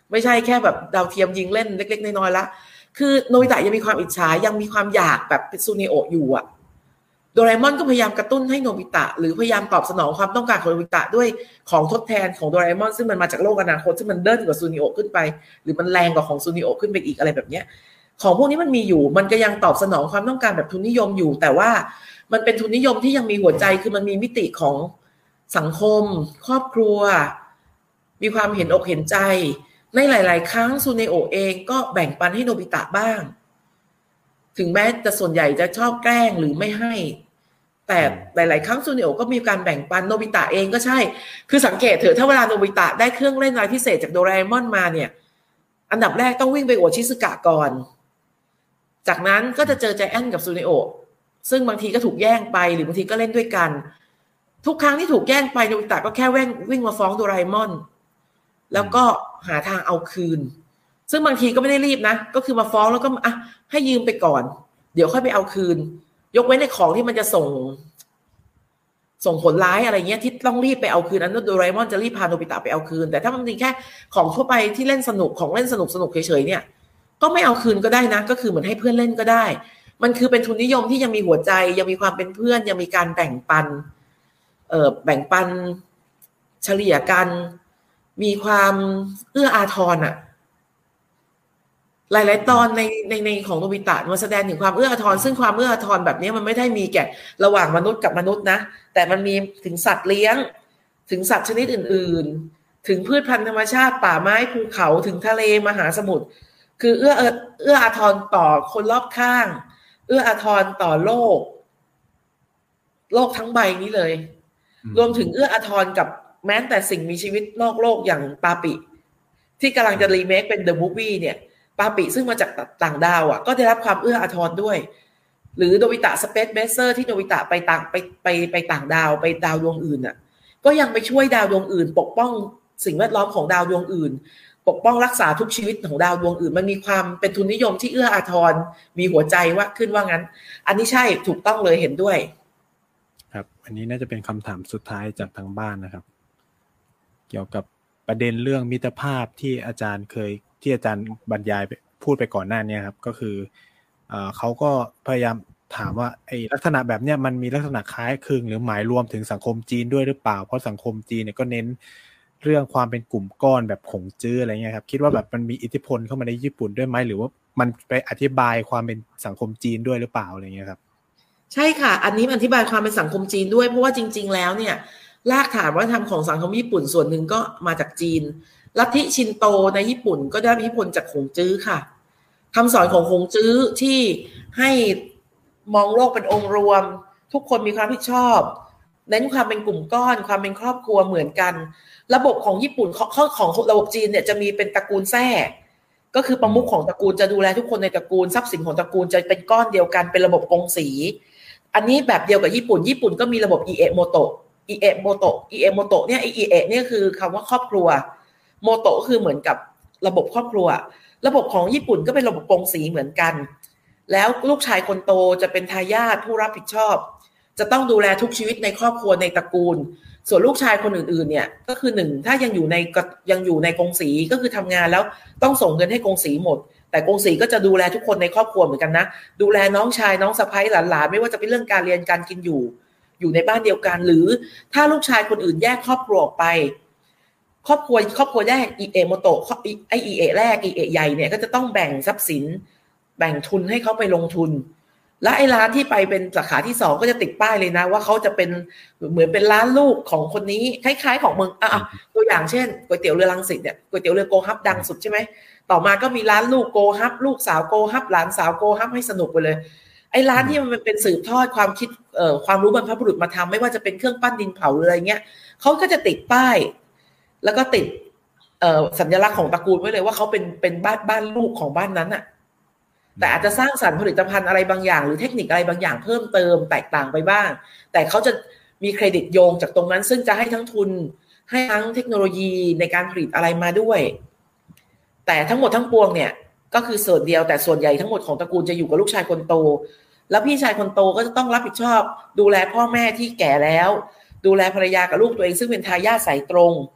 ไม่ใช่แค่แบบดาวเทียมยิงเล่นเล็กๆน้อยๆละคือโนบิตะยังมีความอิจฉายังมีความอยากแบบเป็นซูเนโอะอยู่อะโดราเอมอนก็พยายามกระตุ้นให้โนบิตะหรือพยายามตอบสนองความต้องการของโนบิตะด้วยของทดแทนของโดราเอมอนซึ่งมันมาจากโลกอนาคตซึ่งมันเดินกว่าซูเนโอะขึ้นไปหรือมันแรงกว่าของซูเนโอะขึ้นไปอีกอะไรแบบเนี้ยของพวกนี้มันมีอยู่มันก็ยังตอบสนองความต้องการแบบทุนนิยมอยู่แต่ว่ามันเป็นทุนนิยมที่ยังมีหัวใจคือมันมีมิติของสังคมครอบครัวมีความเห็นอกเห็นใจในหลายๆครั้งซูเนโอะเองก็แบ่งปันให้โนบิตะบ้างถึงแม้จะส่วนใหญ่จะชอบแกล้งหรือไม่ให้แต่หลายๆครั้งซูเนโอะก็มีการแบ่งปันโนบิตะเองก็ใช่คือสังเกตเถอะถ้าเวลาโนบิตะได้เครื่องเล่นอะไรพิเศษจากโดราเอมอนมาเนี่ยอันดับแรกต้องวิ่งไปอวดชิซึกะก่อนจากนั้นก็จะเจอใจแอนกับซูเนโอะซึ่งบางทีก็ถูกแย่งไปหรือบางทีก็เล่นด้วยกันทุกครั้งที่ถูกแย่งไปโนบิตะก็แค่วิ่งวิ่งมาฟ้องโดราเอมอนแล้วก็หาทางเอาคืนซึ่งบางทีก็ไม่ได้รีบนะก็คือมาฟ้องแล้วก็อ่ะให้ยืมไปก่อนเดี๋ยวค่อยไปเอาคืนยกเว้นในของที่มันจะส่งส่งผลร้ายอะไรเงี้ยที่ต้องรีบไปเอาคืนอันนั้นโดราเอมอนจะรีบพาโนบิตะไปเอาคืนแต่ถ้ามันเป็นแค่ของทั่วไปที่เล่นสนุกของเล่นสนุกสนุกเฉยๆเนี่ยก็ไม่เอาคืนก็ได้นะก็คือเหมือนให้เพื่อนเล่นก็ได้มันคือเป็นทุนนิยมที่ยังมีหัวใจยังมีความเป็นเพื่อนยังมีการแบ่งปันเอ่อแบ่งปันเฉลี่ยกันมีความเอื้ออาทรอ่ะหลายๆตอนในในในของโนบิตะมาแสดงถึงความเอื้ออาทรซึ่งความเอื้ออาทรแบบนี้มันไม่ได้มีแก่ระหว่างมนุษย์กับมนุษย์นะแต่มันมีถึงสัตว์เลี้ยงถึงสัตว์ชนิดอื่นๆถึงพืชพันธุ์ธรรมชาติป่าไม้ภูเขาถึงทะเลมหาสมุทรคือเอื้อเอื้ออาทรต่อคนรอบข้างเอื้ออาทรต่อโลกโลกทั้งใบนี้เลยรวมถึงเอื้ออาทรกับแม้แต่สิ่งมีชีวิตนอกโลกอย่างปาปิที่กำลังจะรีเมคเป็น The Movie เนี่ยปาปิซึ่งมาจากต่างดาวอ่ะก็ได้รับความเอื้ออาทรด้วยหรือโนบิตะสเปซเบเซอร์ที่โนบิตะไปต่างไปไปไปต่างดาวไปดาวดวงอื่นอ่ะก็ยังไปช่วยดาวดวงอื่นปกป้องสิ่งแวดล้อมของดาวดวงอื่นปกป้องรักษาทุกชีวิตของดาวดวงอื่นมันมีความเป็นทุนนิยมที่เอื้ออาทรมีหัวใจว่าขึ้นว่างั้นอันนี้ใช่ถูกต้องเลยเห็นด้วยครับอันนี้น่าจะเป็นคำถามสุดท้ายจากทางบ้านนะครับเกี่ยวกับประเด็นเรื่องมิตรภาพที่อาจารย์เคยที่อาจารย์บรรยายพูดไปก่อนหน้านี้ครับก็คือเอ่อเขาก็พยายามถามว่าไอ้ลักษณะแบบเนี้ยมันมีลักษณะคล้ายคลึงหรือหมายรวมถึงสังคมจีนด้วยหรือเปล่าเพราะสังคมจีนเนี่ยก็เน้นเรื่องความเป็นกลุ่มก้อนแบบผงจื้ออะไรเงี้ยครับคิดว่าแบบมันมีอิทธิพลเข้ามาในญี่ปุ่นด้วยไหมหรือว่ามันไปอธิบายความเป็นสังคมจีนด้วยหรือเปล่าอะไรเงี้ยครับใช่ค่ะอันนี้มันอธิบายความเป็นสังคมจีนด้วยเพราะว่าจริงๆแล้วเนี่ยรากฐานวัฒนธรรมของสังคมญี่ปุ่นส่วนหนึ่งก็มาจากจีนลัทธิชินโตในญี่ปุ่นก็ได้อิทธิพลจากฮงจื้อค่ะคำสอนของฮงจื้อที่ให้มองโลกเป็นองค์รวมทุกคนมีความรับผิดชอบเน้นความเป็นกลุ่มก้อนความเป็นครอบครัวเหมือนกันระบบของญี่ปุ่นข้อของระบบจีนเนี่ยจะมีเป็นตระกูลแท้ก็คือประมุขของตระกูลจะดูแลทุกคนในตระกูลทรัพย์สินของตระกูลจะเป็นก้อนเดียวกันเป็นระบบกงสีอันนี้แบบเดียวกับญี่ปุ่นญี่ปุ่นก็มีระบบอิเอะโมโตะอิเอะโมโตะอิเอะโมโตะเนี่ยไออิเอะเนี่ยคือคำว่าครอบครัวโมโตะคือเหมือนกับระบบครอบครัวระบบของญี่ปุ่นก็เป็นระบบกงสีเหมือนกันแล้วลูกชายคนโตจะเป็นทายาทผู้รับผิดชอบจะต้องดูแลทุกชีวิตในครอบครัวในตระกูลส่วนลูกชายคนอื่นๆเนี่ยก็คือหนึ่งถ้ายังอยู่ในยังอยู่ในกงสีก็คือทำงานแล้วต้องส่งเงินให้กงสีหมดแต่กงสีก็จะดูแลทุกคนในครอบครัวเหมือนกันนะดูแลน้องชายน้องสะใภ้หลานๆไม่ว่าจะเป็นเรื่องการเรียนการกินอยู่อยู่ในบ้านเดียวกันหรือถ้าลูกชายคนอื่นแยกครอบครัวออกไปครอบครัวครอบครัวแยกอิเอะโมโตะไออิเอะแรกอิเอะใหญ่เนี่ยก็จะต้องแบ่งทรัพย์สินแบ่งทุนให้เขาไปลงทุนและไอ้ร้านที่ไปเป็นสาขาที่สองก็จะติดป้ายเลยนะว่าเขาจะเป็นเหมือนเป็นร้านลูกของคนนี้คล้ายๆของเมืองอ่ะตัวอย่างเช่นก๋วยเตี๋ยวเรือรังสิตเนี่ยก๋วยเตี๋ยวเรือโกฮับดังสุดใช่ไหมต่อมาก็มีร้านลูกโกฮับลูกสาวโกฮับหลานสาวโกฮับให้สนุกไปเลยไอ้ร้านที่มันเป็นสืบทอดความคิดเอ่อความรู้บรรพบุรุษมาทำไม่ว่าจะเป็นเครื่องปั้นดินเผาหรืออะไรเงี้ยเขาก็จะติดป้ายแล้วก็ติดเอ่อสัญลักษณ์ของตระกูลไว้เลยว่าเขาเป็นเป็นบ้านบ้านลูกของบ้านนั้นอะแต่อาจจะสร้างสรรค์ผลิตภัณฑ์อะไรบางอย่างหรือเทคนิคอะไรบางอย่างเพิ่มเติมแตกต่างไปบ้างแต่เขาจะมีเครดิตโยงจากตรงนั้นซึ่งจะให้ทั้งทุนให้ทั้งเทคโนโลยีในการผลิตอะไรมาด้วยแต่ทั้งหมดทั้งปวงเนี่ยก็คือส่วนเดียวแต่ส่วนใหญ่ทั้งหมดของตระกูลจะอยู่กับลูกชายคนโตแล้วพี่ชายคนโตก็จะต้องรับผิดชอบดูแลพ่อแม่ที่แก่แล้วดูแลภรรยากับลูกตัวเองซึ่งเป็นทายาทสายตรง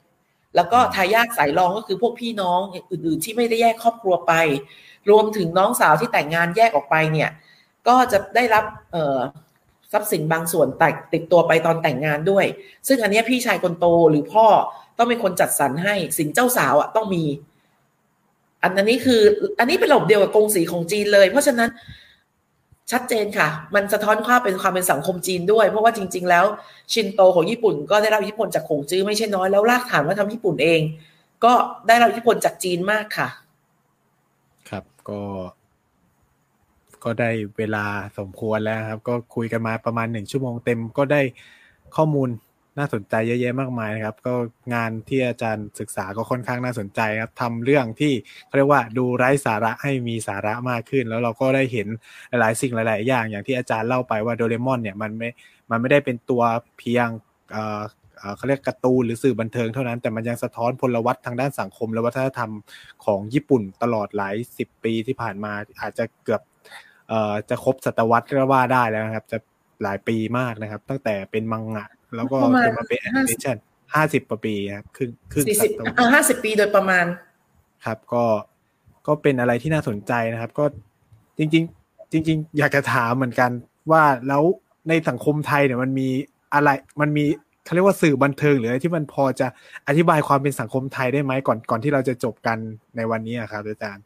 แล้วก็ทายาทสายรองก็คือพวกพี่น้องอื่นๆที่ไม่ได้แยกครอบครัวไปรวมถึงน้องสาวที่แต่งงานแยกออกไปเนี่ยก็จะได้รับเอ่อทรัพย์สินบางส่วนติดตัวไปตอนแต่งงานด้วยซึ่งอันนี้พี่ชายคนโตหรือพ่อต้องเป็นคนจัดสรรให้สินเจ้าสาวอ่ะต้องมีอันนี้คืออันนี้เป็นระบบเดียวกับกงสีของจีนเลยเพราะฉะนั้นชัดเจนค่ะมันสะท้อนความเป็นความเป็นสังคมจีนด้วยเพราะว่าจริงๆแล้วชินโตของญี่ปุ่นก็ได้รับอิทธิพลจากขงจื้อไม่ใช่น้อยแล้วรากฐานวัฒนธรรมญี่ปุ่นเองก็ได้รับอิทธิพลจากจีนมากค่ะครับก็ก็ได้เวลาสมควรแล้วครับก็คุยกันมาประมาณหนึ่งชั่วโมงเต็มก็ได้ข้อมูลน่าสนใจเยอะแยะมากมายครับก็งานที่อาจารย์ศึกษาก็ค่อนข้างน่าสนใจครับทำเรื่องที่เขาเรียกว่าดูไร้สาระให้มีสาระมากขึ้นแล้วเราก็ได้เห็นหลายๆสิ่งหลายๆอย่างอย่างที่อาจารย์เล่าไปว่าโดเรมอนเนี่ยมันไม่มันไม่ได้เป็นตัวเพียงเอ่อเอ่อเขาเรียกการ์ตูนหรือสื่อบันเทิงเท่านั้นแต่มันยังสะท้อนพลวัตทางด้านสังคมและวัฒนธรรมของญี่ปุ่นตลอดหลายสิบปีที่ผ่านมาอาจจะเกือบเอ่อจะครบศตวรรษก็ว่าได้แล้วนะครับจะหลายปีมากนะครับตั้งแต่เป็นมังงะแล้วก็จนมาเป็นแอนิเมชั่นห้าสิบกว่าปีครับครึ่งครึ่งศตวรรษอ่าห้าสิบปีโดยประมาณครับก็ก็เป็นอะไรที่น่าสนใจนะครับก็จริงๆจริงๆอยากจะถามเหมือนกันว่าแล้วในสังคมไทยเนี่ยมันมีอะไรมันมีเขาเรียกว่าสื่อบันเทิงหรืออะไรที่มันพอจะอธิบายความเป็นสังคมไทยได้ไหมก่อนก่อนที่เราจะจบกันในวันนี้ครับอาจารย์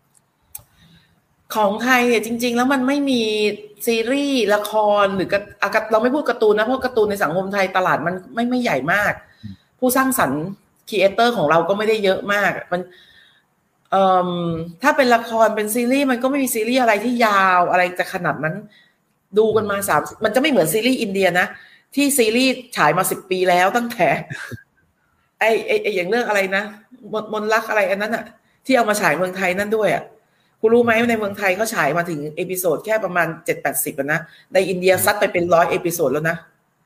ของไทยเนี่ยจริงๆแล้วมันไม่มีซีรีส์ละครหรือเราไม่พูดการ์ตูนนะเพราะการ์ตูนในสังคมไทยตลาดมันไม่ไม่ใหญ่มากผู้สร้างสรรค์ครีเอเตอร์ของเราก็ไม่ได้เยอะมากมันเอ่อถ้าเป็นละครเป็นซีรีส์มันก็ไม่มีซีรีส์อะไรที่ยาวอะไรจะขนาดนั้นดูกันมาสามมันจะไม่เหมือนซีรีส์อินเดียนะที่ซีรีส์ฉายมาสิบปีแล้วตั้งแต่ไอ้ไอ้ไอ้อย่างเรื่องอะไรนะมนมนรักอะไรอันนั้นอะที่เอามาฉายเมืองไทยนั่นด้วยอะคุณรู้ไหมในเมืองไทยเขาฉายมาถึงเอพิโซดแค่ประมาณ เจ็ดแปดสิบ อ่ะนะในอินเดียซัดไปเป็นร้อยเอพิโซดแล้วนะ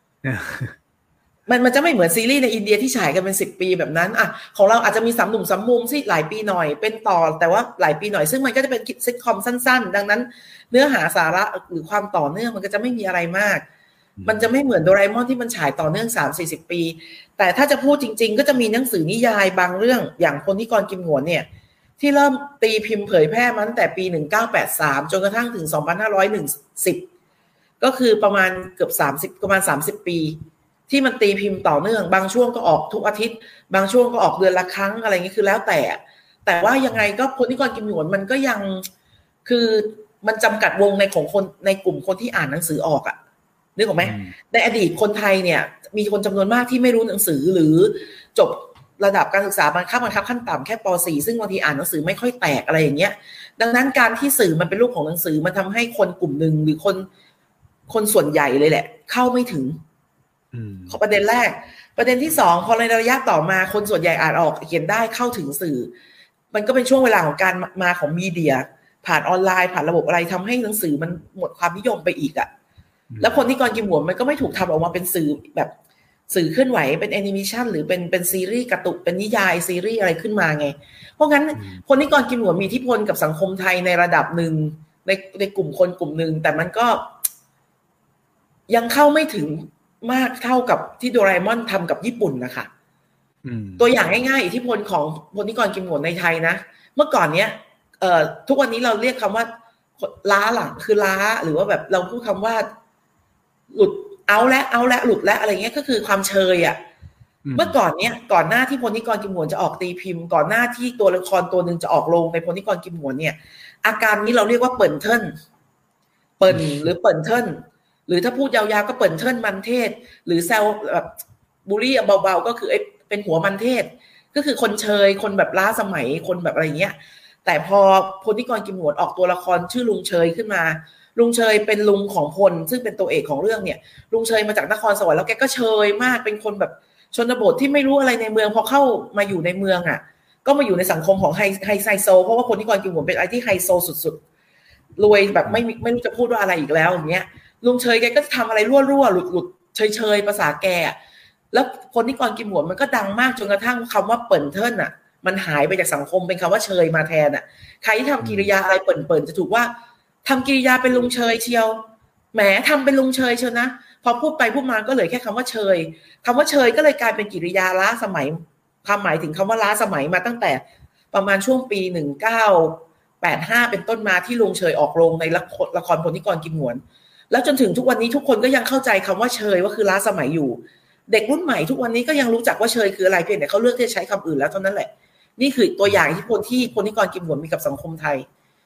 มันมันจะไม่เหมือนซีรีส์ในอินเดียที่ฉายกันเป็นสิบปีแบบนั้นอ่ะของเราอาจจะมีสามหนุ่มสามมุมที่หลายปีหน่อยเป็นต่อแต่ว่าหลายปีหน่อยซึ่งมันก็จะเป็นซิทคอมสั้นๆดังนั้นเนื้อหาสาระหรือความต่อเนื่องมันก็จะไม่มีอะไรมากมันจะไม่เหมือนโดราเอมอนที่มันฉายต่อเนื่อง สามสี่สิบ ปีแต่ถ้าจะพูดจริงๆก็จะมีหนังสือนิยายบางเรื่องอย่างพลนิกรกิมหวนเนี่ยที่เริ่มตีพิมพ์เผยแพร่มาตั้งแต่ปีหนึ่งเก้าแปดสามจนกระทั่งถึงสองพันห้าร้อยสิบก็คือประมาณเกือบสามสิบประมาณสามสิบปีที่มันตีพิมพ์ต่อเนื่องบางช่วงก็ออกทุกอาทิตย์บางช่วงก็ออกเดือนละครั้งอะไรอย่างนี้คือแล้วแต่แต่ว่ายังไงก็พลนิกรกิมหวนมันก็ยังคือมันจำกัดวงในของคนในกลุ่มคนที่อ่านหนังสือออกอ่ะนึกออกไหมในอดีตคนไทยเนี่ยมีคนจำนวนมากที่ไม่รู้หนังสือหรือจบระดับการศึกษาบังคับบังคับขั้นต่ำแค่ป สี่ ซึ่งบางทีอ่านหนังสือไม่ค่อยแตกอะไรอย่างเงี้ยดังนั้นการที่สื่อมันเป็นรูปของหนังสือมันทำให้คนกลุ่มหนึ่งหรือคนคนส่วนใหญ่เลยแหละเข้าไม่ถึงขอประเด็นแรกประเด็นที่สองพอในระยะต่อมาคนส่วนใหญ่อ่านออกเขียนได้เข้าถึงสื่อมันก็เป็นช่วงเวลาของการมาของมีเดียผ่านออนไลน์ผ่านระบบอะไรทำให้หนังสือมันหมดความนิยมไปอีกอ่ะแล้วพลนิกรกิมหวนมันก็ไม่ถูกทำออกมาเป็นสื่อแบบสื่อเคลื่อนไหวเป็นแอนิเมชันหรือเป็นเป็นซีรีส์การ์ตูนเป็นนิยายซีรีส์อะไรขึ้นมาไงเพราะงั้นพลนิกรกิมหวนมีอิทธิพลกับสังคมไทยในระดับหนึ่งในในกลุ่มคนกลุ่มหนึ่งแต่มันก็ยังเข้าไม่ถึงมากเท่ากับที่โดราเอมอนทำกับญี่ปุ่นนะคะตัวอย่างง่ายๆอิทธิพลของพลนิกรกิมหวนในไทยนะเมื่อก่อนเนี้ยเอ่อทุกวันนี้เราเรียกคำว่าล้าหลังคือล้าหรือว่าแบบเราพูดคำว่าหลุดเอาและเอาและหลุดและอะไรเงี้ยก็คือความเชยอ่ะเมื่อก่อนเนี้ยก่อนหน้าที่พลนิกรกิมหวนจะออกตีพิมพ์ก่อนหน้าที่ตัวละครตัวหนึ่งจะออกลงในพลนิกรกิมหวนเนี่ยอาการนี้เราเรียกว่าเปิ่นเทินเปิ่นหรือเปิ่นเทินหรือถ้าพูดยาวๆก็เปิ่นเทินมันเทศหรือแซวแบบบูลลี่เบาๆก็คือไอ้เป็นหัวมันเทศก็คือคนเชยคนแบบล้าสมัยคนแบบอะไรเงี้ยแต่พอพลนิกรกิมหวนออกตัวละครชื่อลุงเชยขึ้นมาลุงเชยเป็นลุงของพลซึ่งเป็นตัวเอกของเรื่องเนี่ยลุงเชยมาจากนครสวรรค์แล้วแกก็เชยมากเป็นคนแบบชนบทที่ไม่รู้อะไรในเมืองพอเข้ามาอยู่ในเมืองอ่ะก็มาอยู่ในสังคมของไฮไฮไซโซเพราะว่าพลนิกรกิมหวนเป็นอะไรที่ไฮโซสุดๆรวยแบบไม่ไม่รู้จะพูดว่าอะไรอีกแล้วอย่างเงี้ยลุงเชยแกก็ทำอะไรรั่วๆหลุดๆเชยๆภาษาแกแล้วพลนิกรกิมหวนมันก็ดังมากจนกระทั่งคำว่าเปิ่นเทินอ่ะมันหายไปจากสังคมเป็นคำว่าเชยมาแทนอ่ะใครที่ทำกิริยาอะไรเปิ่นๆจะถูกว่าทำกิริยาเป็นลุงเชยเชียวแหมทำเป็นลุงเชยเชียวนะพอพูดไปพูดมาก็เหลือแค่คำว่าเชยคำว่าเชยก็เลยกลายเป็นกิริยาล้าสมัยความหมายถึงคำว่าล้าสมัยมาตั้งแต่ประมาณช่วงปีหนึ่งเก้าแปดห้าเป็นต้นมาที่ลุงเชยออกโรงในละครพลนิกรกิมหนวนแล้วจนถึงทุกวันนี้ทุกคนก็ยังเข้าใจคำว่าเชยว่าคือล้าสมัยอยู่เด็กรุ่นใหม่ทุกวันนี้ก็ยังรู้จักว่าเชยคืออะไรเพียงแต่เขาเลือกที่จะใช้คำอื่นแล้วเท่านั้นแหละนี่คือตัวอย่างที่พลที่พลนิกรกิมหนวนมีกับสังคมไทย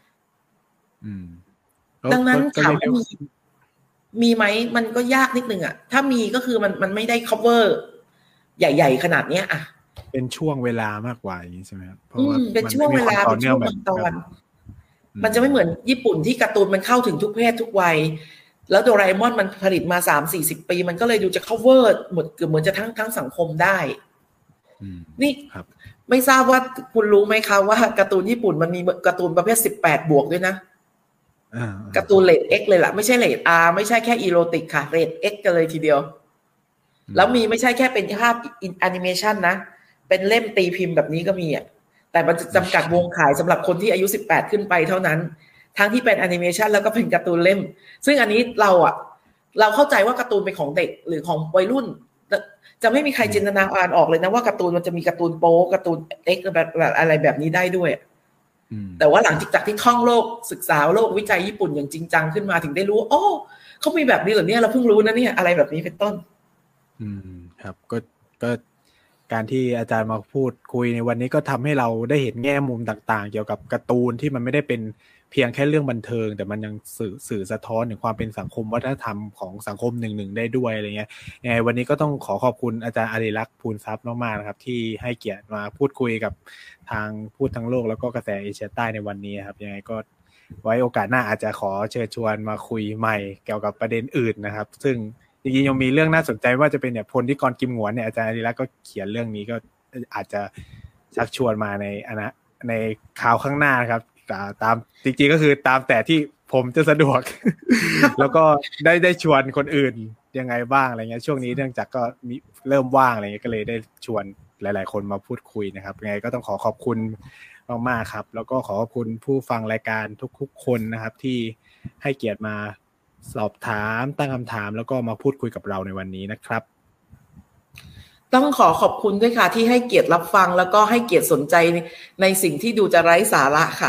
ดังนั้นถามว่ามีมีไหมมันก็ยากนิดนึงอ่ะถ้ามีก็คือมันมันไม่ได้ cover ใหญ่ๆขนาดเนี้ยอ่ะเป็นช่วงเวลามากกว่าอย่างนี้ใช่ไหมครับเพราะว่าเป็นช่วงเวลาเป็นช่วงตอนมันจะไม่เหมือนญี่ปุ่นที่การ์ตูนมันเข้าถึงทุกเพศทุกวัยแล้วโดราเอมอนมันผลิตมา สามถึงสี่สิบ ปีมันก็เลยดูจะ cover หมดเกือบเหมือนจะทั้งทั้งสังคมได้นี่ไม่ทราบว่าคุณรู้ไหมคะว่าการ์ตูนญี่ปุ่นมันมีการ์ตูนประเภทสิบแปดบวกด้วยนะการ์ตูนเรท X เลยล่ะไม่ใช่เรท R ไม่ใช่แค่อีโรติกค่ะเรท X กันเลยทีเดียวแล้วมีไม่ใช่แค่เป็นภาพแอนิเมชันนะเป็นเล่มตีพิมพ์แบบนี้ก็มีอ่ะแต่มันจะจำกัดวงขายสำหรับคนที่อายุสิบแปดขึ้นไปเท่านั้นทั้งที่เป็นแอนิเมชันแล้วก็เป็นการ์ตูนเล่มซึ่งอันนี้เราอ่ะเราเข้าใจว่าการ์ตูนเป็นของเด็กหรือของวัยรุ่นจะไม่มีใครจินตนาการออกเลยนะว่าการ์ตูนมันจะมีการ์ตูนโป๊การ์ตูน X แบบอะไรแบบนี้ได้ด้วยแต่ว่าหลังจากที่ท่องโลกศึกษาโลกวิจัยญี่ปุ่นอย่างจริงจังขึ้นมาถึงได้รู้โอ้เขามีแบบนี้เหรอเนี่ยเราเพิ่งรู้นะเนี่ยอะไรแบบนี้เป็นต้นอืมครับก็ก็การที่อาจารย์มาพูดคุยในวันนี้ก็ทำให้เราได้เห็นแง่มุมต่างๆเกี่ยวกับการ์ตูนที่มันไม่ได้เป็นเพียงแค่เรื่องบันเทิงแต่มันยังสื่อสื่อสะท้อนถึงความเป็นสังคมวัฒนธรรมของสังคมหนึ่งๆได้ด้วยอะไรเงี้ยยังไงวันนี้ก็ต้องขอขอบคุณอาจารย์อริลักษณ์ภูลทรัพย์มากๆนะครับที่ให้เกียรติมาพูดคุยกับทางพูดทั้งโลกแล้วก็กระแสเอเชียใต้ในวันนี้ครับยังไงก็ไว้โอกาสหน้าอาจจะขอเชิญชวนมาคุยใหม่เกี่ยวกับประเด็นอื่นนะครับซึ่งจริงๆยังมีเรื่องน่าสนใจว่าจะเป็นเนี่ยพลนิกรกิมหนวนเนี่ยอาจารย์อริลักษณ์ก็เขียนเรื่องนี้ก็อาจจะชักชวนมาในอนาในข่าวข้างหน้าครับตามจริงๆก็คือตามแต่ที่ผมจะสะดวก แล้วก็ได้ได้ชวนคนอื่นยังไงบ้างอะไรเงี้ยช่วงนี้เนื่องจากก็มีเริ่มว่างอะไรเงี้ยก็เลยได้ชวนหลายๆคนมาพูดคุยนะครับยังไงก็ต้องขอขอบคุณมากๆครับแล้วก็ขอขอบคุณผู้ฟังรายการทุกๆคนนะครับที่ให้เกียรติมาสอบถามตั้งคำถามแล้วก็มาพูดคุยกับเราในวันนี้นะครับต้องขอขอบคุณด้วยค่ะที่ให้เกียรติรับฟังแล้วก็ให้เกียรติสนใจในสิ่งที่ดูจะไร้สาระค่ะ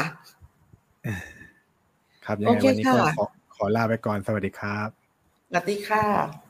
ครับยังไงวันนี้ก็ขอขอลาไปก่อนสวัสดีครับสวัสดีค่ะ